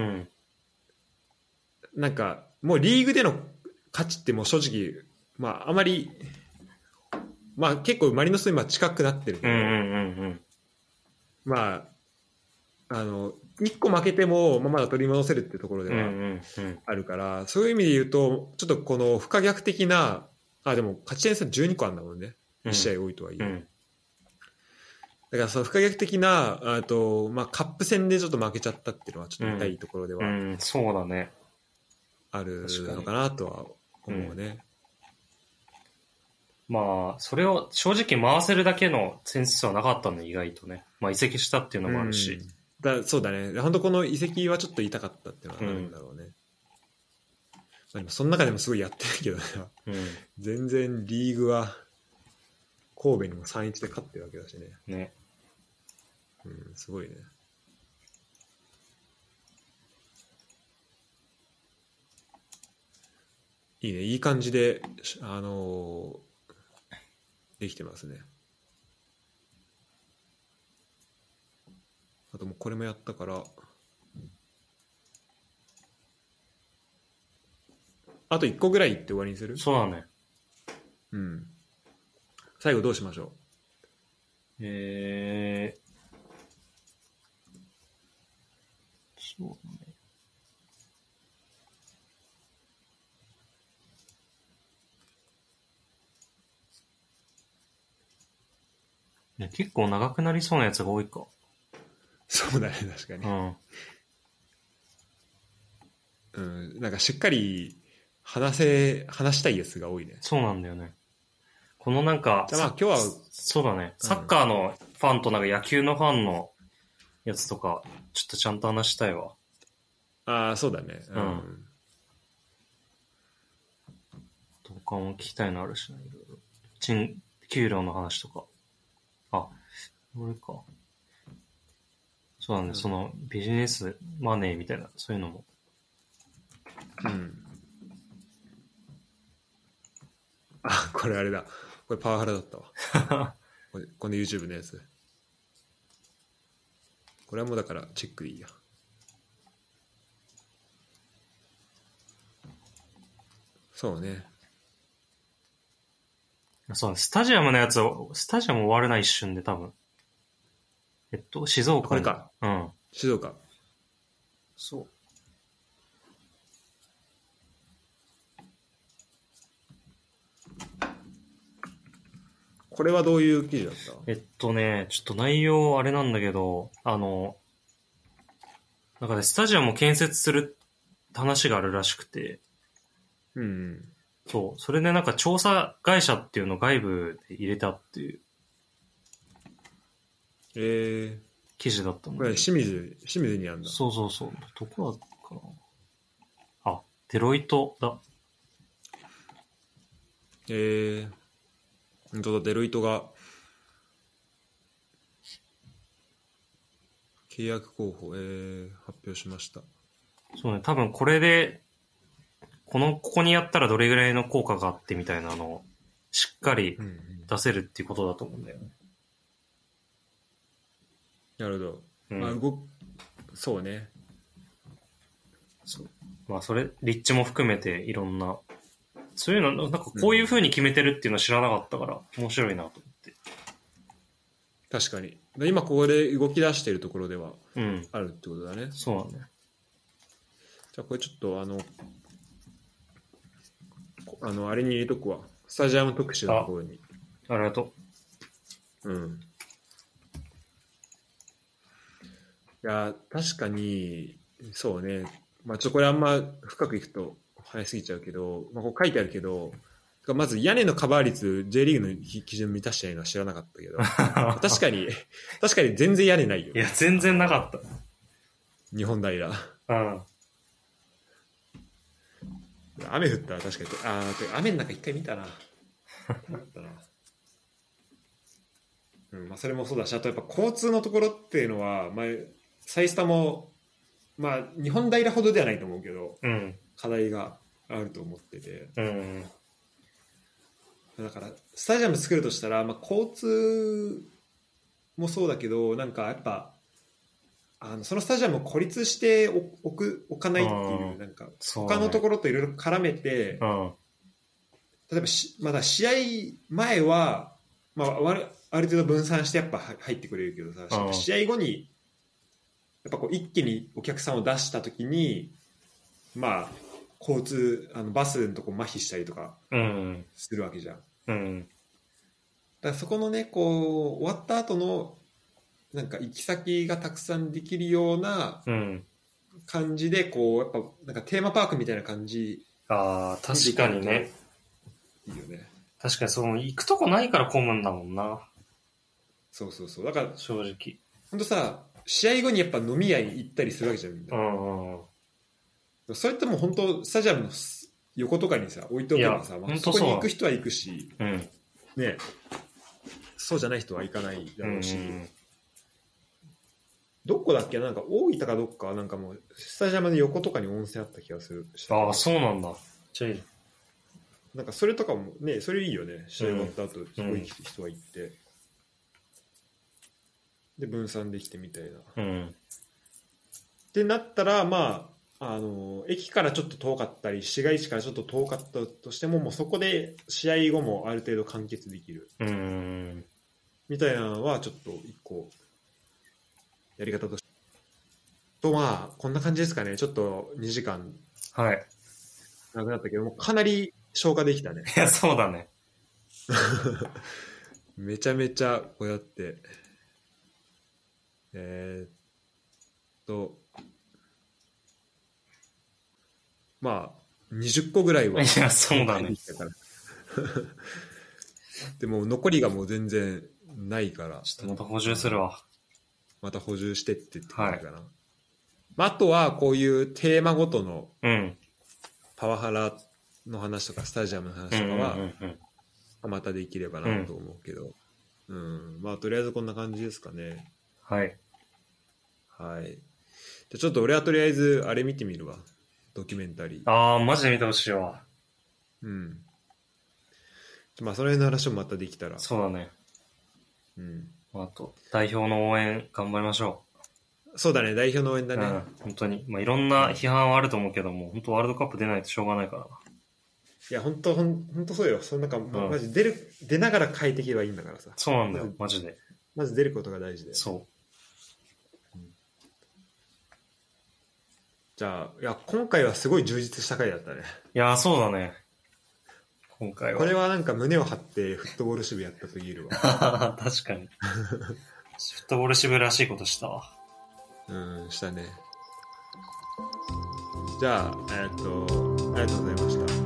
Speaker 1: なんか、もうリーグでの価値ってもう正直、あまり、結構マリノス今近くなってるけど、1個負けても、まだ取り戻せるっていうところではあるから、そういう意味で言うと、ちょっとこの不可逆的な、でも勝ち点差12個あるんだもんね。1試合多いとはいえ。だからその不可逆的な、カップ戦でちょっと負けちゃったっていうのはちょっと痛いところでは、
Speaker 2: そうだね。
Speaker 1: あるのかなとは思うね。
Speaker 2: それを正直回せるだけの選手数はなかったの、意外とね。移籍したっていうのもあるし。
Speaker 1: そうだね。本当この移籍はちょっと痛かったっていうのはあるんだろうね。その中でもすごいやってるけど全然リーグは神戸にも 3-1 で勝ってるわけだしね。すごいね。いいね。いい感じで、できてますね。あともうこれもやったから、あと1個ぐらい言って終わりにする？
Speaker 2: そうだね。
Speaker 1: 最後どうしましょう？
Speaker 2: そうだね。結構長くなりそうなやつが多いか。
Speaker 1: そうだね、確かに。なんかしっかり話したいやつが多いね。
Speaker 2: そうなんだよね。このなんか、
Speaker 1: 今日は、
Speaker 2: そうだね。サッカーのファンとなんか野球のファンのやつとか、ちょっとちゃんと話したいわ。
Speaker 1: そうだね。
Speaker 2: どう他も聞きたいのあるしな、いろいろ。給料の話とか。あ、俺か。そうだね、そのビジネスマネーみたいな、そういうのも。
Speaker 1: うん。あ、これあれだ。これパワハラだったわ。この YouTube のやつ。これはもうだからチェックでいいや。そうね。
Speaker 2: そう、スタジアムのやつを、スタジアム終わるな、一瞬で多分。静岡に。
Speaker 1: これか。
Speaker 2: うん。
Speaker 1: 静岡。
Speaker 2: そう。
Speaker 1: これはどういう記事だった？
Speaker 2: ちょっと内容あれなんだけど、なんかね、スタジアムを建設する話があるらしくて、
Speaker 1: うん。
Speaker 2: そう。それでなんか調査会社っていうのを外部で入れたっていう記事だったので。
Speaker 1: これ清水にあるんだ。
Speaker 2: そうそうそう。どこだったかな。あ、デロイトだ。
Speaker 1: 本当だ、デロイトが契約候補、発表しました。
Speaker 2: そうね、多分これで、ここにやったらどれぐらいの効果があってみたいなのをしっかり出せるっていうことだと思うんだよね。
Speaker 1: なるほど。
Speaker 2: うん、
Speaker 1: まあそうね。
Speaker 2: そう。まあそれ、立地も含めていろんな、そういうの、なんかこういう風に決めてるっていうのは知らなかったから、面白いなと思って。
Speaker 1: 確かに。今ここで動き出しているところではあるってことだね。
Speaker 2: そうなんだね。
Speaker 1: じゃあこれちょっとあれに入れとくわ。スタジアム特集のところに。
Speaker 2: ありがと
Speaker 1: う。うん。いや、確かに、そうね。まあこれあんま深くいくと早すぎちゃうけど、まあこう書いてあるけど、まず屋根のカバー率 J リーグの基準満たしてないのは知らなかったけど確かに全然屋根ないよ。
Speaker 2: いや全然なかった。
Speaker 1: 日本平。
Speaker 2: うん。
Speaker 1: 雨降ったら確かに雨の中一回見たな。うん、まあそれもそうだし、あとやっぱ交通のところっていうのはサイスタもまあ日本平ほどではないと思うけど、
Speaker 2: うん、
Speaker 1: 課題があると思ってて。
Speaker 2: うん。
Speaker 1: だからスタジアム作るとしたら、まあ、交通もそうだけどなんかやっぱそのスタジアムを孤立して置かないっていうなんか他のところといろいろ絡めて、例えばまだ試合前は、まあ、ある程度分散してやっぱ入ってくれるけどさ、試合後にやっぱこう一気にお客さんを出した時にまあ交通バスのとこ麻痺したりとかするわけじゃん。
Speaker 2: うん、
Speaker 1: だからそこのねこう終わった後のなんか行き先がたくさんできるような感じでこうやっぱなんかテーマパークみたいな感じ。
Speaker 2: ああ確かにね。
Speaker 1: いいよね。
Speaker 2: 確かにその行くとこないから混むんだもんな。
Speaker 1: そうそうそう。だから
Speaker 2: 正直
Speaker 1: 本当さ試合後にやっぱ飲み屋に行ったりするわけじゃんみんな。それってもう本当スタジアムの横とかにさ置いておけばさ、まあ、そこに行く人は行くし、ね、そうじゃない人は行かないだろうし、どこだっけなんか大分かどっかなんかもうスタジアムの横とかに温泉あった気がする。
Speaker 2: ああそうなんだ。
Speaker 1: なんかそれとかもねそれいいよね。試合終わった後そこに人は行って、で分散できてみたいな。ってなったらまあ駅からちょっと遠かったり市街地からちょっと遠かったとしてももうそこで試合後もある程度完結できるみたいなのはちょっと一個やり方としてとまあこんな感じですかね。ちょっと2時間なくなったけどもかなり消化できたね。
Speaker 2: いやそうだね。
Speaker 1: めちゃめちゃこうやってまあ20個ぐらいは。
Speaker 2: いやそうだね。
Speaker 1: でも残りがもう全然ないから
Speaker 2: ちょっとまた補充するわ。
Speaker 1: また補充してって言ってくれるかな。まあ、あとはこういうテーマごとのパワハラの話とかスタジアムの話とかは、またできればなと思うけど、まあとりあえずこんな感じですかね。
Speaker 2: はい
Speaker 1: はい。じゃあちょっと俺はとりあえずあれ見てみるわ、ドキュメンタリー。
Speaker 2: ああマジで見てほしいわ。
Speaker 1: まあその辺の話もまたできたら。
Speaker 2: そうだね。あと代表の応援頑張りましょ
Speaker 1: う。そうだね、代表の応援だね。
Speaker 2: 本当に。まあいろんな批判はあると思うけども、本当ワールドカップ出ないとしょうがないからな。
Speaker 1: いや、本当そうよ。そのなんか、マジ出ながら変えていけばいいんだからさ。
Speaker 2: そうなんだよ、マジで。
Speaker 1: まず出ることが大事だよ。
Speaker 2: そう。
Speaker 1: じゃあ、いや、今回はすごい充実した回だったね。
Speaker 2: いや、そうだね。今回は。
Speaker 1: これはなんか胸を張ってフットボール支部やったと言えるわ。
Speaker 2: 確かに。フットボール支部らしいことしたわ。
Speaker 1: したね。じゃあ、ありがとうございました。